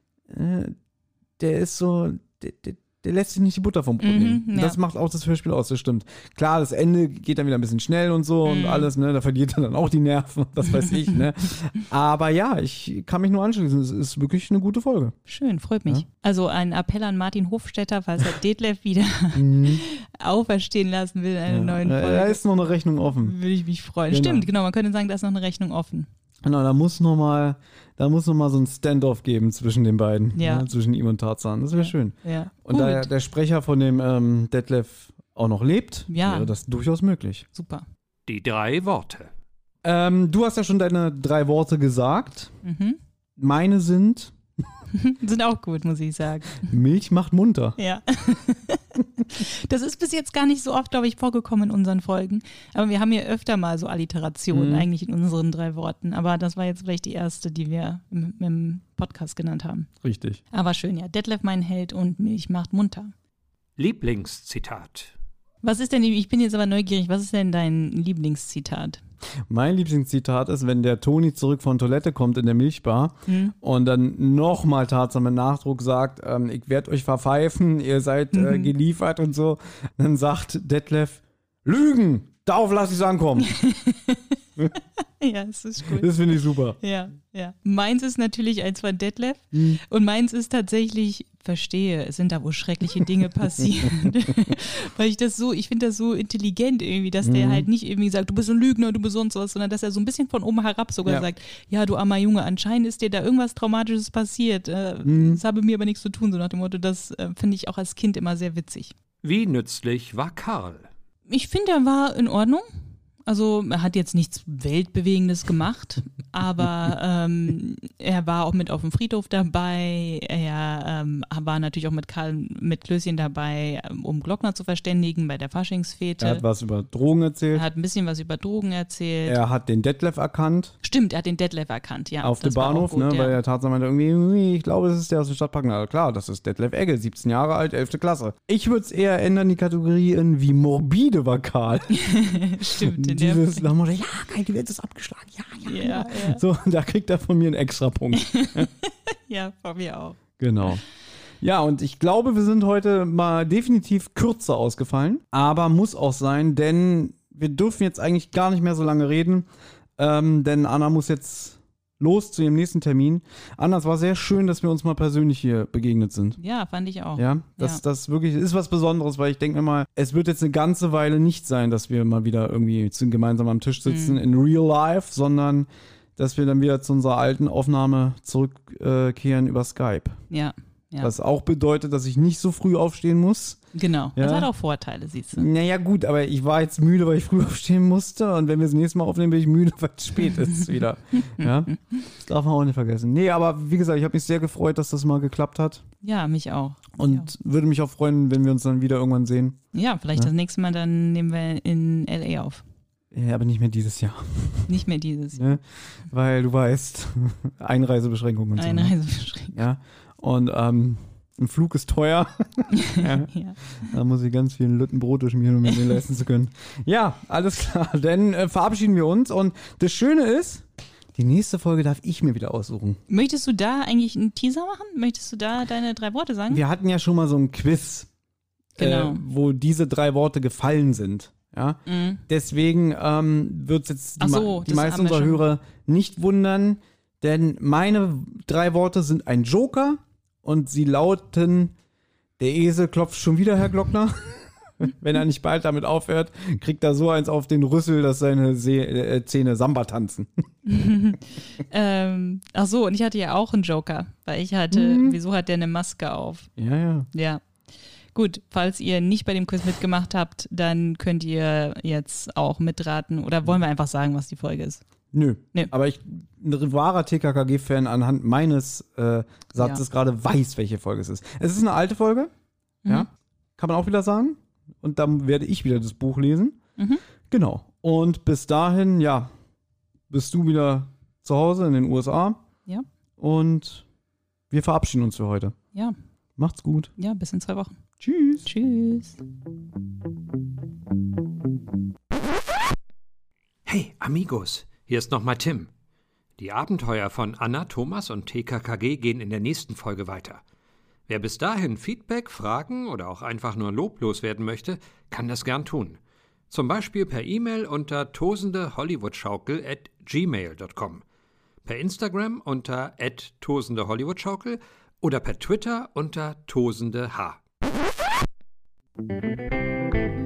der ist so, der, der, der lässt sich nicht die Butter vom Brot mhm, nehmen. ja. Das macht auch das Hörspiel aus, das stimmt. Klar, das Ende geht dann wieder ein bisschen schnell und so mhm. und alles, ne, da verliert er dann auch die Nerven, das weiß ich, ne. Aber ja, ich kann mich nur anschließen, es ist wirklich eine gute Folge. Schön, freut mich. Ja? Also ein Appell an Martin Hofstetter, falls er Detlef wieder mhm. auferstehen lassen will in einer ja. neuen Folge. Da ist noch eine Rechnung offen. Würde ich mich freuen. Genau. Stimmt, genau, man könnte sagen, da ist noch eine Rechnung offen. Genau, da muss noch mal, da muss noch mal so ein Standoff geben zwischen den beiden, ja. ne, zwischen ihm und Tarzan. Das wäre ja. schön. Ja. Und da der Sprecher von dem ähm, Detlef auch noch lebt, ja. wäre das durchaus möglich. Super. Die drei Worte. Ähm, du hast ja schon deine drei Worte gesagt. Mhm. Meine sind sind auch gut, muss ich sagen. Milch macht munter. Ja. Das ist bis jetzt gar nicht so oft, glaube ich, vorgekommen in unseren Folgen. Aber wir haben ja öfter mal so Alliterationen mhm. eigentlich in unseren drei Worten. Aber das war jetzt vielleicht die erste, die wir im, im Podcast genannt haben. Richtig. Aber schön, ja. Detlef mein Held und Milch macht munter. Lieblingszitat. Was ist denn, ich bin jetzt aber neugierig, was ist denn dein Lieblingszitat? Mein Lieblingszitat ist, wenn der Toni zurück von Toilette kommt in der Milchbar hm. und dann nochmal tatsam mit Nachdruck sagt, ähm, ich werde euch verpfeifen, ihr seid äh, geliefert und so. Dann sagt Detlef, Lügen, darauf lasse ich es ankommen. Ja, das ist gut. Das finde ich super. Ja, ja. Meins ist natürlich eins von Detlef hm. und meins ist tatsächlich, verstehe, es sind da wohl schreckliche Dinge passiert. Weil ich das so, ich finde das so intelligent irgendwie, dass der hm. halt nicht irgendwie sagt, du bist ein Lügner, du bist sonst was, sondern dass er so ein bisschen von oben herab sogar ja. sagt, ja, du armer Junge, anscheinend ist dir da irgendwas Traumatisches passiert. Äh, hm. Das habe mir aber nichts zu tun, so nach dem Motto, das äh, finde ich auch als Kind immer sehr witzig. Wie nützlich war Karl? Ich finde, er war in Ordnung. Also er hat jetzt nichts Weltbewegendes gemacht, aber ähm, er war auch mit auf dem Friedhof dabei. Er ähm, war natürlich auch mit Karl, mit Klößchen dabei, um Glockner zu verständigen bei der Faschingsfete. Er hat was über Drogen erzählt. Er hat ein bisschen was über Drogen erzählt. Er hat den Detlef erkannt. Stimmt, er hat den Detlef erkannt, ja. Auf dem Bahnhof, gut, ne, ja. Weil er tatsächlich meinte, irgendwie, ich glaube, es ist der aus dem Stadtpark. Na klar, das ist Detlef Egge, siebzehn Jahre alt, elfte Klasse. Ich würde es eher ändern, die Kategorie in wie morbide war Karl. Stimmt. Dieses nach dem Motto, ja, geil, die Welt ist abgeschlagen, ja, ja, ja, ja. ja. So, da kriegt er von mir einen extra Punkt. Ja, von mir auch. Genau. Ja, und ich glaube, wir sind heute mal definitiv kürzer ausgefallen, aber muss auch sein, denn wir dürfen jetzt eigentlich gar nicht mehr so lange reden, ähm, denn Anna muss jetzt los zu ihrem nächsten Termin. Anna, es war sehr schön, dass wir uns mal persönlich hier begegnet sind. Ja, fand ich auch. Ja, das, ja. das wirklich ist was Besonderes, weil ich denke mir mal, es wird jetzt eine ganze Weile nicht sein, dass wir mal wieder irgendwie gemeinsam am Tisch sitzen mhm. in real life, sondern dass wir dann wieder zu unserer alten Aufnahme zurückkehren äh, über Skype. Ja. Ja. Was auch bedeutet, dass ich nicht so früh aufstehen muss. Genau, ja? Das hat auch Vorteile, siehst du. Naja gut, aber ich war jetzt müde, weil ich früh aufstehen musste und wenn wir das nächste Mal aufnehmen, bin ich müde, weil es spät ist wieder. Ja? Das darf man auch nicht vergessen. Nee, aber wie gesagt, ich habe mich sehr gefreut, dass das mal geklappt hat. Ja, mich auch. Und ja. würde mich auch freuen, wenn wir uns dann wieder irgendwann sehen. Ja, vielleicht ja? das nächste Mal dann nehmen wir in L A auf. Ja, aber nicht mehr dieses Jahr. Nicht mehr dieses Jahr. Ja? Weil du weißt, Einreisebeschränkungen und so. Einreisebeschränkungen. Ja, und ähm, ein Flug ist teuer. Ja. Ja. Da muss ich ganz viel Lüttenbrot durchschmieren, um mir den leisten zu können. Ja, alles klar. Dann äh, verabschieden wir uns. Und das Schöne ist, die nächste Folge darf ich mir wieder aussuchen. Möchtest du da eigentlich einen Teaser machen? Möchtest du da deine drei Worte sagen? Wir hatten ja schon mal so ein Quiz, genau. äh, wo diese drei Worte gefallen sind. Ja? Mhm. Deswegen ähm, wird es jetzt die, so, die meisten unserer schon. Hörer nicht wundern, denn meine drei Worte sind ein Joker. Und sie lauten, der Esel klopft schon wieder, Herr Glockner. Wenn er nicht bald damit aufhört, kriegt er so eins auf den Rüssel, dass seine See- äh, Zähne Samba tanzen. ähm, ach so, und ich hatte ja auch einen Joker, weil ich hatte, mhm. wieso hat der eine Maske auf? Ja, ja. Ja. Gut, falls ihr nicht bei dem Quiz mitgemacht habt, dann könnt ihr jetzt auch mitraten. Oder wollen wir einfach sagen, was die Folge ist? Nö, Nö. aber ich, ein wahrer T K K G-Fan anhand meines äh, Satzes ja. gerade weiß, welche Folge es ist. Es ist eine alte Folge, mhm. ja, kann man auch wieder sagen. Und dann werde ich wieder das Buch lesen. Mhm. Genau. Und bis dahin, ja, bist du wieder zu Hause in den U S A. Ja. Und wir verabschieden uns für heute. Ja. Macht's gut. Ja, bis in zwei Wochen. Tschüss. Tschüss. Hey, Amigos. Hier ist nochmal Tim. Die Abenteuer von Anna, Thomas und T K K G gehen in der nächsten Folge weiter. Wer bis dahin Feedback, Fragen oder auch einfach nur loblos werden möchte, kann das gern tun. Zum Beispiel per E-Mail unter tosendehollywoodschaukel at gmail dot com, per Instagram unter at tosendehollywoodschaukel oder per Twitter unter tosendeh.